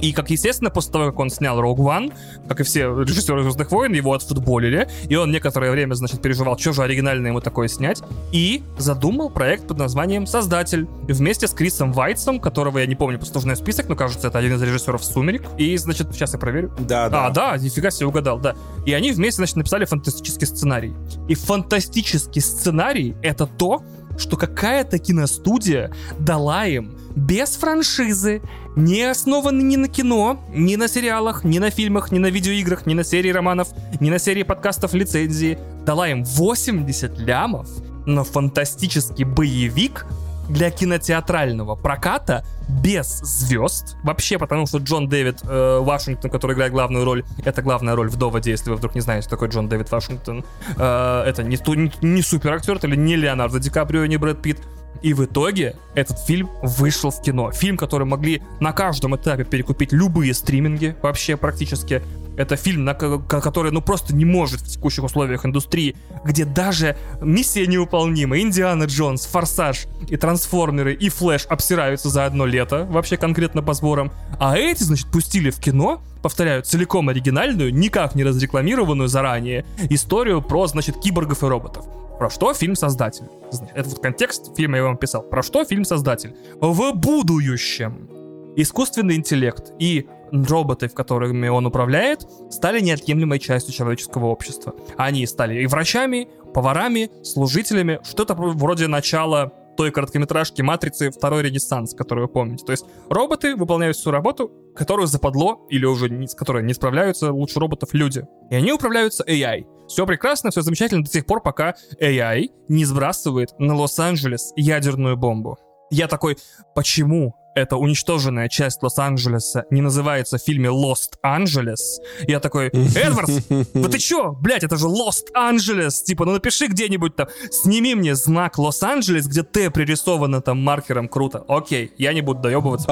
И, как естественно, после того, как он снял Rogue One, как и все режиссеры «Звездных войн», его отфутболили, и он некоторое время, значит, переживал, что же оригинально ему такое снять, и задумал проект под названием «Создатель» вместе с Крисом Вайтсом, которого я не помню послужной список, но, кажется, это один из режиссеров «Сумерек». И, значит, сейчас я проверю. Да, нифига себе, угадал, да. И они вместе, значит, написали фантастический сценарий. И фантастический сценарий — это то, что какая-то киностудия дала им без франшизы, не основанный ни на кино, ни на сериалах, ни на фильмах, ни на видеоиграх, ни на серии романов, ни на серии подкастов лицензии. Дала им 80 лямов на фантастический боевик для кинотеатрального проката без звезд. Вообще, потому что Джон Дэвид Вашингтон, который играет главную роль, это главная роль в «Доводе», если вы вдруг не знаете, кто такой Джон Дэвид Вашингтон. Это не супер актер, это не Леонардо Ди Каприо, не Брэд Питт. И в итоге этот фильм вышел в кино. Фильм, который могли на каждом этапе перекупить любые стриминги, вообще практически. Это фильм, который, просто не может в текущих условиях индустрии, где даже «Миссия невыполнима», «Индиана Джонс», «Форсаж» и «Трансформеры» и «Флэш» обсираются за одно лето, вообще конкретно по сборам. А эти, значит, пустили в кино, повторяю, целиком оригинальную, никак не разрекламированную заранее историю про, значит, киборгов и роботов. Про что фильм «Создатель»? Это вот контекст фильма я вам писал. Про что фильм «Создатель»? В будущем искусственный интеллект и роботы, которыми он управляет, стали неотъемлемой частью человеческого общества. Они стали и врачами, поварами, служителями, что-то вроде начала той короткометражки «Матрицы. Второй Ренессанс», которую вы помните. То есть роботы выполняют всю работу, которую западло, или уже с которой не справляются лучше роботов люди. И они управляются AI. Все прекрасно, все замечательно до тех пор, пока AI не сбрасывает на Лос-Анджелес ядерную бомбу. Я такой, почему эта уничтоженная часть Лос-Анджелеса не называется в фильме «Lost Angeles»? Я такой, Эдвардс, да ты чё? Блять, это же Lost-Angeles. Типа, напиши где-нибудь там, сними мне знак Лос-Анджелес, где Т пририсовано там маркером, круто. Окей, я не буду доебываться.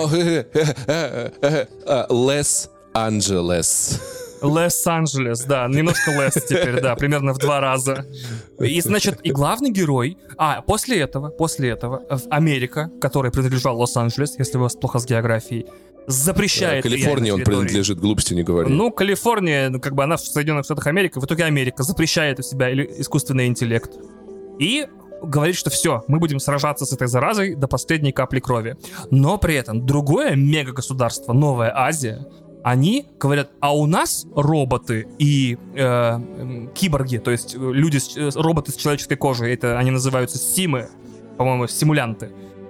Лос-Анджелес. Лос-Анджелес, да, немножко лес теперь, да, примерно в 2 раза. И, значит, и главный герой... после этого, Америка, которой принадлежал Лос-Анджелес, если у вас плохо с географией, запрещает... Калифорнии он принадлежит, глупости не говори. Калифорния, она в Соединенных Штатах Америки, в итоге Америка запрещает у себя искусственный интеллект. И говорит, что все, мы будем сражаться с этой заразой до последней капли крови. Но при этом другое мегагосударство, Новая Азия, они говорят, а у нас роботы и киборги, то есть роботы с человеческой кожей, это они называются симы, по-моему, симулянты,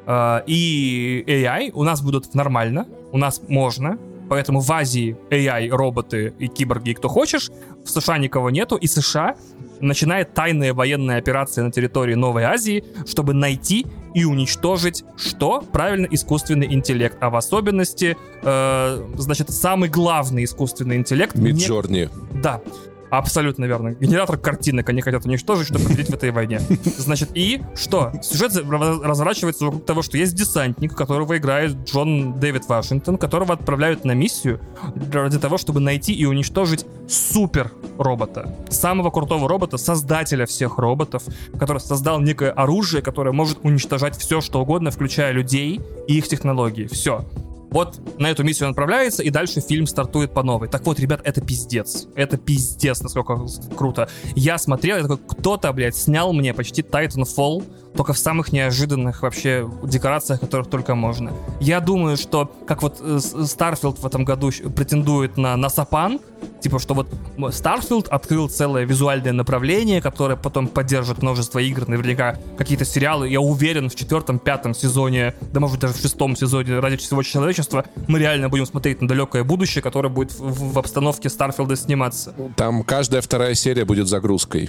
и AI у нас будут нормально, у нас можно, поэтому в Азии AI, роботы и киборги, и кто хочешь, в США никого нету, и США начинает тайная военная операция на территории Новой Азии, чтобы найти и уничтожить, что? Правильно, искусственный интеллект. А в особенности, значит, самый главный искусственный интеллект... Миджорни. Да. Абсолютно верно. Генератор картинок они хотят уничтожить, чтобы победить в этой войне. Значит, и что? Сюжет разворачивается вокруг того, что есть десантник, которого играет Джон Дэвид Вашингтон, которого отправляют на миссию ради того, чтобы найти и уничтожить супер-робота. Самого крутого робота, создателя всех роботов, который создал некое оружие, которое может уничтожать все, что угодно, включая людей и их технологии. Все. Вот на эту миссию он отправляется, и дальше фильм стартует по новой. Так вот, ребят, это пиздец. Это пиздец, насколько круто. Я смотрел, я такой, кто-то, блядь, снял мне почти Titanfall, только в самых неожиданных вообще декорациях, которых только можно. Я думаю, что, как вот Starfield в этом году претендует на Сапан, типа, что вот Starfield открыл целое визуальное направление, которое потом поддержит множество игр, наверняка какие-то сериалы. Я уверен, в 4-5 сезоне, да может быть даже в 6 сезоне «Ради всего человечества» мы реально будем смотреть на далекое будущее, которое будет в обстановке Старфилда сниматься. Там каждая 2-я серия будет загрузкой.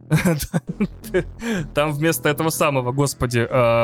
Там вместо этого самого, господи,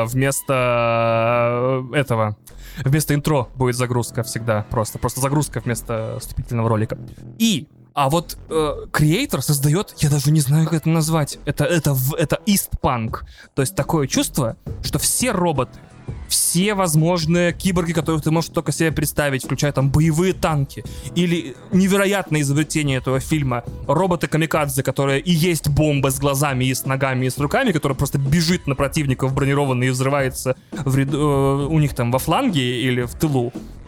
вместо интро будет загрузка всегда. Просто загрузка вместо вступительного ролика. А вот креатор создает, я даже не знаю, как это назвать. Это Eastpunk. То есть такое чувство, что все роботы, все возможные киборги, которые ты можешь только себе представить, включая там боевые танки, или невероятное изобретение этого фильма, роботы-камикадзе, которые и есть бомба с глазами, и с ногами, и с руками, которая просто бежит на противников бронированный и взрывается у них там во фланге или в тылу.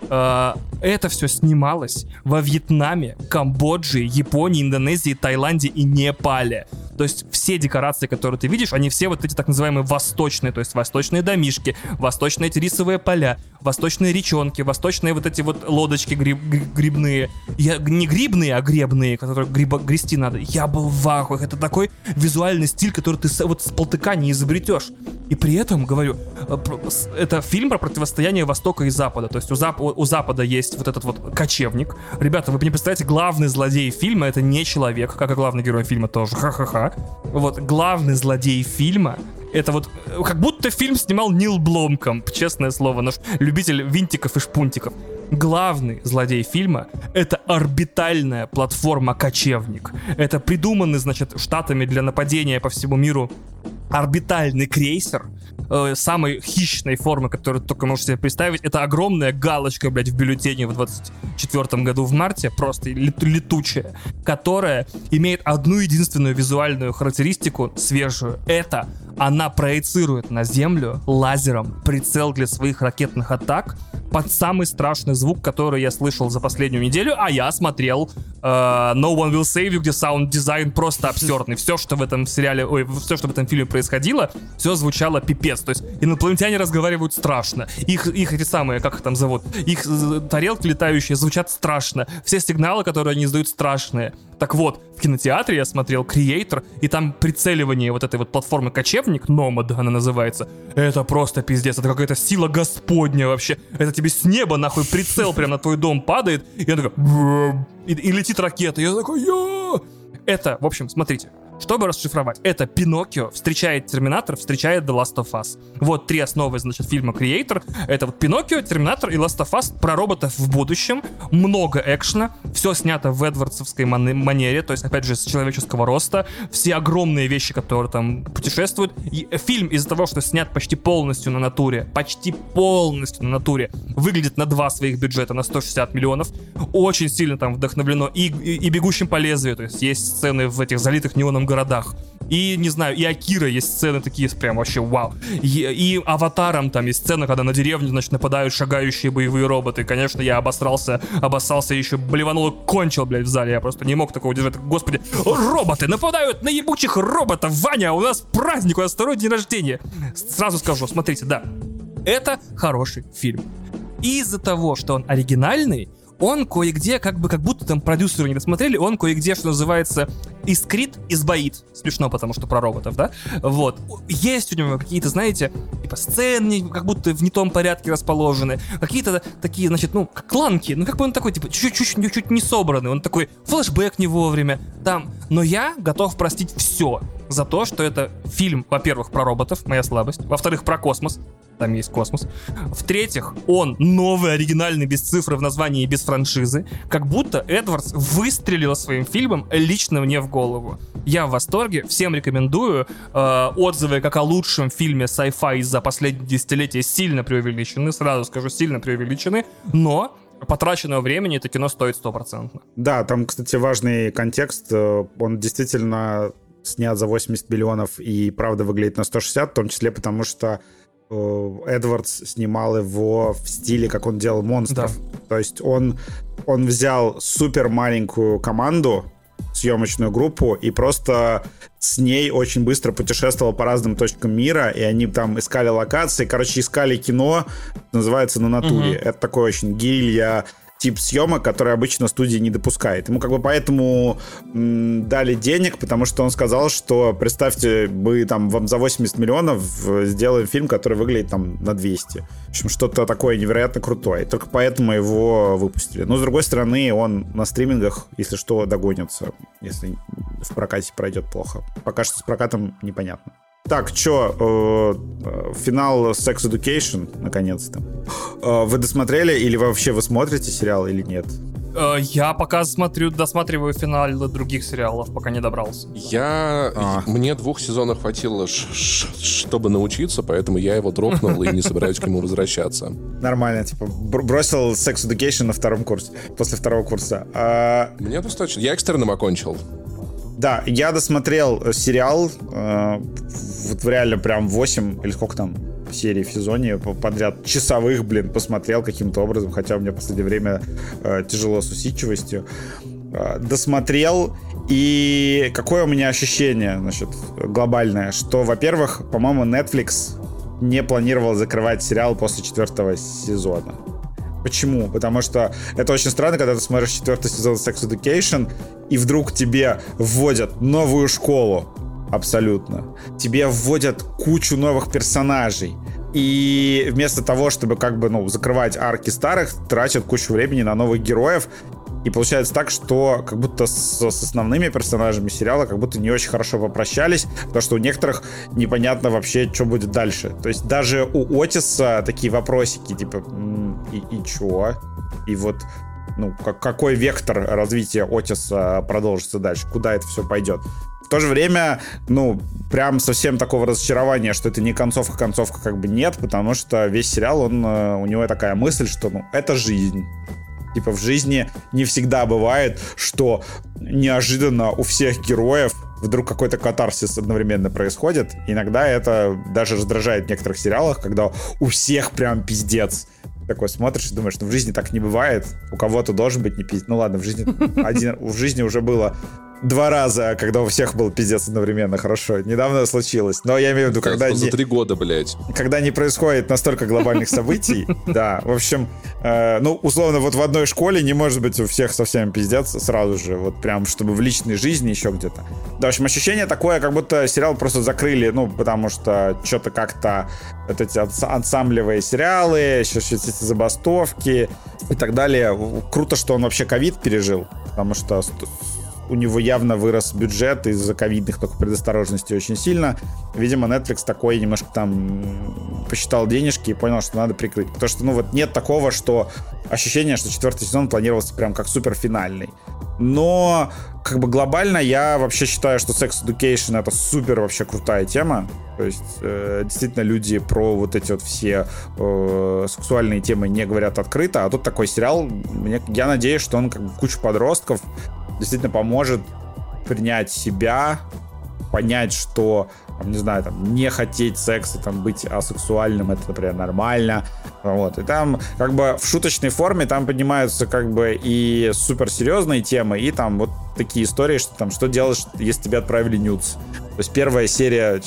это все снималось во Вьетнаме, Камбодже, Японии, Индонезии, Таиланде и Непале. То есть все декорации, которые ты видишь, они все вот эти так называемые восточные, то есть восточные домишки, восточные эти рисовые поля, восточные речонки, восточные вот эти вот лодочки грибные. Не грибные, а гребные, которые грести надо. Я был в ахуе. Это такой визуальный стиль, который ты вот с полтыка не изобретешь. И при этом, говорю, это фильм про противостояние Востока и Запада. То есть у Запада есть вот этот вот кочевник. Ребята, вы не представляете, главный злодей фильма — это не человек, как и главный герой фильма тоже. Ха-ха-ха. Вот, главный злодей фильма — это вот как будто фильм снимал Нил Бломкамп, честное слово, наш любитель винтиков и шпунтиков. Главный злодей фильма — это орбитальная платформа «Кочевник». Это придуманный, значит, Штатами для нападения по всему миру орбитальный крейсер самой хищной формы, которую ты только можешь себе представить. Это огромная галочка, блядь, в бюллетене в 24 году в марте, просто летучая, которая имеет одну единственную визуальную характеристику свежую. Это она проецирует на Землю лазером прицел для своих ракетных атак под самый страшный звук, который я слышал за последнюю неделю, а я смотрел No One Will Save You, где саунд-дизайн просто абсурдный. Все, что в этом сериале, все, что в этом фильме происходило, все звучало пипец. То есть инопланетяне разговаривают страшно. Их эти самые, как их там зовут, их тарелки летающие звучат страшно. Все сигналы, которые они издают, страшные. Так вот, в кинотеатре я смотрел Creator, и там прицеливание вот этой вот платформы «Кочевник», Nomad она называется, это просто пиздец, это какая-то сила господня вообще. Это тебе с неба нахуй прицел прям на твой дом падает, и я такой... И летит ракета, и я такой... Это, в общем, смотрите. Чтобы расшифровать, это Пиноккио встречает Терминатор, встречает The Last of Us. Вот три основы, значит, фильма Creator. Это вот Пиноккио, Терминатор и Last of Us про роботов в будущем. Много экшена. Все снято в эдвардсовской манере, то есть, опять же, с человеческого роста. Все огромные вещи, которые там путешествуют. И фильм из-за того, что снят почти полностью на натуре, выглядит на 2 своих бюджета, на 160 миллионов. Очень сильно там вдохновлено и «Бегущим по лезвию», то есть есть сцены в этих залитых неоном городах. И, не знаю, и Акира есть сцены такие, прям вообще вау. И Аватаром там есть сцена, когда на деревню, значит, нападают шагающие боевые роботы. Конечно, я обоссался еще, блеванул и кончил, блядь, в зале. Я просто не мог такого держать. Господи, роботы нападают на ебучих роботов! Ваня, у нас праздник, у нас 2-й день рождения. Сразу скажу, смотрите, да, это хороший фильм. Из-за того, что он оригинальный, он кое-где, как будто там продюсеры не досмотрели, он кое-где, что называется, искрит, избоит. Смешно, потому что про роботов, да? Вот. Есть у него какие-то, знаете, типа сцены, как будто в не том порядке расположены. Какие-то такие, значит, кланки. Как бы он такой, типа, чуть-чуть не собранный. Он такой, флешбэк не вовремя. Там. Но я готов простить все за то, что это фильм, во-первых, про роботов, моя слабость. Во-вторых, про космос. Там есть космос. В-третьих, он новый, оригинальный, без цифры в названии и без франшизы. Как будто Эдвардс выстрелила своим фильмом лично мне в голову. Я в восторге, всем рекомендую. Отзывы как о лучшем фильме sci-fi за последние десятилетия сильно преувеличены. Сразу скажу, сильно преувеличены. Но потраченного времени это кино стоит 100%. Да, там, кстати, важный контекст. Он действительно снят за 80 миллионов и, правда, выглядит на 160, в том числе потому, что Эдвардс снимал его в стиле, как он делал монстров. Да. То есть он взял супер маленькую команду, съемочную группу, и просто с ней очень быстро путешествовал по разным точкам мира, и они там искали локации, короче, искали кино, называется «На натуре». Это такой очень гилья тип съемок, который обычно студия не допускает. Ему как бы поэтому дали денег, потому что он сказал, что представьте, мы там вам за 80 миллионов сделаем фильм, который выглядит там на 200. В общем, что-то такое невероятно крутое. И только поэтому его выпустили. Но, с другой стороны, он на стримингах, если что, догонится, если в прокате пройдет плохо. Пока что с прокатом непонятно. Так, финал Sex Education, наконец-то. Вы досмотрели или вообще вы смотрите сериал или нет? Я пока досматриваю финал других сериалов, пока не добрался. Мне 2 сезонов хватило, чтобы научиться, поэтому я его дропнул и не собираюсь к нему возвращаться. Нормально, типа бросил Sex Education на 2-м курсе, после 2-го курса. Мне достаточно. Я экстерном окончил. Да, я досмотрел сериал, вот реально прям 8, или сколько там, серий в сезоне подряд часовых, посмотрел каким-то образом, хотя у меня в последнее время тяжело с усидчивостью. Досмотрел, и какое у меня ощущение, значит, глобальное, что, во-первых, по-моему, Netflix не планировал закрывать сериал после 4-го сезона. Почему? Потому что это очень странно, когда ты смотришь 4-й сезон Sex Education, и вдруг тебе вводят новую школу. Абсолютно. Тебе вводят кучу новых персонажей. И вместо того, чтобы закрывать арки старых, тратят кучу времени на новых героев. И получается так, что как будто с основными персонажами сериала как будто не очень хорошо попрощались, потому что у некоторых непонятно вообще, что будет дальше. То есть даже у Отиса такие вопросики, типа, и чё? И вот, какой вектор развития Отиса продолжится дальше? Куда это все пойдет? В то же время, прям совсем такого разочарования, что это не концовка как бы нет, потому что весь сериал, у него такая мысль, что, это жизнь. Типа в жизни не всегда бывает, что неожиданно у всех героев вдруг какой-то катарсис одновременно происходит. Иногда это даже раздражает в некоторых сериалах, когда у всех прям пиздец. Такой смотришь и думаешь, в жизни так не бывает. У кого-то должен быть не пиздец. Ладно, в жизни уже было 2 раза, когда у всех был пиздец одновременно, хорошо. Недавно случилось. Но я имею в виду, когда... За 3 года, блядь. Когда не происходит настолько глобальных событий, да. В общем, условно, вот в одной школе не может быть у всех совсем пиздец сразу же. Вот прям, чтобы в личной жизни еще где-то. Да, в общем, ощущение такое, как будто сериал просто закрыли, потому что что-то как-то вот эти ансамблевые сериалы, еще эти забастовки и так далее. Круто, что он вообще ковид пережил, потому что у него явно вырос бюджет из-за ковидных только предосторожностей очень сильно. Видимо, Netflix такой немножко там посчитал денежки и понял, что надо прикрыть. Потому что, нет такого, что ощущение, что 4-й сезон планировался прям как суперфинальный. Но, как бы глобально, я вообще считаю, что Sex Education — это супер вообще крутая тема. То есть, действительно, люди про вот эти вот все сексуальные темы не говорят открыто. А тут такой сериал, я надеюсь, что он как бы кучу подростков действительно поможет принять себя, понять, что, не знаю, не хотеть секса, быть асексуальным, это, например, нормально. Вот. И там, как бы, в шуточной форме там поднимаются, как бы, и суперсерьезные темы, и там вот такие истории, что что делать, если тебя отправили нюдс. То есть первая серия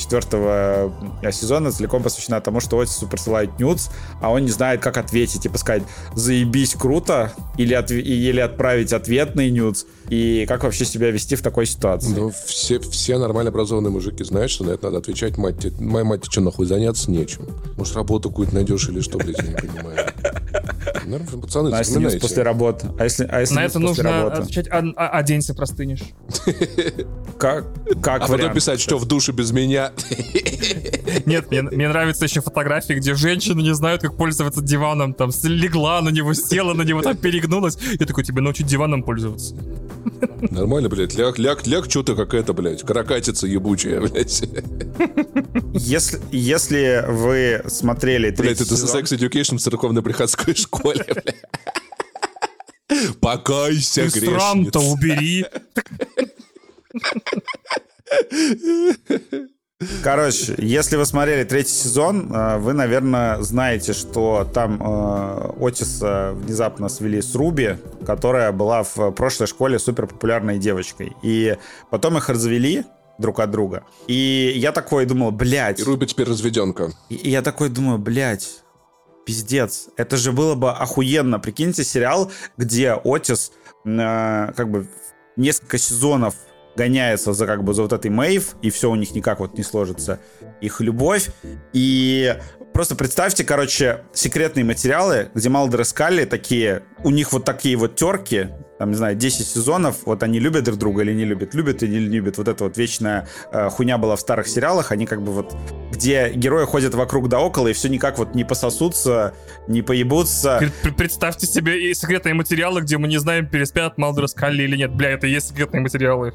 4-го сезона целиком посвящена тому, что Отису присылают нюдс, а он не знает, как ответить. Типа сказать, заебись, круто, или отправить ответный нюдс, и как вообще себя вести в такой ситуации. Все нормально образованные мужики знают, что на это надо отвечать. Моя мать, что нахуй, заняться нечем? Может, работу какую-то найдешь или что, блядь, я не понимаю. Пацаны, а если нюдс после работы? А если на это нужно отвечать, оденься, простынешь. Как вариант? Потом писать, что в душе без меня. Нет, мне нравятся еще фотографии, где женщины не знают, как пользоваться диваном. Там легла на него, села на него, там перегнулась. Я такой, тебе научить диваном пользоваться. Нормально, блядь. Ляг, что ты какая-то, блядь, каракатица ебучая, блядь. Если вы смотрели третий сезон... Блядь, это Sex Education в церковно-приходской школе, блядь. Покайся, грешница. Ты срам-то убери. Короче, если вы смотрели третий сезон, вы, наверное, знаете, что там Отиса внезапно свели с Руби, которая была в прошлой школе суперпопулярной девочкой. И потом их развели друг от друга. И я такой думал, блядь... И Руби теперь разведенка. И я такой думаю, блядь, пиздец. Это же было бы охуенно. Прикиньте, сериал, где Отис как бы несколько сезонов гоняется за вот этой Мэйв, и все у них никак вот не сложится, их любовь. И просто представьте, секретные материалы, где Малдер и Скалли такие, у них вот такие вот терки, там, не знаю, 10 сезонов, вот они любят друг друга или не любят, любят или не любят. Вот эта вот вечная хуйня была в старых сериалах, они как бы вот, где герои ходят вокруг да около, и все никак вот не пососутся, не поебутся. Представьте себе секретные материалы, где мы не знаем, переспят Малдер и Скалли или нет. Бля, это и есть секретные материалы.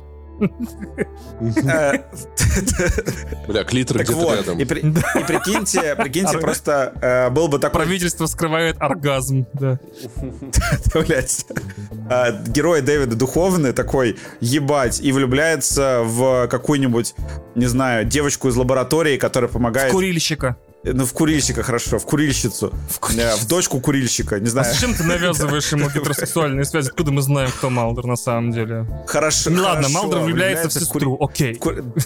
Бля, клитор где-то рядом. И прикиньте, просто был бы такой... Правительство скрывает оргазм, да. Блять. Герой Дэвида духовный такой, ебать, и влюбляется в какую-нибудь, не знаю, девочку из лаборатории, которая помогает... В курильщика. Ну, в курильщика, хорошо, в курильщицу. В дочку курильщика, не знаю. А зачем ты навязываешь ему гетеросексуальные связи? Откуда мы знаем, кто Малдер на самом деле? Хорошо. Ну ладно, Малдер влюбляется в сестру, окей.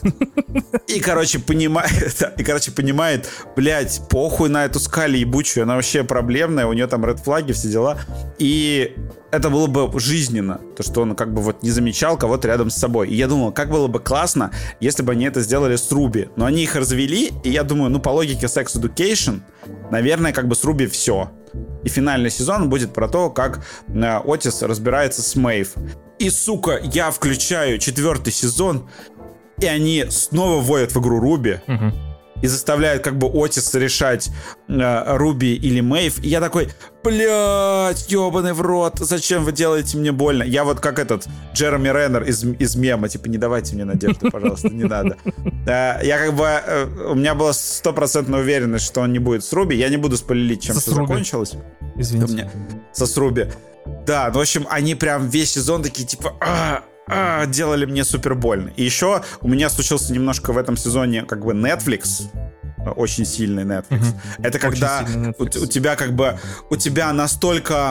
И, короче, понимает, блядь, похуй на эту Скали ебучую, она вообще проблемная, у нее там редфлаги, все дела. И это было бы жизненно, то, что он как бы вот не замечал кого-то рядом с собой. И я думал, как было бы классно, если бы они это сделали с Руби. Но они их развели, и я думаю, ну, по логике Sex Education, наверное, как бы с Руби все. И финальный сезон будет про то, как Отис разбирается с Мэйв. И, сука, я включаю 4-й сезон, и они снова вводят в игру Руби. И заставляют как бы Отиса решать, Руби или Мэйв. И я такой, блядь, ебаный в рот, зачем вы делаете мне больно? Я вот как этот Джереми Реннер из мема, типа, не давайте мне надежды, пожалуйста, не надо. Я как бы, у меня была 100% уверенность, что он не будет с Руби. Я не буду спойлерить, чем все закончилось. Извините. Со Руби. Да, ну, в общем, они прям весь сезон такие, типа, делали мне супер больно. И еще у меня случился немножко в этом сезоне как бы Netflix, очень сильный Netflix. Это когда у тебя как бы, у тебя настолько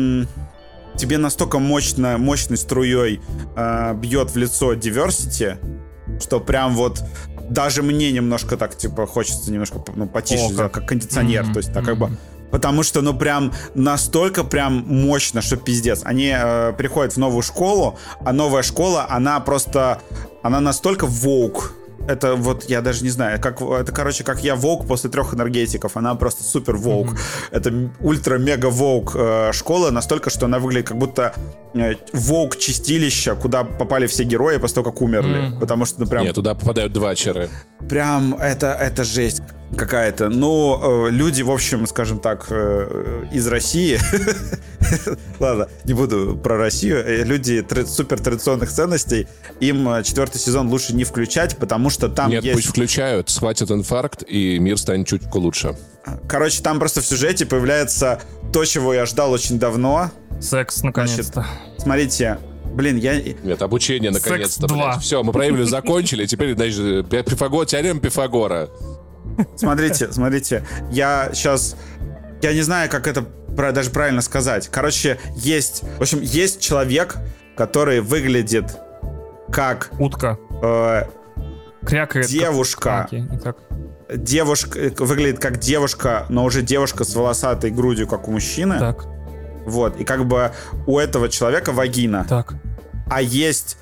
тебе настолько мощной струей бьет в лицо diversity, что прям вот даже мне немножко так типа хочется немножко потише, как кондиционер, то есть так как бы. Потому что, ну, прям настолько прям мощно, что пиздец. Они приходят в новую школу, а новая школа, она настолько woke. Это вот, я даже не знаю, это, короче, как я woke после 3 энергетиков. Она просто супер woke. Это ультра-мега woke школа, настолько, что она выглядит как будто woke чистилище, куда попали все герои после того, как умерли. Потому что, ну, прям... Нет, туда попадают двачеры. Прям это жесть какая-то. Ну, люди, в общем, скажем так, из России, ладно, не буду про Россию, люди супер традиционных ценностей, им 4-й сезон лучше не включать, потому что там есть... Нет, пусть включают, схватит инфаркт, и мир станет чуть лучше. Короче, там просто в сюжете появляется то, чего я ждал очень давно. Секс, наконец-то. Значит, смотрите, блин, Нет, обучение наконец-то, блядь. Все, мы проявили, закончили, теперь, значит, теорема Пифагора. Смотрите, я не знаю, как это даже правильно сказать. Короче, есть человек, который выглядит как... Утка. Крякает. Девушка. Девушка выглядит как девушка, но уже девушка с волосатой грудью, как у мужчины. Так. Вот, и как бы у этого человека вагина. Так. А есть...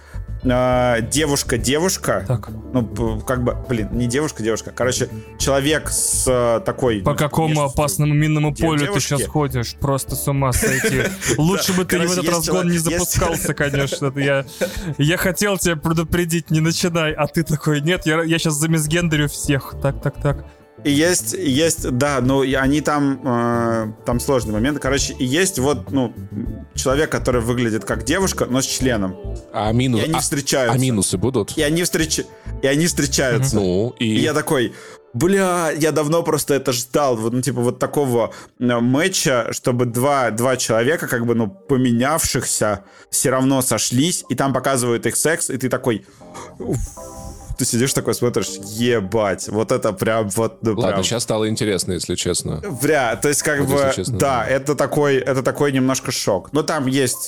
девушка. Так. Ну, как бы, блин, не девушка. Короче, человек с такой... По какому опасному минному полю ты сейчас ходишь? Просто с ума сойти. Лучше бы ты в этот разгон не запускался, конечно. Я хотел тебя предупредить, не начинай. А ты такой, нет, я сейчас замизгендерю всех. Так. И есть, да, ну, они там сложный момент. Короче, и есть вот, ну, человек, который выглядит как девушка, но с членом. И они встречаются. А минусы будут? И они встречаются. Ну, и я такой... Бля, я давно просто это ждал, ну, типа, вот такого матча, чтобы два человека, как бы, ну, поменявшихся, все равно сошлись, и там показывают их секс, и ты такой... Ты сидишь такой, смотришь, ебать, вот это прям вот... Ну, ладно, прям... сейчас стало интересно, если честно. Бля, то есть как вот, бы, честно, да, это такой немножко шок. Но там есть...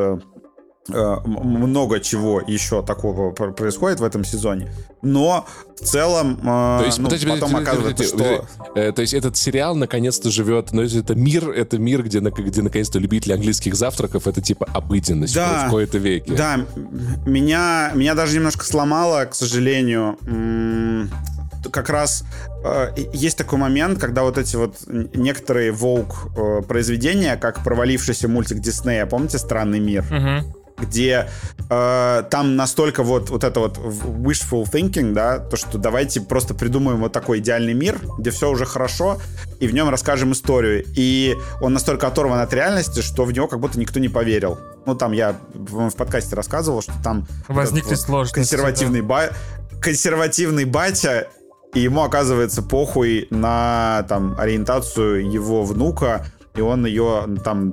много чего еще такого происходит в этом сезоне, но в целом потом оказывается, что... То есть этот сериал наконец-то живет, но это мир, где наконец-то любители английских завтраков, это типа обыденность, да, в какой-то веке. Да, меня даже немножко сломало, к сожалению. Как раз есть такой момент, когда вот эти вот некоторые woke произведения, как провалившийся мультик Диснея, помните «Странный мир»? Где там настолько вот это вот wishful thinking, да, то, что давайте просто придумаем вот такой идеальный мир, где все уже хорошо, и в нем расскажем историю. И он настолько оторван от реальности, что в него как будто никто не поверил. Ну, там я в подкасте рассказывал, что там возникли сложности, консервативный батя, и ему, оказывается, похуй на там ориентацию его внука, и он ее там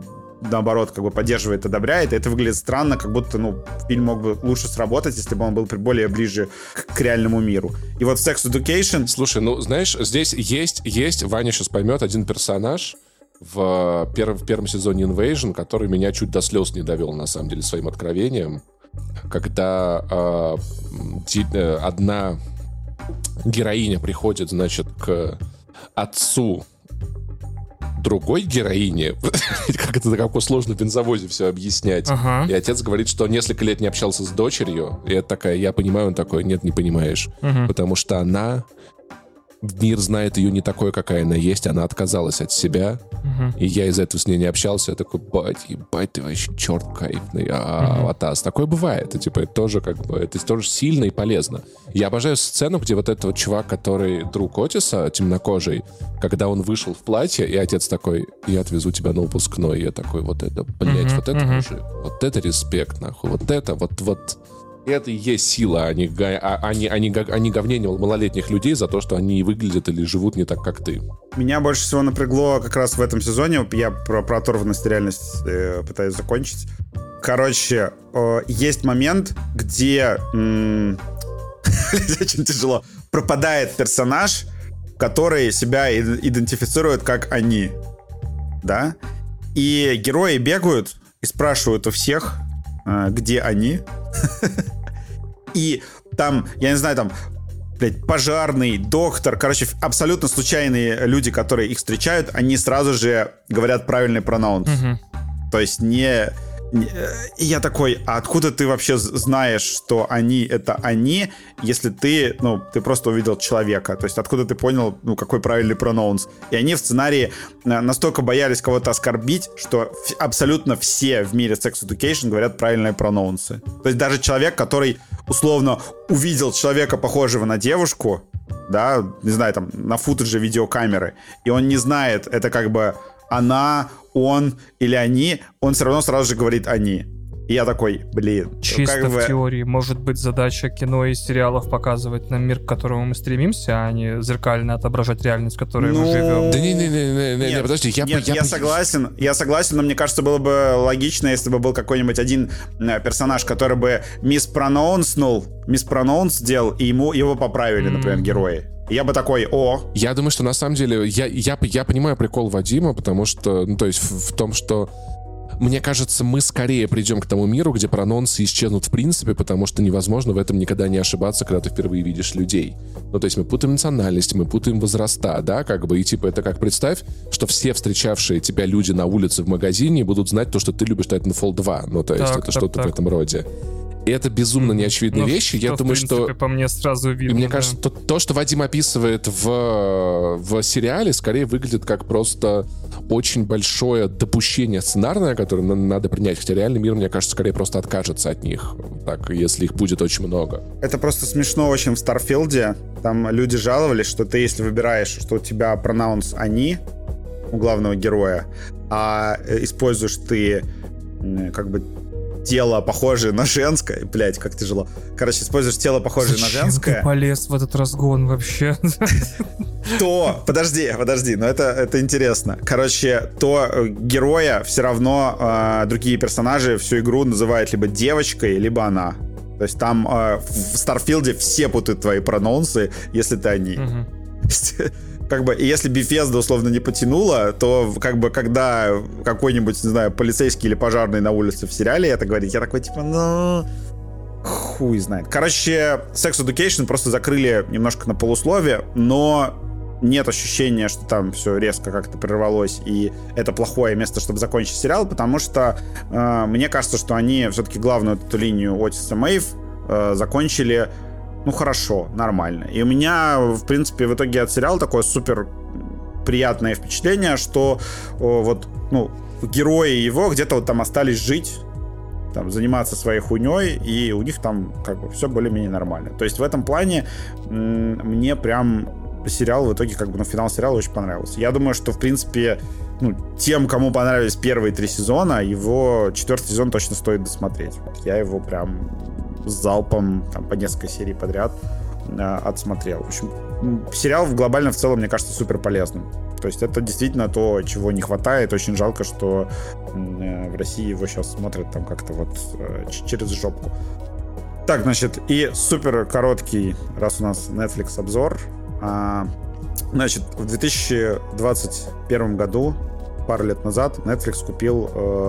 наоборот, как бы поддерживает, одобряет. И это выглядит странно, как будто, фильм мог бы лучше сработать, если бы он был более ближе к реальному миру. И вот Sex Education... Слушай, знаешь, здесь есть, Ваня сейчас поймет, один персонаж в первом сезоне Invasion, который меня чуть до слез не довел, на самом деле, своим откровением. Когда одна героиня приходит, значит, к отцу другой героине, как это такое сложно в бензовозе все объяснять. И отец говорит, что он несколько лет не общался с дочерью. И это такая, я понимаю, он такой, нет, не понимаешь. Потому что она... Мир знает ее не такой, какая она есть. Она отказалась от себя. И я из-за этого с ней не общался. Я такой, ебать, ты вообще черт кайфный. Атас. Такое бывает. Это тоже это тоже сильно и полезно. Я обожаю сцену, где вот этот вот чувак, который друг Отиса, темнокожий, когда он вышел в платье, и отец такой, я отвезу тебя на выпускной. И я такой, вот это, блядь, вот это уже, вот это респект, нахуй. Вот это, вот это и есть сила, а не говнение малолетних людей за то, что они выглядят или живут не так, как ты. Меня больше всего напрягло как раз в этом сезоне. Я про оторванность и реальность пытаюсь закончить. Короче, есть момент, где очень тяжело. Пропадает персонаж, который себя идентифицирует как они. Да? И герои бегают и спрашивают у всех, где они. И там, я не знаю, там, пожарный, доктор, короче, абсолютно случайные люди, которые их встречают, они сразу же говорят правильный пронаунс. То есть И я такой, а откуда ты вообще знаешь, что они — это они, если ты просто увидел человека? То есть откуда ты понял, какой правильный пронаунс? И они в сценарии настолько боялись кого-то оскорбить, что абсолютно все в мире Sex Education говорят правильные пронаунсы. То есть даже человек, который условно увидел человека, похожего на девушку, да, не знаю, там, на футаже видеокамеры, и он не знает, это как бы она, он или они, он все равно сразу же говорит «они». И я такой, блин. Чисто в теории может быть задача кино и сериалов показывать нам мир, к которому мы стремимся, а не зеркально отображать реальность, в которой мы живем. Да не, подожди. Я согласен, но мне кажется, было бы логично, если бы был какой-нибудь один персонаж, который бы миспронаунс сделал, и его поправили, например, герои. Я бы такой, Я думаю, что на самом деле, я понимаю прикол Вадима, потому что, то есть в том, что мне кажется, мы скорее придем к тому миру, где прононсы исчезнут в принципе, потому что невозможно в этом никогда не ошибаться, когда ты впервые видишь людей. То есть мы путаем национальность, мы путаем возраста, да, и это как представь, что все встречавшие тебя люди на улице в магазине будут знать то, что ты любишь Titanfall 2, это что-то в этом роде. И это безумно неочевидные вещи. Я думаю, что... по мне сразу видно. И мне кажется, то, что Вадим описывает в сериале, скорее выглядит как просто очень большое допущение сценарное, которое надо принять. Хотя реальный мир, мне кажется, скорее просто откажется от них, так, если их будет очень много. Это просто смешно очень в Старфилде. Там люди жаловались, что ты, если выбираешь, что у тебя пронаунс «они» у главного героя, а используешь ты тело, похожее на женское. Блять, как тяжело. Короче, используешь тело, похожее на женское. Ты полез в этот разгон вообще? То, подожди, но это интересно. Короче, то героя все равно другие персонажи всю игру называют либо девочкой, либо она. То есть там в Старфилде все путают твои пронаунсы, если ты они. И если Bethesda условно не потянула, то когда какой-нибудь, не знаю, полицейский или пожарный на улице в сериале это говорит, я такой, хуй знает. Короче, Sex Education просто закрыли немножко на полусловие, но нет ощущения, что там все резко как-то прервалось, и это плохое место, чтобы закончить сериал, потому что мне кажется, что они все-таки главную эту линию Отиса Мэйв закончили хорошо, нормально. И у меня, в принципе, в итоге от сериала такое супер приятное впечатление, что герои его где-то там остались жить, там, заниматься своей хуйней, и у них там все более-менее нормально. То есть в этом плане мне прям сериал в итоге, финал сериала очень понравился. Я думаю, что, в принципе, тем, кому понравились первые 3 сезона, его 4-й сезон точно стоит досмотреть. Я его прям с залпом по несколько серий подряд отсмотрел. В общем, сериал глобально в целом, мне кажется, супер полезным. То есть это действительно то, чего не хватает. Очень жалко, что в России его сейчас смотрят там как-то вот через жопку. Так, значит, и супер короткий, раз у нас Netflix обзор. Значит, в 2021 году, пару лет назад, Netflix купил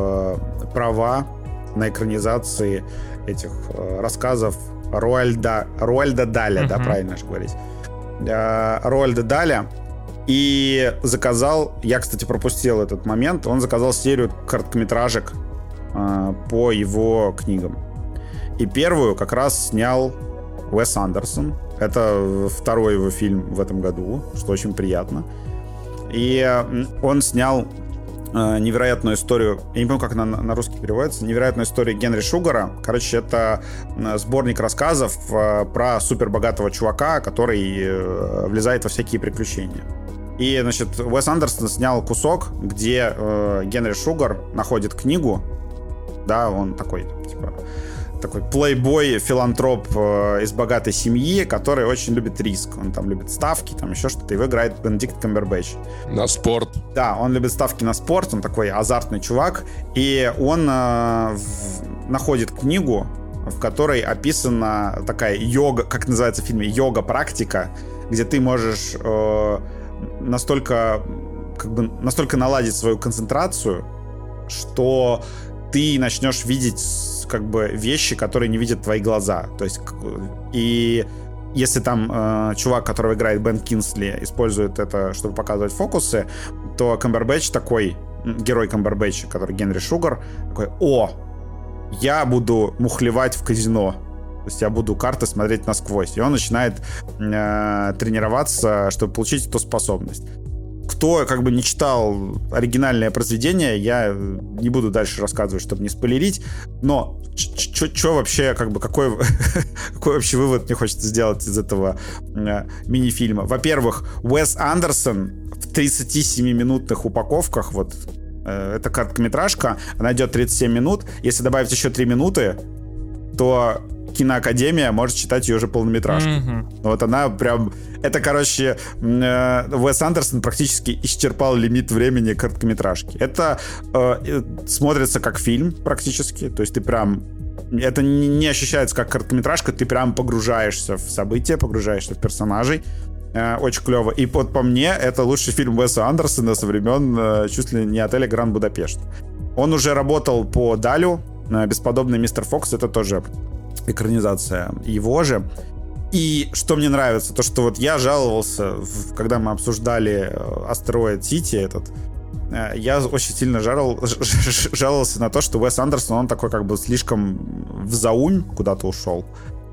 права на экранизации этих рассказов Роальда Даля, да, правильно же говорить. Роальда Даля. И заказал, я, кстати, пропустил этот момент, он заказал серию короткометражек по его книгам. И первую как раз снял Уэс Андерсон. Это второй его фильм в этом году, что очень приятно. И он снял невероятную историю, я не помню, как она на русский переводится, невероятную историю Генри Шугара. Короче, это сборник рассказов про супербогатого чувака, который влезает во всякие приключения. И, значит, Уэс Андерсон снял кусок, где Генри Шугар находит книгу, да, он такой, типа, такой плейбой, филантроп из богатой семьи, который очень любит риск. Он там любит ставки, там еще что-то. Его играет Бенедикт Камбербэтч. На спорт. Да, он любит ставки на спорт, он такой азартный чувак. И он находит книгу, в которой описана такая йога, как называется в фильме, йога-практика, где ты можешь настолько наладить свою концентрацию, что ты начнешь видеть как бы вещи, которые не видят твои глаза. То есть, и если там чувак, которого играет Бен Кинсли, использует это, чтобы показывать фокусы, то Камбербэтч такой, герой Камбербэтча, который Генри Шугар, такой: я буду мухлевать в казино. То есть я буду карты смотреть насквозь. И он начинает тренироваться, чтобы получить эту способность. Кто как бы не читал оригинальное произведение, я не буду дальше рассказывать, чтобы не спойлерить, но что вообще, как бы, какой вообще вывод мне хочется сделать из этого мини-фильма? Во-первых, Уэс Андерсон в 37-минутных упаковках, вот, это короткометражка, она идет 37 минут, если добавить еще 3 минуты, то Киноакадемия может считать ее уже полнометражкой. Вот она прям... Это, короче, Уэс Андерсон практически исчерпал лимит времени короткометражки. Это смотрится как фильм практически. То есть ты прям... Это не ощущается как короткометражка, ты прям погружаешься в события, погружаешься в персонажей. Очень клево. И вот по мне, это лучший фильм Уэса Андерсона со времен чуть ли не отеля Гранд Будапешт. Он уже работал по Далю. Бесподобный мистер Фокс — это тоже экранизация его же. И что мне нравится, то что вот я жаловался, когда мы обсуждали Астероид Сити этот, я очень сильно жаловался на то, что Уэс Андерсон, он такой как бы слишком в заумь куда-то ушел.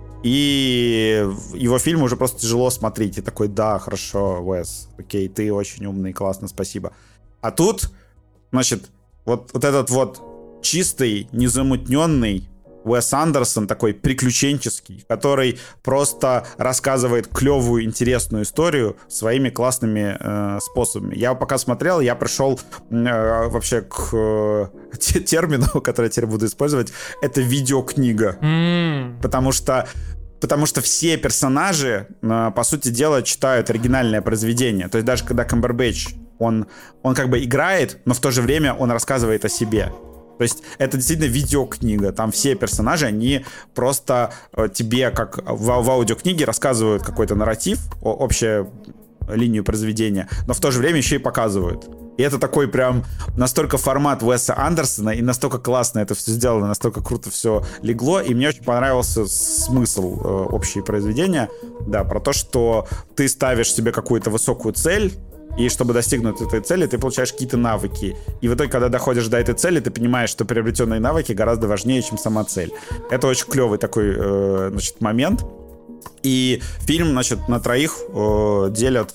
И его фильмы уже просто тяжело смотреть. И такой: да, хорошо, Уэс, окей, ты очень умный, классно, спасибо. А тут, значит, вот этот вот чистый, незамутненный Уэс Андерсон, такой приключенческий, который просто рассказывает клевую, интересную историю своими классными способами. Я пока смотрел, я пришел вообще к термину, который я теперь буду использовать. Это видеокнига. Потому что все персонажи, по сути дела, читают оригинальное произведение. То есть даже когда Камбербэтч, он как бы играет, но в то же время он рассказывает о себе. То есть это действительно видеокнига. Там все персонажи, они просто тебе, как в аудиокниге, рассказывают какой-то нарратив, общую линию произведения, но в то же время еще и показывают. И это такой прям настолько формат Уэса Андерсона, и настолько классно это все сделано, настолько круто все легло, и мне очень понравился смысл общего произведения, да, про то, что ты ставишь себе какую-то высокую цель, и чтобы достигнуть этой цели, ты получаешь какие-то навыки. И в итоге, когда доходишь до этой цели, ты понимаешь, что приобретенные навыки гораздо важнее, чем сама цель. Это очень клевый такой, значит, момент. И фильм, значит, на троих делят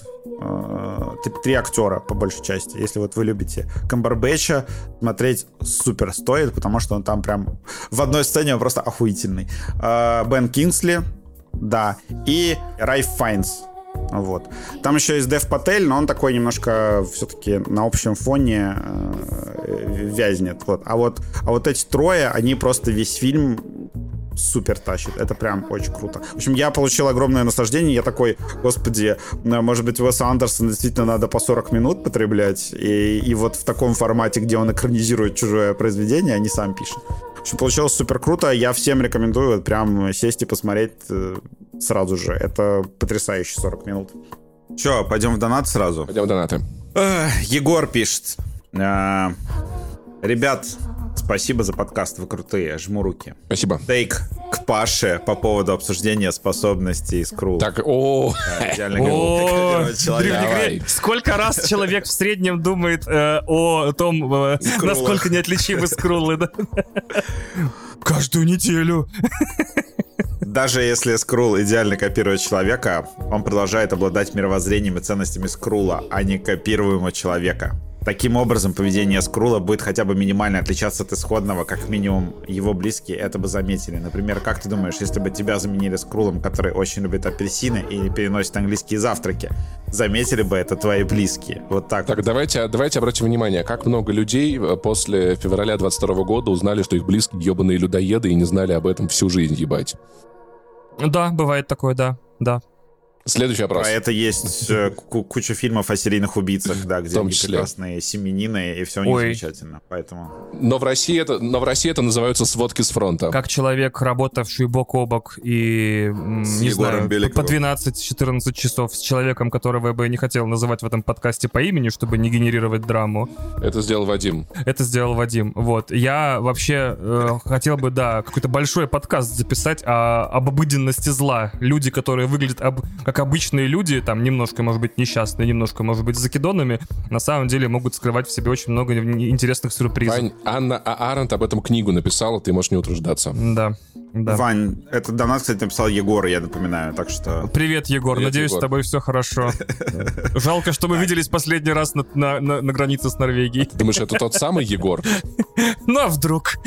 3 актера, по большей части. Если вот вы любите Камбербэтча, смотреть супер стоит, потому что он там прям в одной сцене он просто охуительный. Бен Кинсли, да, и Ральф Файнс. Вот. Там еще есть Дэв Патель, но он такой немножко все-таки на общем фоне вязнет. Вот. А вот эти трое, они просто весь фильм супер тащит. Это прям очень круто. В общем, я получил огромное наслаждение. Я такой, господи, может быть, Уэса Андерсона действительно надо по 40 минут потреблять. И вот в таком формате, где он экранизирует чужое произведение, а не сам пишет. В общем, получилось супер круто. Я всем рекомендую прям сесть и посмотреть сразу же. Это потрясающие 40 минут. Че, пойдем в донат сразу? Пойдем в донаты. Егор пишет. Ребят, спасибо за подкаст, вы крутые, жму руки. Спасибо. Тейк к Паше по поводу обсуждения способностей Скрулла. Так, сколько раз человек в среднем думает о том, насколько неотличимы Скруллы, да? Каждую неделю. Даже если Скрулл идеально копирует человека, он продолжает обладать мировоззрением и ценностями Скрулла, а не копируемого человека. Таким образом, поведение Скрулла будет хотя бы минимально отличаться от исходного, как минимум его близкие это бы заметили. Например, как ты думаешь, если бы тебя заменили Скруллом, который очень любит апельсины и переносит английские завтраки, заметили бы это твои близкие? Вот так. Так, давайте обратим внимание, как много людей после февраля 22 года узнали, что их близкие ебаные людоеды и не знали об этом всю жизнь, ебать. Да, бывает такое, да. Следующий вопрос. А это есть куча фильмов о серийных убийцах, да, где они прекрасные семьянины, и все у них замечательно. Поэтому... Но в России это называются сводки с фронта. Как человек, работавший бок о бок и, не знаю, по 12-14 часов с человеком, которого я бы не хотел называть в этом подкасте по имени, чтобы не генерировать драму. Это сделал Вадим. Вот. Я вообще хотел бы, какой-то большой подкаст записать об обыденности зла. Люди, которые выглядят как обычные люди, там немножко, может быть, несчастные, немножко, может быть, с закидонами, на самом деле могут скрывать в себе очень много интересных сюрпризов. Вань, Анна Аренд об этом книгу написала, ты можешь не утруждаться. Да. Вань, этот донат, кстати, написал Егор, я напоминаю, так что... Привет, Егор, надеюсь, Егор. С тобой все хорошо. Жалко, что мы виделись последний раз на границе с Норвегией. Ты думаешь, это тот самый Егор? Ну, а вдруг?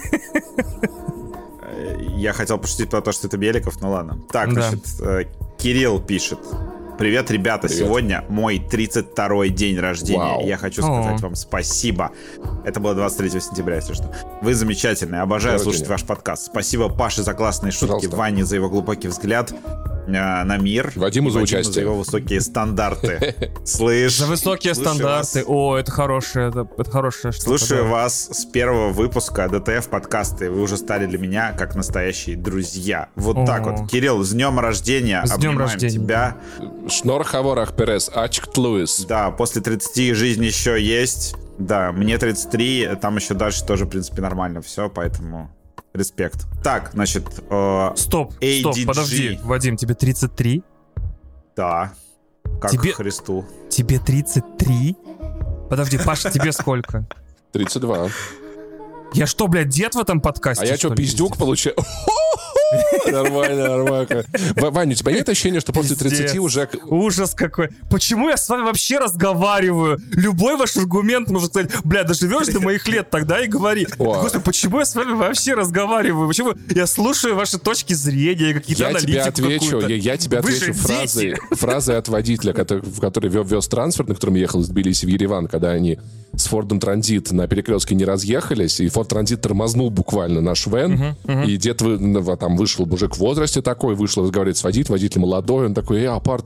Я хотел пошутить про то, что это Беликов, ну ладно. Так, значит, Кирилл пишет. Привет, ребята, сегодня мой 32-й день рождения. Вау. Я хочу сказать вам спасибо. Это было 23 сентября, если что. Вы замечательные, обожаю слушать ваш подкаст. Спасибо Паше за классные шутки, Ване за его глубокий взгляд на мир. Вадиму за участие. За его высокие стандарты. Слышь. За высокие стандарты. О, это хорошее, это хорошее что-то. Слушаю вас с первого выпуска ДТФ подкаста, и вы уже стали для меня как настоящие друзья. Вот так вот. Кирилл, с днем рождения. С днем рождения. Тебя. Шнорхаворах Перес, Ачкт Луис. Да, после 30 жизнь еще есть. Да, мне 33, там еще дальше тоже, в принципе, нормально все, поэтому... Респект. Так, значит... Стоп, подожди, Вадим, тебе 33? Да. Как Христу. Тебе 33? Подожди, Паша, тебе сколько? 32. Я что, блядь, дед в этом подкасте? А я что, пиздюк получаю? Нормально. Ваня, у тебя нет ощущения, что после 30 уже... Ужас какой. Почему я с вами вообще разговариваю? Любой ваш аргумент можно сказать, бля, доживешь до моих лет, тогда и говори. Господи, почему я с вами вообще разговариваю? Почему я слушаю ваши точки зрения, какие-то аналитику какую-то? Я тебе отвечу фразой от водителя, который вез трансфер, на котором ехал из Тбилиси в Ереван, когда они с Фордом Транзит на перекрестке не разъехались, и Форд Транзит тормознул буквально наш вен, и дед там вышел мужик в возрасте такой, вышел разговаривать с водителем молодой, он такой, Апар,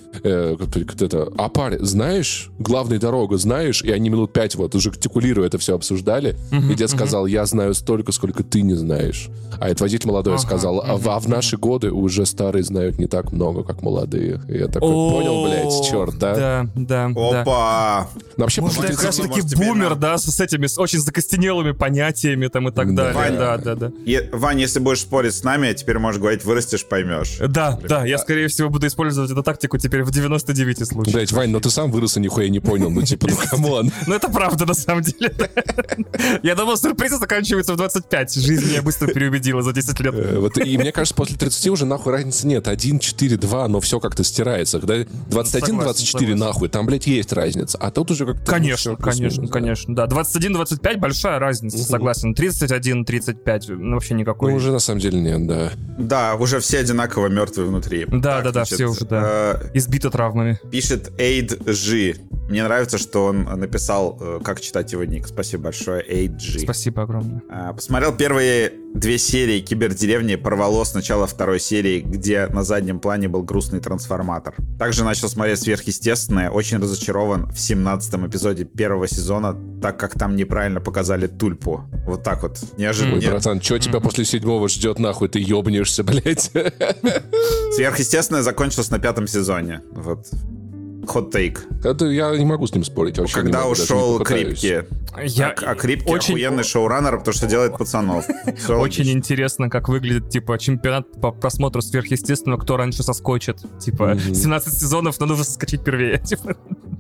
знаешь, главная дорога, знаешь? И они минут 5 вот уже артикулируя это все обсуждали, и дед сказал, я знаю столько, сколько ты не знаешь. А этот водитель молодой сказал, а в наши годы уже старые знают не так много, как молодые. И я такой, понял, блядь, черт, да? Да. Опа! Вообще, может, как раз таки бумер, да, с этими очень закостенелыми понятиями там и так далее. Да. Вань, если будешь спорить с нами, теперь можешь говорить, вырастешь, поймешь. Да, я, скорее всего, буду использовать эту тактику теперь в 99 случаях. Блять, Вань, но ты сам вырос и нихуя не понял, ну типа, камон. Ну это правда, на самом деле. Я думал, сюрпризы заканчиваются в 25. Жизнь меня быстро переубедила за 10 лет. И мне кажется, после 30 уже нахуй разницы нет. 1, 4, 2, но все как-то стирается. Когда 21, 24 нахуй, там, блядь, есть разница. А тут уже как-то... Конечно, да. 21-25 большая разница, согласен. 31-35, вообще никакой. Ну уже на самом деле нет, да. Да, уже все одинаково мертвые внутри. Да, все уже, да. Избиты травмами. Пишет Эйд Жи. Мне нравится, что он написал, как читать его ник. Спасибо большое, AG. Спасибо огромное. Посмотрел первые 2 серии «Кибердеревни», порвало с начала 2 серии, где на заднем плане был грустный трансформатор. Также начал смотреть «Сверхъестественное». Очень разочарован в 17-м эпизоде 1-го сезона, так как там неправильно показали Тульпу. Вот так вот. Неожиданно. Ой, братан, что тебя после 7-го ждет, нахуй? Ты ёбнешься, блядь. «Сверхъестественное» закончилось на 5-м сезоне. Вот. Хот-тейк. Это я не могу с ним спорить. Когда ушел Крипки. Крипки охуенный шоураннер, потому что делает пацанов. Очень интересно, как выглядит, типа, чемпионат по просмотру «Сверхъестественного», кто раньше соскочит. Типа, 17 сезонов, но нужно соскочить первее. Типа.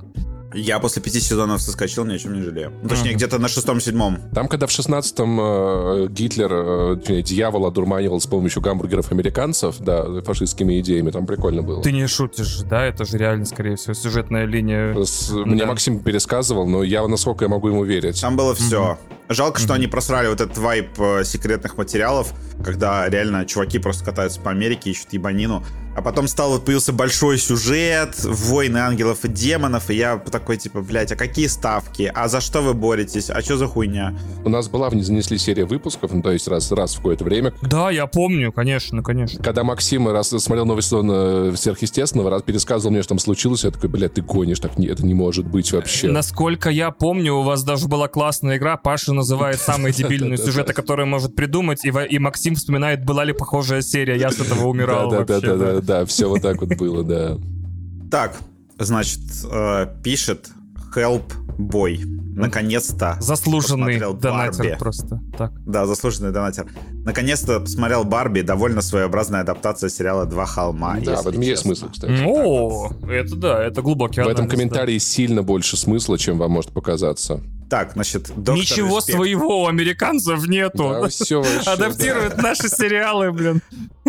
Я после 5 сезонов соскочил, ни о чем не жалею. Точнее, где-то на 6-7. Там, когда в 16-м Гитлер, дьявол одурманивал с помощью гамбургеров американцев, да, фашистскими идеями, там прикольно было. Ты не шутишь, да? Это же реально, скорее всего, сюжетная линия. Мне Максим пересказывал, но насколько я могу ему верить. Там было все. Жалко, что они просрали вот этот вайб секретных материалов, когда реально чуваки просто катаются по Америке, ищут ебанину. А потом появился большой сюжет, войны ангелов и демонов, и я такой, типа, блядь, а какие ставки? А за что вы боретесь? А что за хуйня? У нас была занесли серия выпусков, то есть раз в какое-то время. Да, я помню, конечно. Когда Максим смотрел новый сезон «Сверхъестественного», раз пересказывал мне, что там случилось, я такой, блядь, ты гонишь, так это не может быть вообще. Насколько я помню, у вас даже была классная игра, Паша называет самые дебильные сюжеты, которые может придумать, и Максим вспоминает, была ли похожая серия, я с этого умирал вообще. Да, все вот так вот было, да. Так, значит, пишет Help-Boy. Наконец-то заслуженный донатер просто. Так. Да, заслуженный донатер. Наконец-то посмотрел «Барби», довольно своеобразная адаптация сериала «Два холма». Да, в этом есть смысл, кстати. О, это да, это глубокий анализ. В этом комментарии сильно больше смысла, чем вам может показаться. Так, значит, ничего Респект. Своего у американцев нету. Да, все вообще, адаптируют наши сериалы, блин.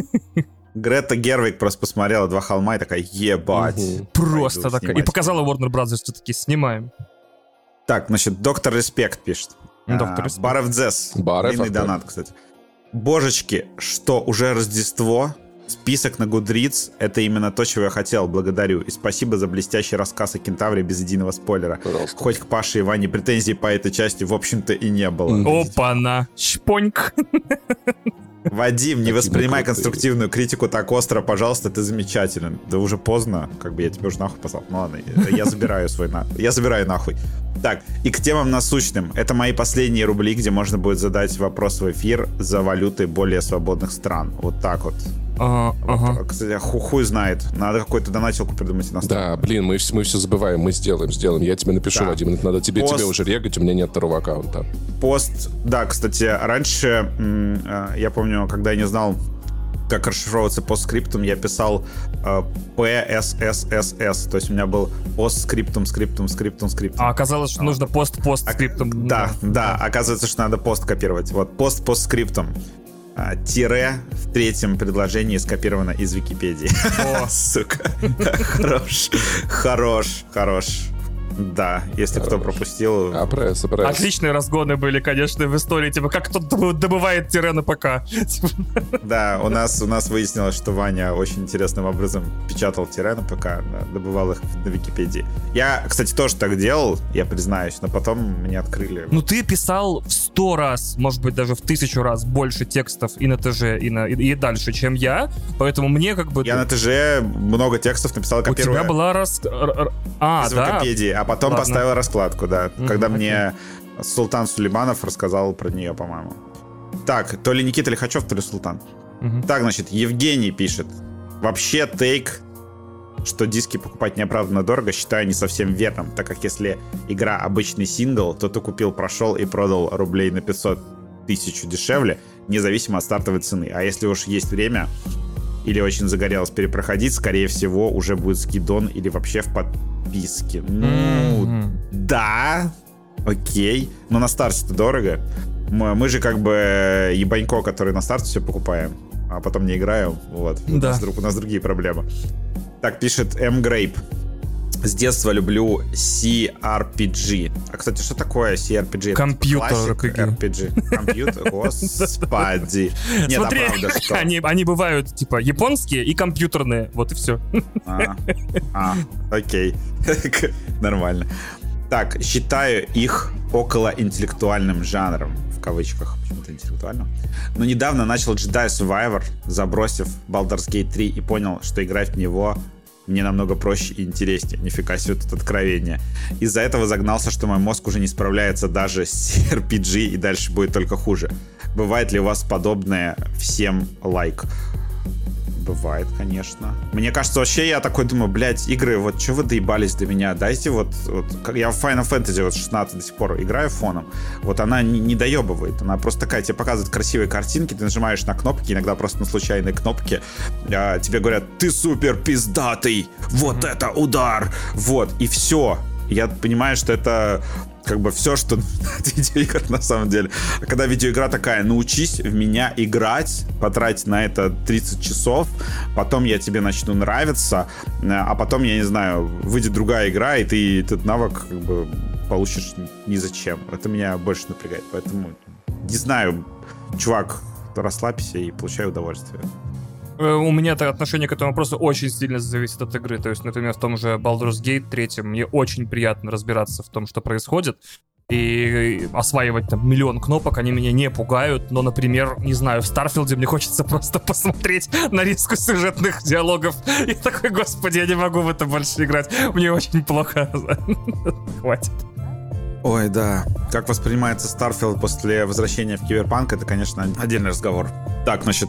Грета Гервиг просто посмотрела «Два холма» и такая, ебать. Просто такая. И показала Warner Brothers, что такие, снимаем. Так, значит, Доктор Респект пишет. Доктор Респект. Баров Дзес. Длинный донат, кстати. Божечки, что, уже Рождество? Список на Goodreads — это именно то, чего я хотел. Благодарю. И спасибо за блестящий рассказ о Кентавре без единого спойлера. Пожалуйста. Хоть к Паше и Ване претензий по этой части, в общем-то, и не было. Опа-на. Шпоньк. Вадим, не воспринимай конструктивную критику так остро, пожалуйста, ты замечателен. Да уже поздно, как бы я тебе уже нахуй послал. Ну ладно, я забираю я забираю нахуй. Так, и к темам насущным. Это мои последние рубли, где можно будет задать вопрос в эфир за валюты более свободных стран. Вот так вот. Ага. Кстати, хуй знает. Надо какую-то донатилку придумать иностранную. Да, блин, мы все забываем. Мы сделаем. Я тебе напишу, да. Вадим. Надо тебе уже регать, у меня нет второго аккаунта. Да, кстати, раньше, я помню, когда я не знал, как расшифровываться постскриптум, я писал PSSSS. То есть у меня был постскриптум. А оказалось, что нужно постскриптум. Да, оказывается, что надо пост копировать. Вот, постскриптум. Тире в третьем предложении скопировано из Википедии. О, сука. Хорош. Да, если кто пропустил... Пресс. Отличные разгоны были, конечно, в истории. Типа, как кто-то добывает тире на ПК. Да, у нас выяснилось, что Ваня очень интересным образом печатал тире на ПК, добывал их на Википедии. Я, кстати, тоже так делал, я признаюсь, но потом мне открыли. Ну, ты писал в 100 раз, может быть, даже в 1000 раз больше текстов и на ТЖ, и дальше, чем я, поэтому мне как бы... Я на ТЖ много текстов написал, копируя... У тебя была из Википедии, а потом поставил раскладку, да. Когда мне Султан Сулейманов рассказал про нее, по-моему. Так, то ли Никита Лихачев, то ли Султан. Так, значит, Евгений пишет. Вообще, тейк, что диски покупать неоправданно дорого, считаю не совсем верным, так как если игра обычный сингл, то ты купил, прошел и продал рублей на 500 тысяч дешевле, независимо от стартовой цены. А если уж есть время или очень загорелось перепроходить, скорее всего, уже будет скидон или вообще в подписке. Ну, да, окей. Но на старте-то дорого. Мы же как бы ебанько, который на старте все покупаем, а потом не играем. Вот. Да. У нас другие проблемы. Так, пишет М. Грейп. С детства люблю CRPG. А, кстати, что такое CRPG? Компьютер RPG. Компьютер? Господи. Нет, смотри, а правда, что? Они бывают, типа, японские и компьютерные. Вот и все. Окей. Нормально. Так, считаю их околоинтеллектуальным жанром. В кавычках, почему-то интеллектуальным. Но недавно начал Jedi Survivor, забросив Baldur's Gate 3 и понял, что играть в него мне намного проще и интереснее. Нифига себе тут откровение. Из-за этого загнался, что мой мозг уже не справляется даже с RPG, и дальше будет только хуже. Бывает ли у вас подобное? Всем лайк. Бывает, конечно. Мне кажется, вообще я такой думаю, блядь, игры, вот что вы доебались до меня? Дайте вот я в Final Fantasy вот 16 до сих пор играю фоном. Вот она не доебывает. Она просто такая, тебе показывает красивые картинки, ты нажимаешь на кнопки, иногда просто на случайные кнопки. Тебе говорят, ты супер пиздатый, вот это удар. Вот, и все. Я понимаю, что это как бы все, что от видеоигр на самом деле. А когда видеоигра такая, научись в меня играть, потратить на это 30 часов, потом я тебе начну нравиться, а потом, я не знаю, выйдет другая игра, и ты этот навык как бы получишь ни зачем. Это меня больше напрягает. Поэтому, не знаю, чувак, расслабься и получай удовольствие. У меня отношение к этому вопросу очень сильно зависит от игры. То есть, например, в том же Baldur's Gate 3 мне очень приятно разбираться в том, что происходит. И осваивать там миллион кнопок, они меня не пугают. Но, например, не знаю, в Старфилде мне хочется просто посмотреть нарезку сюжетных диалогов. И такой, господи, я не могу в это больше играть. Мне очень плохо. Хватит. Ой, да. Как воспринимается Starfield после возвращения в Киберпанк, это, конечно, отдельный разговор. Так, значит,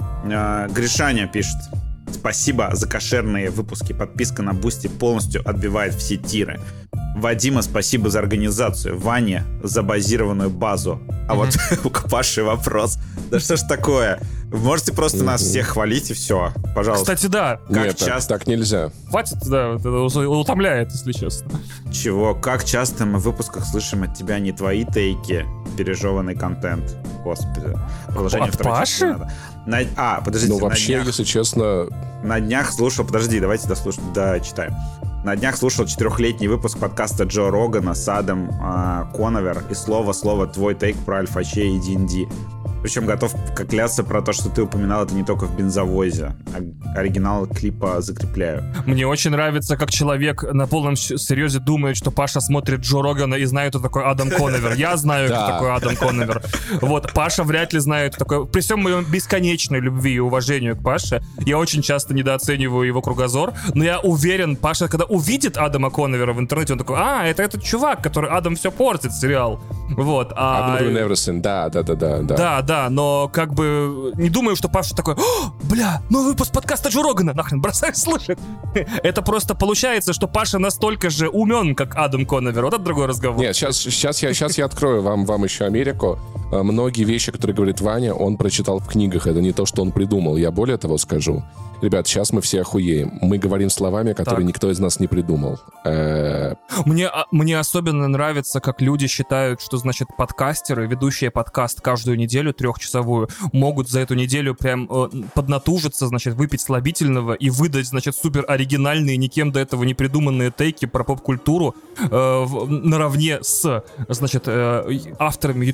Гришаня пишет. Спасибо за кошерные выпуски. Подписка на Бусти полностью отбивает все тиры. Вадима спасибо за организацию. Ване за базированную базу. А вот у Паши вопрос. Да что ж такое? Вы можете просто нас всех хвалить и все? Пожалуйста. Кстати, да. Как нет, часто... так нельзя. Хватит, да, это утомляет, если честно. Чего? Как часто мы в выпусках слышим от тебя не твои тейки, пережеванный контент? Господи. От Паши? Подождите. Ну, вообще, днях, если честно... На днях слушал... Подожди, давайте дочитаем. На днях слушал 4-летний выпуск подкаста Джо Рогана с Адам Коновер и слово твой тейк про Альфачей и D&D. Причем готов клясться про то, что ты упоминал это не только в бензовозе. Оригинал клипа закрепляю. Мне очень нравится, как человек на полном серьезе думает, что Паша смотрит Джо Рогана и знает, кто такой Адам Коновер. Я знаю, кто такой Адам Коновер. Вот, Паша вряд ли знает, кто такой. При всем моем бесконечной любви и уважению к Паше, я очень часто недооцениваю его кругозор, но я уверен, Паша, когда увидит Адама Коновера в интернете, он такой, это этот чувак, который Адам все портит, сериал. Вот. Адам Неверсон, да. Да, но как бы не думаю, что Паша такой, бля, новый выпуск подкаста Джо Рогана, нахрен, бросай слушать. Это просто получается, что Паша настолько же умен, как Адам Коновер. Вот это другой разговор. Нет, сейчас я открою вам еще Америку. Многие вещи, которые говорит Ваня, он прочитал в книгах. Это не то, что он придумал. Я более того скажу. Ребят, сейчас мы все охуеем. Мы говорим словами, которые никто из нас не придумал. Мне особенно нравится, как люди считают, что, значит, подкастеры, ведущие подкаст каждую неделю, 3-часовую, могут за эту неделю прям поднатужиться, значит, выпить слабительного и выдать, значит, супер оригинальные, никем до этого не придуманные тейки про поп-культуру наравне с, значит, авторами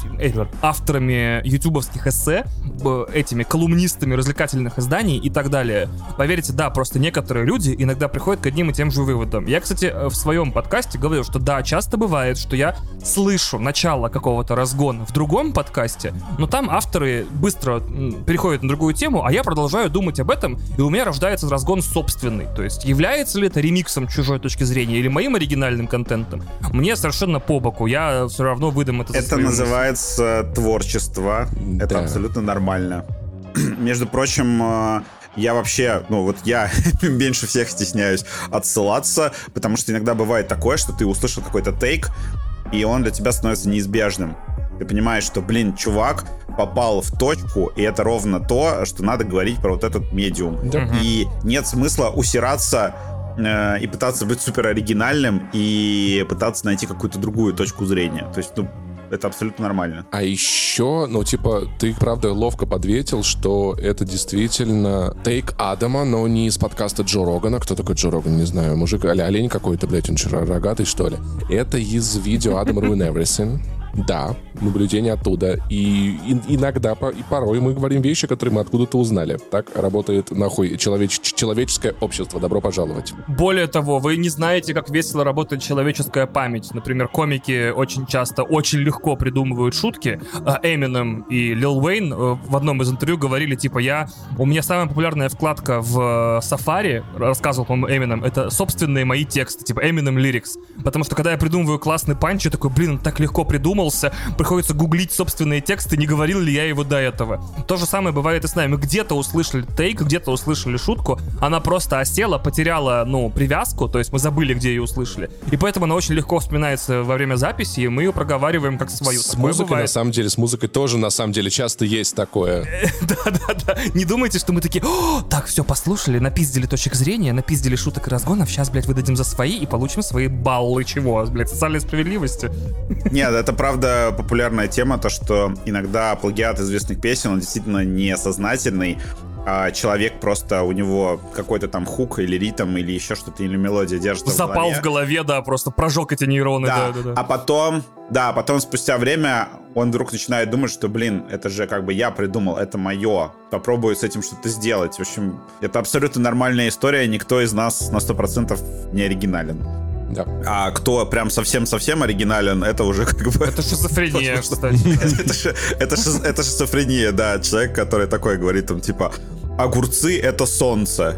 ютубовских эссе, этими колумнистами развлекательных изданий и так далее. Поверьте, да, просто некоторые люди иногда приходят к одним и тем же выводам. Я, кстати, в своем подкасте говорил, что да, часто бывает, что я слышу начало какого-то разгона в другом подкасте, но там авторы быстро переходят на другую тему, а я продолжаю думать об этом, и у меня рождается разгон собственный. То есть, является ли это ремиксом чужой точки зрения или моим оригинальным контентом? Мне совершенно по боку. Я все равно выдам это за Это называется творчество. Да. Это абсолютно нормально. Между прочим, я вообще, я меньше всех стесняюсь отсылаться, потому что иногда бывает такое, что ты услышал какой-то тейк, и он для тебя становится неизбежным. Ты понимаешь, что, чувак попал в точку, и это ровно то, что надо говорить про вот этот медиум. И нет смысла усираться и пытаться быть супер оригинальным и пытаться найти какую-то другую точку зрения. То есть, это абсолютно нормально. А еще, ты, правда, ловко подветил, что это действительно тейк Адама, но не из подкаста Джо Рогана. Кто такой Джо Роган, не знаю, мужик, олень какой-то, блядь, он рогатый, что ли? Это из видео Adam Ruin Everything. Да, наблюдение оттуда. И иногда, и порой мы говорим вещи, которые мы откуда-то узнали. Так работает, нахуй, человеческое общество. Добро пожаловать. Более того, вы не знаете, как весело работает человеческая память. Например, комики очень часто, очень легко придумывают шутки. Эминем и Лил Уэйн в одном из интервью говорили, у меня самая популярная вкладка в Safari, рассказывал, по-моему, Эминем, это собственные мои тексты, Eminem Lyrics. Потому что, когда я придумываю классный панч, я такой, он так легко придумал, приходится гуглить собственные тексты, не говорил ли я его до этого. То же самое бывает и с нами. Мы где-то услышали тейк, где-то услышали шутку, она просто осела, потеряла, привязку, то есть мы забыли, где ее услышали. И поэтому она очень легко вспоминается во время записи, и мы ее проговариваем как свою. С музыкой, на самом деле, с музыкой тоже, на самом деле, часто есть такое. Да. Не думайте, что мы такие, так, все, послушали, напиздили точек зрения, напиздили шуток и разгонов, сейчас, блядь, выдадим за свои и получим свои баллы чего? Блядь, социальной справедливости? Нет, это правда популярная тема, то, что иногда плагиат известных песен, он действительно несознательный, а человек просто, у него какой-то там хук или ритм, или еще что-то, или мелодия держится запал в голове, да, просто прожег эти нейроны. Да. А потом спустя время он вдруг начинает думать, что, это же я придумал, это мое, попробую с этим что-то сделать. В общем, это абсолютно нормальная история, никто из нас на 100% не оригинален. Да. А кто прям совсем-совсем оригинален, это уже Это шизофрения, кстати. Это шизофрения, да. Человек, который такой говорит, огурцы — это солнце.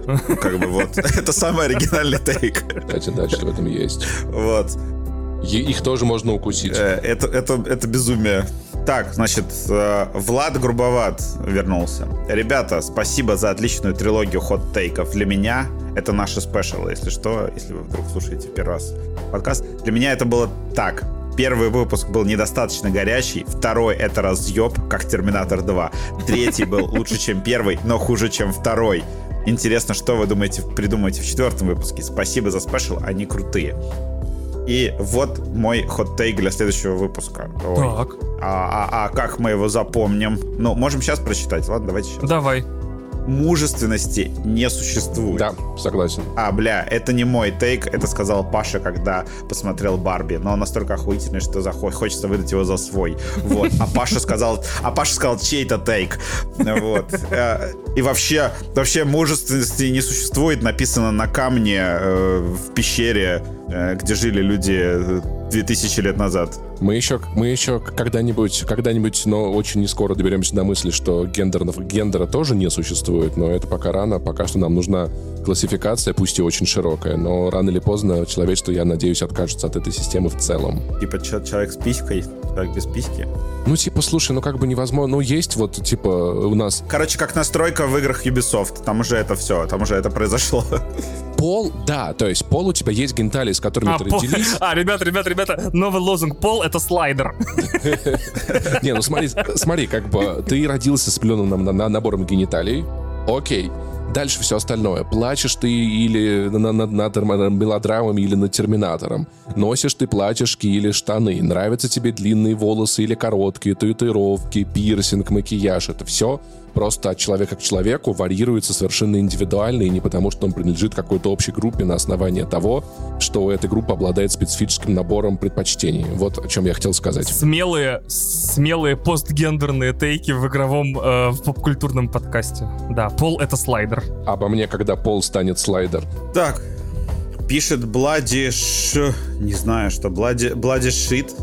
Это самый оригинальный тейк. Кстати, да, что в этом есть. Вот. Их тоже можно укусить. Это безумие. Так, значит, Влад Грубоват вернулся. Ребята, спасибо за отличную трилогию хот-тейков. Для меня это наши спешалы, если что, если вы вдруг слушаете в первый раз подкаст. Для меня это было так. Первый выпуск был недостаточно горячий, второй — это разъеб, как Терминатор 2. Третий был лучше, чем первый, но хуже, чем второй. Интересно, что вы придумаете в четвертом выпуске. Спасибо за спешл, они крутые. И вот мой хот-тейк для следующего выпуска. Так. А как мы его запомним? Можем сейчас прочитать. Ладно, давайте сейчас. Давай. Мужественности не существует. Да, согласен. Это не мой тейк, это сказал Паша, когда посмотрел Барби. Но он настолько охуительный, что хочется выдать его за свой. Вот. А Паша сказал, чей-то тейк. Вот. И вообще мужественности не существует, написано на камне в пещере, где жили люди 2000 лет назад. Мы еще когда-нибудь, но очень не скоро доберемся до мысли, что гендера тоже не существует, но это пока рано. Пока что нам нужна классификация, пусть и очень широкая, но рано или поздно человечество, я надеюсь, откажется от этой системы в целом. Человек с писькой, человек без письки? Слушай, невозможно. Есть у нас... Короче, как настройка в играх Ubisoft. Там уже это все, там уже это произошло. Пол, да, то есть пол у тебя есть гениталии, с которыми ты родились. Ребята, новый лозунг: пол — это слайдер. Не, смотри, ты родился с определенным набором гениталий, окей. Дальше все остальное. Плачешь ты или над мелодрамами, или над Терминатором. Носишь ты платьишки или штаны. Нравятся тебе длинные волосы или короткие, татуировки, пирсинг, макияж. Это все просто от человека к человеку варьируется совершенно индивидуально, и не потому, что он принадлежит какой-то общей группе на основании того, что эта группа обладает специфическим набором предпочтений. Вот о чем я хотел сказать. Смелые постгендерные тейки в игровом, в поп-культурном подкасте. Да, пол — это слайдер. Обо мне, когда пол станет слайдер. Так, пишет Блади не знаю, что. Блади Шут.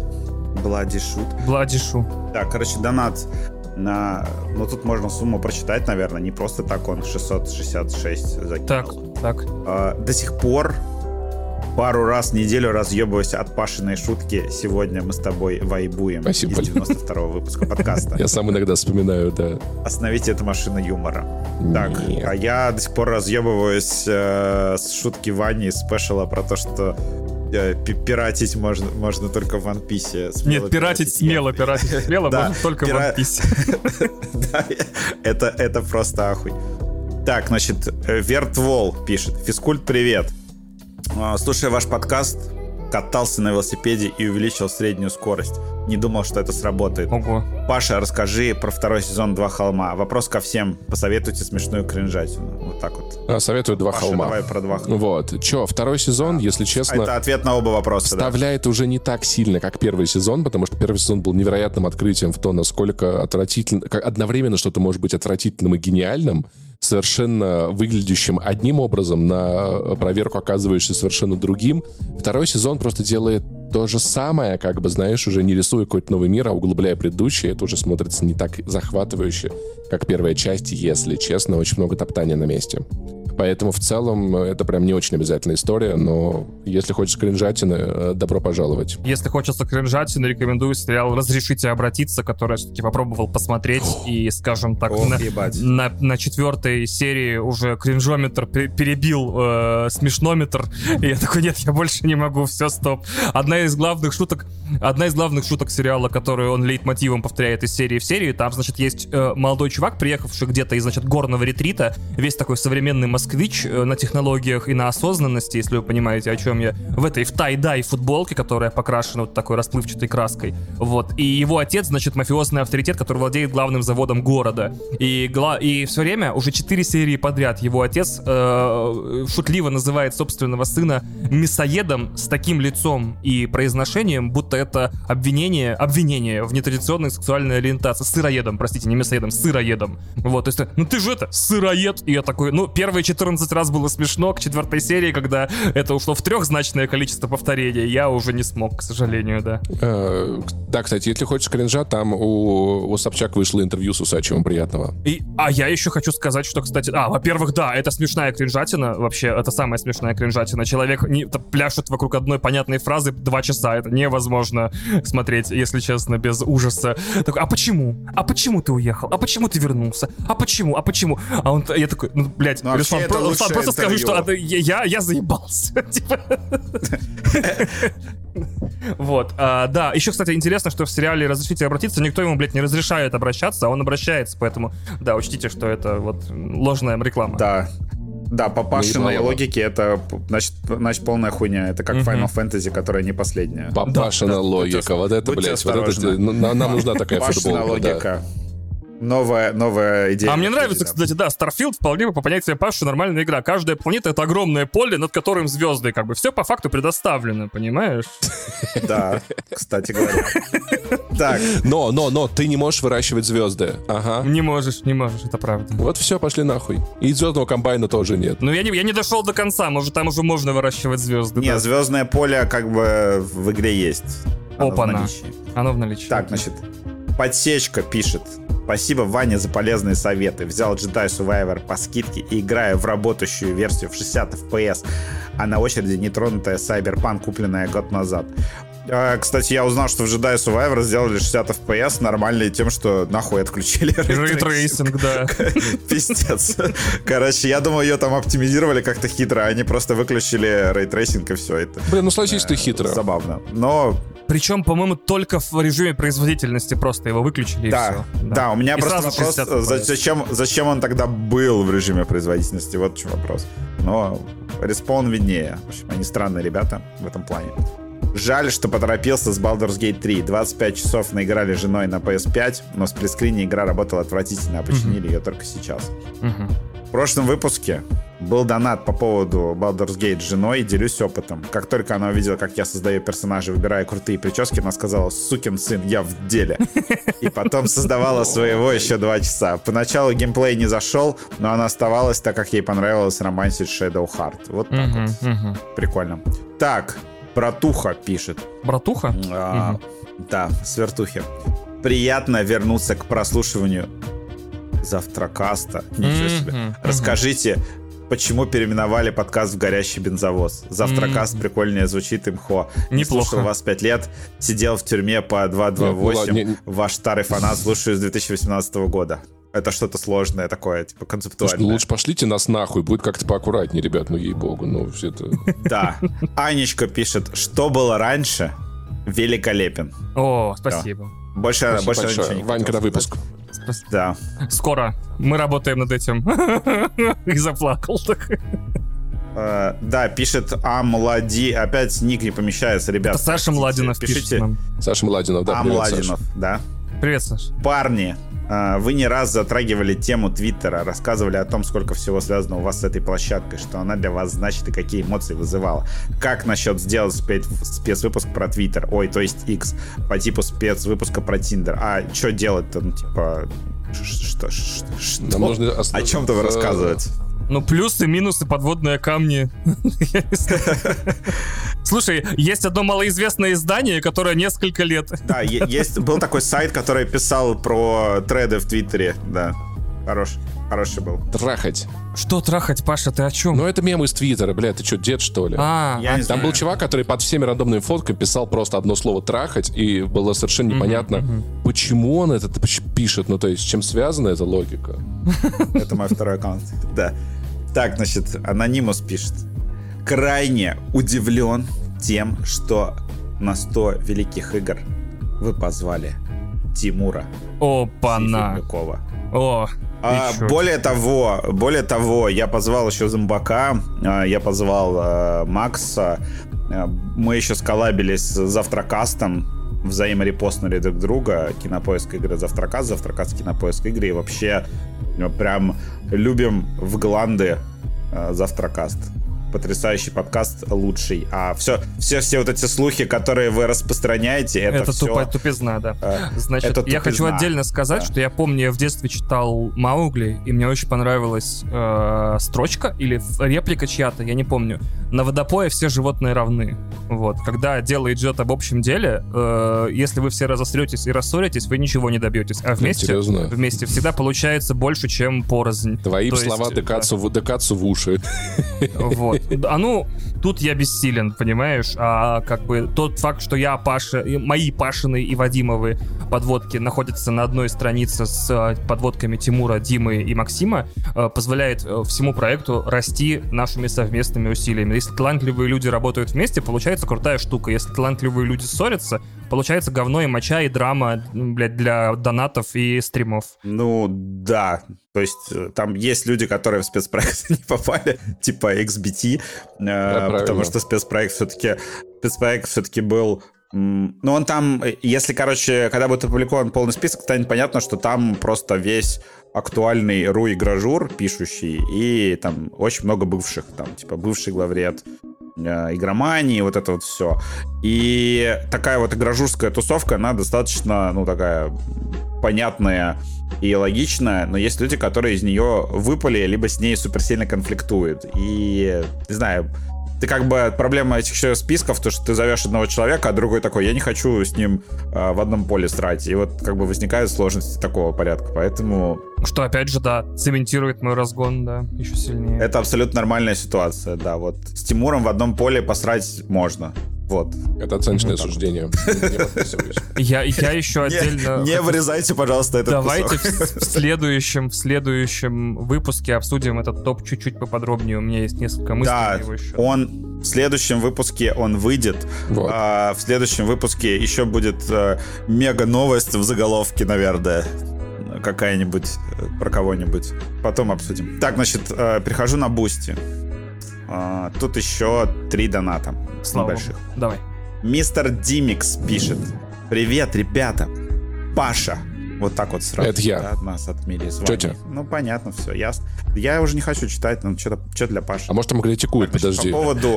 Так, донат на... тут можно сумму прочитать, наверное. Не просто так он 666 закинул. Так. До сих пор пару раз в неделю разъебываюсь от Пашиной шутки. Сегодня мы с тобой вайбуем. Спасибо. Из 92-го выпуска подкаста. Я сам иногда вспоминаю, да. Остановите, это машина юмора. Так, а я до сих пор разъебываюсь с шутки Вани из спешала про то, что пиратить можно только в One Piece. Нет, пиратить смело можно только в One Piece. Это просто ахуй. Так, значит, Вертвол пишет: Физкульт, привет. Слушая ваш подкаст, Катался на велосипеде и увеличил среднюю скорость. Не думал, что это сработает. Ого. Паша, расскажи про второй сезон «Два холма». Вопрос ко всем. Посоветуйте смешную кринжатину. Вот так вот. Советую «Два Паша, холма». Давай про «Два холма». Вот. Чё, второй сезон, если честно... Это ответ на оба вопроса, вставляет уже не так сильно, как первый сезон, потому что первый сезон был невероятным открытием в то, насколько отвратительно... Одновременно что-то может быть отвратительным и гениальным, совершенно выглядящим одним образом, на проверку оказываешься совершенно другим. Второй сезон просто делает то же самое, как бы, знаешь, уже не рисуя какой-то новый мир, а углубляя предыдущий. Это уже смотрится не так захватывающе, как первая часть, если честно. Очень много топтания на месте. Поэтому в целом это прям не очень обязательная история, но если хочешь кринжатины, добро пожаловать. Если хочется кринжатины, рекомендую сериал «Разрешите обратиться», который я все-таки попробовал посмотреть, и, скажем так, на четвертой серии уже кринжометр перебил смешнометр, и я такой, нет, я больше не могу, все, стоп. Одна из главных шуток сериала, которую он лейтмотивом повторяет из серии в серию, там, значит, есть молодой чувак, приехавший где-то из, значит, горного ретрита, весь такой современный москвич на технологиях и на осознанности, если вы понимаете, о чем я, в тай-дай футболке, которая покрашена вот такой расплывчатой краской, вот, и его отец, значит, мафиозный авторитет, который владеет главным заводом города, и все время, уже 4 серии подряд, его отец шутливо называет собственного сына мясоедом с таким лицом и произношением, будто это обвинение в нетрадиционной сексуальной ориентации, сыроедом, простите, не мясоедом, сыроедом, вот, то есть, ну ты же сыроед, и я такой, первые 14 раз было смешно, к 4 серии, когда это ушло в 3-значное количество повторений, я уже не смог, к сожалению, да. Да, кстати, если хочешь кринжа, там у Собчак вышло интервью с Усачевым, приятного. Я еще хочу сказать, что, кстати, во-первых, да, это смешная кринжатина, вообще, это самая смешная кринжатина. Человек пляшет вокруг одной понятной фразы 2 часа, это невозможно смотреть, если честно, без ужаса. Такой, а почему? А почему ты уехал? А почему ты вернулся? А почему? Я такой, Руслан, просто скажи, что я заебался. Вот, да, еще, кстати, интересно, что в сериале «Разрешите обратиться» никто ему, не разрешает обращаться, а он обращается, поэтому, да, учтите, что это вот ложная реклама. Да, по Пашиной логике это, значит, полная хуйня. Это как Final Fantasy, которая не последняя. Пашина логика, вот это, блядь, нам нужна такая футболка. Пашина логика. Новая идея. А мне нравится, кстати, да, Starfield вполне по понятию Паши нормальная игра. Каждая планета — это огромное поле, над которым звезды, как бы. Все по факту предоставлено, понимаешь? Да, кстати говоря. Так. Но ты не можешь выращивать звезды. Ага. Не можешь, это правда. Вот все, пошли нахуй. И звездного комбайна тоже нет. Ну, я не дошел до конца, может, там уже можно выращивать звезды. Не, звездное поле как бы в игре есть. Опа-на. Оно в наличии. Так, значит, Подсечка пишет: спасибо, Ваня, за полезные советы. Взял Jedi Survivor по скидке и играю в работающую версию в 60 FPS, а на очереди нетронутая Cyberpunk, купленная год назад. Кстати, я узнал, что в Jedi Survivor сделали 60 FPS нормальные тем, что нахуй отключили рейтрейсинг, да. Пиздец. Короче, я думаю, ее там оптимизировали как-то хитро, они просто выключили рейтрейсинг и все это. Блин, ну согласись, ты хитро. Забавно. Но... Причем, по-моему, только в режиме производительности просто его выключили, и все. Да, у меня и просто вопрос, зачем он тогда был в режиме производительности, вот в чем вопрос. Но Respawn виднее. В общем, они странные ребята в этом плане. Жаль, что поторопился с Baldur's Gate 3. 25 часов наиграли с женой на PS5, но в сплитскрине игра работала отвратительно, а починили ее только сейчас. В прошлом выпуске был донат по поводу Baldur's Gate с женой, делюсь опытом. Как только она увидела, как я создаю персонажей, выбираю крутые прически, она сказала: сукин сын, я в деле. И потом создавала своего еще 2 часа. Поначалу геймплей не зашел, но она оставалась, так как ей понравилось романсить Shadowheart. Вот так вот. Прикольно. Так, Братуха пишет. Братуха? Да, с вертухи. Приятно вернуться к прослушиванию Завтракаста. Ничего себе. Расскажите, почему переименовали подкаст в «Горящий бензовоз». Завтракаст прикольнее звучит, имхо. Не слушал вас 5 лет, сидел в тюрьме по 228. Ваш старый фанат, слушаю с 2018 года. Это что-то сложное такое, типа концептуальное. Слушай, лучше пошлите нас нахуй, будет как-то поаккуратнее, ребят, ну ей-богу, ну все это... Да. Анечка пишет: что было раньше, великолепен. О, спасибо. Больше ничего не Вань, когда выпуск? Да. Скоро. Мы работаем над этим. И заплакал так. Да, пишет Млади. Опять ник не помещается, ребят. Это Саша Младинов пишет нам. Саша Младинов, да, привет, Младинов, Саша. Да. Привет, Саша. Парни, вы не раз затрагивали тему Твиттера, рассказывали о том, сколько всего связано у вас с этой площадкой, что она для вас значит и какие эмоции вызывала. Как насчет сделать спецвыпуск про Твиттер? Ой, то есть X, по типу спецвыпуска про Тиндер. А что делать-то? Ну, типа... Что? О чем-то вы рассказываете? Ну, плюсы, минусы, подводные камни. Слушай, есть одно малоизвестное издание, которое несколько лет. Да, был такой сайт, который писал про треды в Твиттере. Да, хороший был. Трахать. Что трахать, Паша, ты о чем? Ну, это мем из Твиттера, блядь, ты что, дед, что ли? Там был чувак, который под всеми рандомными фотками писал просто одно слово «трахать», и было совершенно непонятно, почему он это пишет, ну, то есть, с чем связана эта логика. Это мой второй аккаунт, да. Так, значит, Анонимус пишет. Крайне удивлен тем, что на 100 великих игр вы позвали Тимура Сифернюкова. Более того, я позвал еще Зомбака, я позвал Макса, мы еще сколлабились с Завтракастом, взаиморепостнули друг друга, Кинопоиск игры Завтракаст, Завтракаст Кинопоиск игры, и вообще прям любим в гланды Завтракаст. Потрясающий подкаст, лучший. А все вот эти слухи, которые вы распространяете, это все... тупизна, да. Значит, я хочу отдельно сказать, что я помню, я в детстве читал Маугли, и мне очень понравилась строчка или реплика чья-то, я не помню. На водопое все животные равны. Вот. Когда дело идет об общем деле, если вы все разосретесь и рассоритесь, вы ничего не добьетесь. А вместе всегда получается больше, чем порознь. Твои слова тыкаться в уши. Вот. Тут я бессилен, понимаешь? А как бы тот факт, что мои Пашины и Вадимовы подводки находятся на одной странице с подводками Тимура, Димы и Максима, позволяет всему проекту расти нашими совместными усилиями. Если талантливые люди работают вместе, получается крутая штука. Если талантливые люди ссорятся, получается говно и моча, и драма, блядь, для донатов и стримов. Ну, да. То есть там есть люди, которые в спецпроект не попали, типа XBT, потому что спецпроект все-таки был... Ну, он там, если, когда будет опубликован полный список, станет понятно, что там просто весь актуальный ру-игражур пишущий, и там очень много бывших, там, типа, бывший главред игромании, вот это вот все. И такая вот игражурская тусовка, она достаточно, такая понятная и логичная, но есть люди, которые из нее выпали, либо с ней суперсильно конфликтуют. И, не знаю, ты проблема этих еще списков, то, что ты зовешь одного человека, а другой такой, я не хочу с ним в одном поле срать. И вот возникают сложности такого порядка, поэтому... Что, опять же, да, цементирует мой разгон, да, еще сильнее. Это абсолютно нормальная ситуация, да, вот. С Тимуром в одном поле посрать можно. Вот. Это оценочное суждение. Я еще отдельно... Не вырезайте, пожалуйста, этот кусок. Давайте в следующем выпуске обсудим этот топ чуть-чуть поподробнее. У меня есть несколько мыслей на его счет. В следующем выпуске он выйдет. В следующем выпуске еще будет мега-новость в заголовке, наверное. Какая-нибудь про кого-нибудь. Потом обсудим. Так, значит, перехожу на Бусти. Тут еще 3 доната. Слава небольших. Богу. Давай. Мистер Димикс пишет. Привет, ребята. Паша. Вот так вот сразу. Это я. Да, нас отмели. Что? Ну, понятно, все. Я уже не хочу читать, но что для Паши. А может, там критикуют, подожди.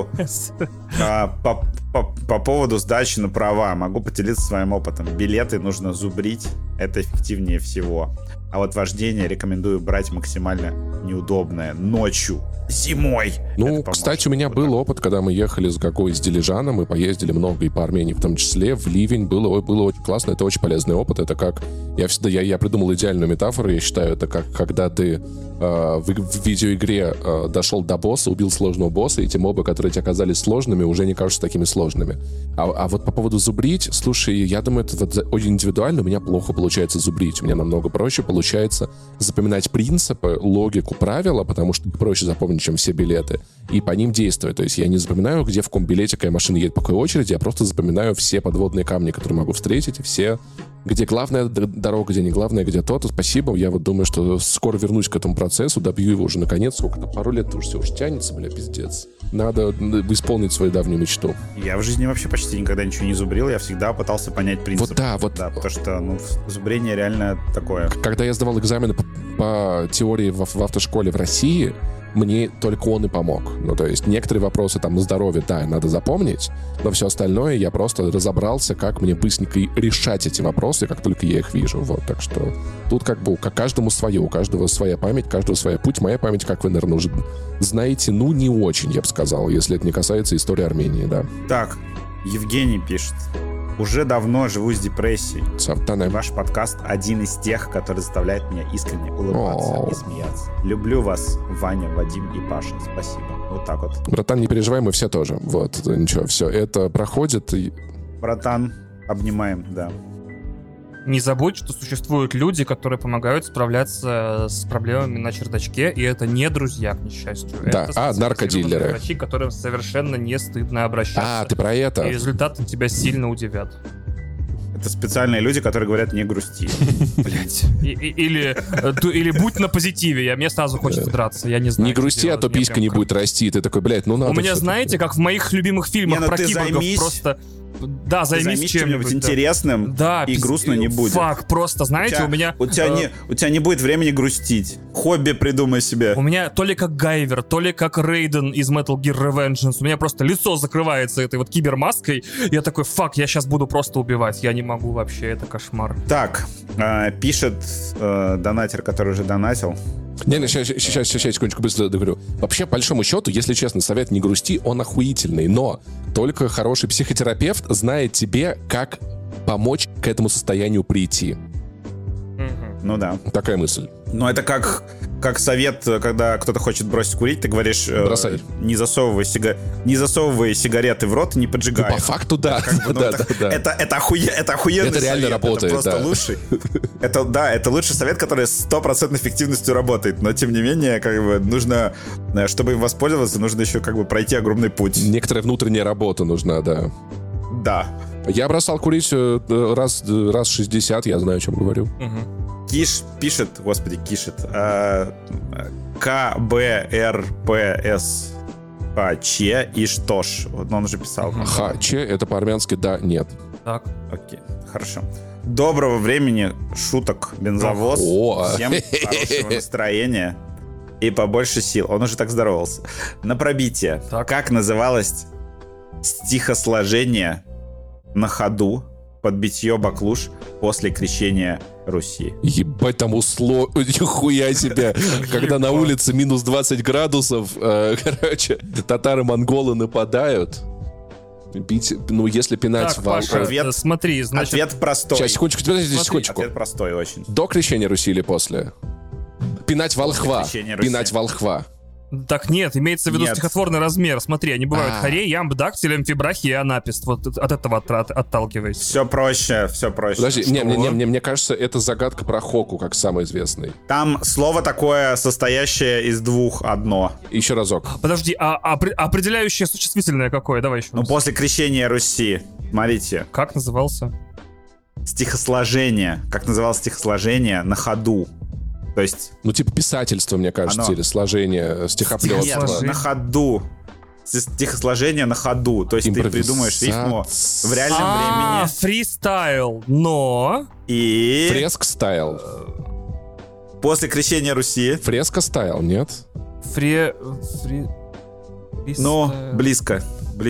По поводу сдачи на права. Могу поделиться своим опытом. Билеты нужно зубрить. Это эффективнее всего. А вот вождение рекомендую брать максимально неудобное. Ночью. Зимой. Ну, кстати, у меня был опыт, когда мы ехали из Дилижана, мы поездили много и по Армении в том числе, в ливень, было очень классно, это очень полезный опыт, это как, я придумал идеальную метафору, я считаю, это как, когда ты в видеоигре дошел до босса, убил сложного босса, и те мобы, которые тебе оказались сложными, уже не кажутся такими сложными. А вот по поводу зубрить, слушай, я думаю, это очень индивидуально, у меня плохо получается зубрить, у меня намного проще получается запоминать принципы, логику, правила, потому что проще запомнить чем все билеты, и по ним действовать. То есть я не запоминаю, где в каком билете какая машина едет по какой очереди, я просто запоминаю все подводные камни, которые могу встретить, все, где главная дорога, где не главная, где то-то. Спасибо, я вот думаю, что скоро вернусь к этому процессу, добью его уже наконец. Сколько-то, пару лет уже все уже тянется, бля, пиздец. Надо исполнить свою давнюю мечту. Я в жизни вообще почти никогда ничего не зубрил, я всегда пытался понять принцип. Вот да, вот. Да, потому что, зубрение реально такое. Когда я сдавал экзамены по теории в автошколе в России, мне только он и помог. Ну, то есть некоторые вопросы там на здоровье, да, надо запомнить, но все остальное я просто разобрался, как мне быстренько решать эти вопросы, как только я их вижу. Вот, так что тут как бы как каждому свое, у каждого своя память, у каждого своя путь. Моя память, как вы, наверное, уже знаете, не очень, я бы сказал, если это не касается истории Армении, да. Так, Евгений пишет. Уже давно живу с депрессией. Сартане. Ваш подкаст один из тех, который заставляет меня искренне улыбаться и смеяться. Люблю вас, Ваня, Вадим и Паша. Спасибо. Вот так вот. Братан, не переживай, мы все тоже. Вот, ничего, все это проходит. Братан, обнимаем, да. Не забудь, что существуют люди, которые помогают справляться с проблемами на чердачке, и это не друзья, к несчастью. Да, это наркодилеры. Врачи, которым совершенно не стыдно обращаться. Ты про это? И результаты тебя сильно удивят. Это специальные люди, которые говорят «не грусти». Блять. Или будь на позитиве. Мне сразу хочется драться, я не знаю. Не грусти, а то писька не будет расти. Ты такой, блядь, надо. У меня, знаете, как в моих любимых фильмах про киборгов просто... Да, займись чем-нибудь интересным, да, и грустно не будет. Фак, просто, знаете, у тебя не будет времени грустить. Хобби придумай себе. У меня то ли как Гайвер, то ли как Рейден из Metal Gear Revengeance. У меня просто лицо закрывается этой вот кибермаской. Я такой, я сейчас буду просто убивать. Я не могу вообще, это кошмар. Так, пишет донатер, который уже донатил. Сейчас, секундочку, быстро договорю. Вообще, по большому счету, если честно, совет не грусти, он охуительный, но только хороший психотерапевт знает тебе, как помочь к этому состоянию прийти. Ну да. Такая мысль. Ну это как совет, когда кто-то хочет бросить курить, ты говоришь, бросай. Не засовывай сигареты в рот и не поджигай. Ну, по факту, да. Это охуенный это реально совет. работает, это просто лучший. Это лучший совет, который с 100% эффективностью работает. Но тем не менее, нужно, чтобы им воспользоваться, нужно еще пройти огромный путь. Некоторая внутренняя работа нужна, да. Да. Я бросал курить раз 60, я знаю, о чем говорю. Киш пишет, КБРПС и что ж. Он уже писал. Че, это по-армянски да, нет. Так. Окей, хорошо. Доброго времени шуток, бензовоз. Всем хорошего настроения и побольше сил. Он уже так здоровался. На пробитие. Так. Как называлось стихосложение на ходу под битье баклуш после крещения Руси? Ебать, там нихуя себе. Когда на улице минус 20 градусов, татары-монголы нападают. Если пинать... Так, Паша, смотри, значит... Ответ простой. Сейчас, секундочку. Ответ простой очень. До крещения Руси или после? Пинать волхва. Пинать волхва. Так нет, имеется в виду стихотворный размер. Смотри, они бывают хорей, ямб, дактиль, амфибрахи и анапист. Вот от этого отталкиваясь. Все проще. Подожди, мне кажется, это загадка про Хоку, как самый известный. Там слово такое, состоящее из двух одно. Еще разок. Подожди, определяющее существительное какое? Давай еще. После крещения Руси. Смотрите. Как назывался? Стихосложение. Как называлось стихосложение на ходу? То есть... писательство, мне кажется, или сложение, стихоплетство. Нет, на ходу. Стихосложение на ходу. То есть ты придумаешь рифму в реальном времени. Фристайл, но... И... Фреск-стайл. После крещения Руси. Фреска-стайл, нет? Ну, близко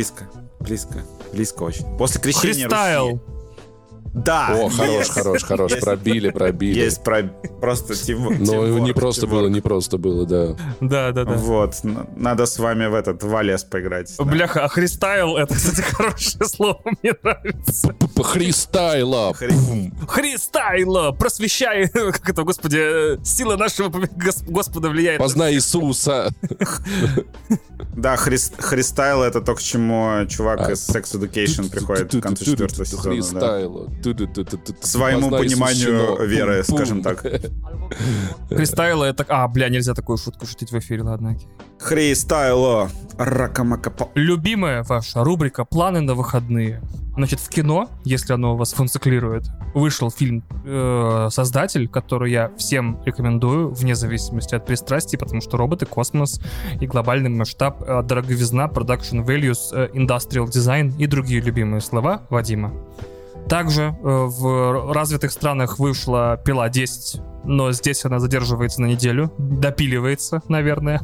очень. После крещения Руси. Да. О, хорош. Пробили. Есть просто тимворк. Ну, не просто было, да. Да. Вот, надо с вами в этот валес поиграть. Бляха, христайл, это, кстати, хорошее слово, мне нравится. Христайла. Христайла, просвещай, как это, господи, сила нашего Господа влияет. Познай Иисуса. Да, христайл — это то, к чему чувак из Sex Education приходит к концу 4-го сезона. Христайла. своему пониманию веры, скажем так. Фристайло это... нельзя такую шутку шутить в эфире, ладно. Фристайло. Ракамакапо. Любимая ваша рубрика «Планы на выходные». Значит, в кино, если оно у вас функционирует, вышел фильм «Создатель», который я всем рекомендую, вне зависимости от пристрастий, потому что роботы, космос и глобальный масштаб, дороговизна, production values, industrial design и другие любимые слова Вадима. Также в развитых странах вышла «Пила 10», но здесь она задерживается на неделю, допиливается, наверное.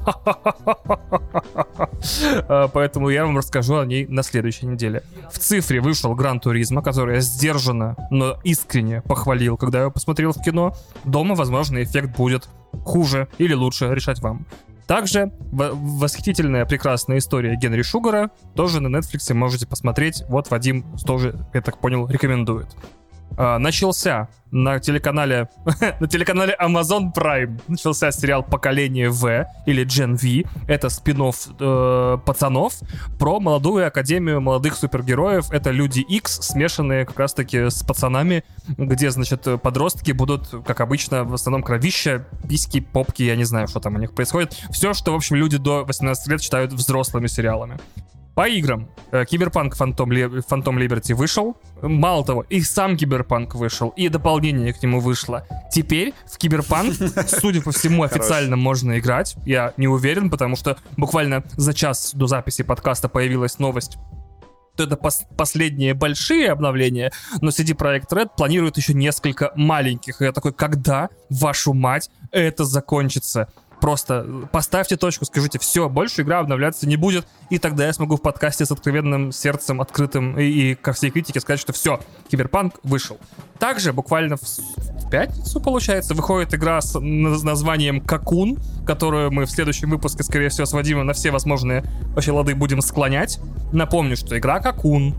Поэтому я вам расскажу о ней на следующей неделе. В цифре вышел Гран Туризмо, который я сдержанно, но искренне похвалил, когда я посмотрел в кино. Дома, возможно, эффект будет хуже или лучше, решать вам. Также восхитительная, прекрасная история Генри Шугара тоже на Netflix можете посмотреть. Вот Вадим тоже, я так понял, рекомендует. Начался на телеканале Amazon Prime начался сериал «Поколение В» или Gen V. Это спин-офф «Пацанов» про молодую академию молодых супергероев. Это Люди Икс, смешанные как раз-таки с пацанами, где, значит, подростки будут, как обычно, в основном кровища, письки, попки, я не знаю, что там у них происходит. Все, что, в общем, люди до 18 лет считают взрослыми сериалами. По играм. Киберпанк Phantom Liberty вышел. Мало того, и сам Киберпанк вышел, и дополнение к нему вышло. Теперь в Киберпанк, судя по всему, официально можно играть. Я не уверен, потому что буквально за час до записи подкаста появилась новость. Это последние большие обновления, но CD Projekt Red планирует еще несколько маленьких. И я такой, когда, вашу мать, это закончится? Просто поставьте точку, скажите, все, больше игра обновляться не будет, и тогда я смогу в подкасте с откровенным сердцем, открытым и ко всей критике сказать, что все, Киберпанк вышел. Также буквально в пятницу, получается, выходит игра с названием «Какун», которую мы в следующем выпуске, скорее всего, с Вадимом на все возможные вообще лады будем склонять. Напомню, что игра «Кокон»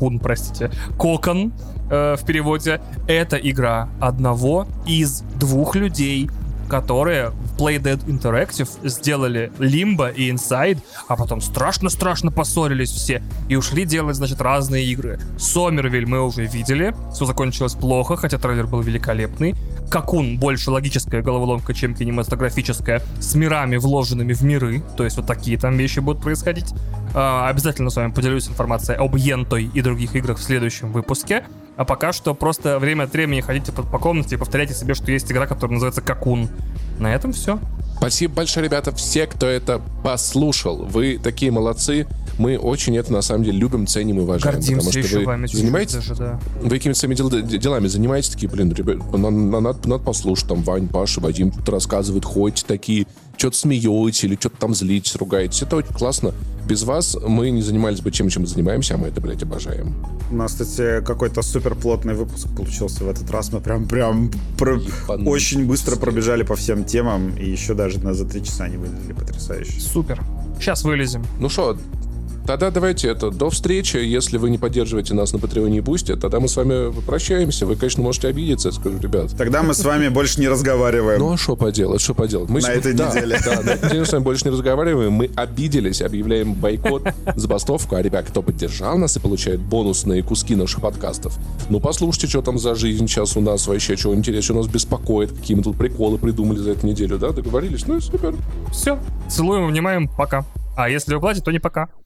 в переводе, это игра одного из двух людей, которые в Playdead Interactive сделали Limbo и Inside, а потом страшно-страшно поссорились все и ушли делать, значит, разные игры. Сомервиль мы уже видели, все закончилось плохо, хотя трейлер был великолепный. Какун больше логическая головоломка, чем кинематографическая, с мирами, вложенными в миры, то есть вот такие там вещи будут происходить. Обязательно с вами поделюсь информацией об Ентой и других играх в следующем выпуске. А пока что просто время от времени ходите по комнате и повторяйте себе, что есть игра, которая называется «Какун». На этом все. Спасибо большое, ребята, все, кто это послушал. Вы такие молодцы. Мы очень это, на самом деле, любим, ценим и уважаем. Гордимся потому что еще вами. Занимаетесь, да. Вы какими-то своими делами занимаетесь, такие, ребят, надо послушать, там, Вань, Паша, Вадим тут рассказывают, ходите такие, что-то смеетесь или что-то там злитесь, ругаетесь. Это очень классно. Без вас мы не занимались бы чем мы занимаемся, а мы это, блядь, обожаем. У нас, кстати, какой-то супер плотный выпуск получился в этот раз. Мы прям очень быстро пробежали по всем темам, и еще даже за 3 часа не вылезли. Потрясающе. Супер. Сейчас вылезем. Ну что, тогда давайте до встречи. Если вы не поддерживаете нас на Patreon и Boosty, тогда мы с вами прощаемся. Вы, конечно, можете обидеться, я скажу, ребят. Тогда мы с вами больше не разговариваем. Ну а что поделать, Мы на этой неделе. Да, на этой неделе с вами больше не разговариваем. Мы обиделись, объявляем бойкот, забастовку. А ребят, кто поддержал нас и получает бонусные куски наших подкастов, ну послушайте, что там за жизнь сейчас у нас вообще, что интересно, что нас беспокоит, какие мы тут приколы придумали за эту неделю, да? Договорились? Ну и супер. Все. Целуем, внимаем, пока. А если вы платите, то не пока.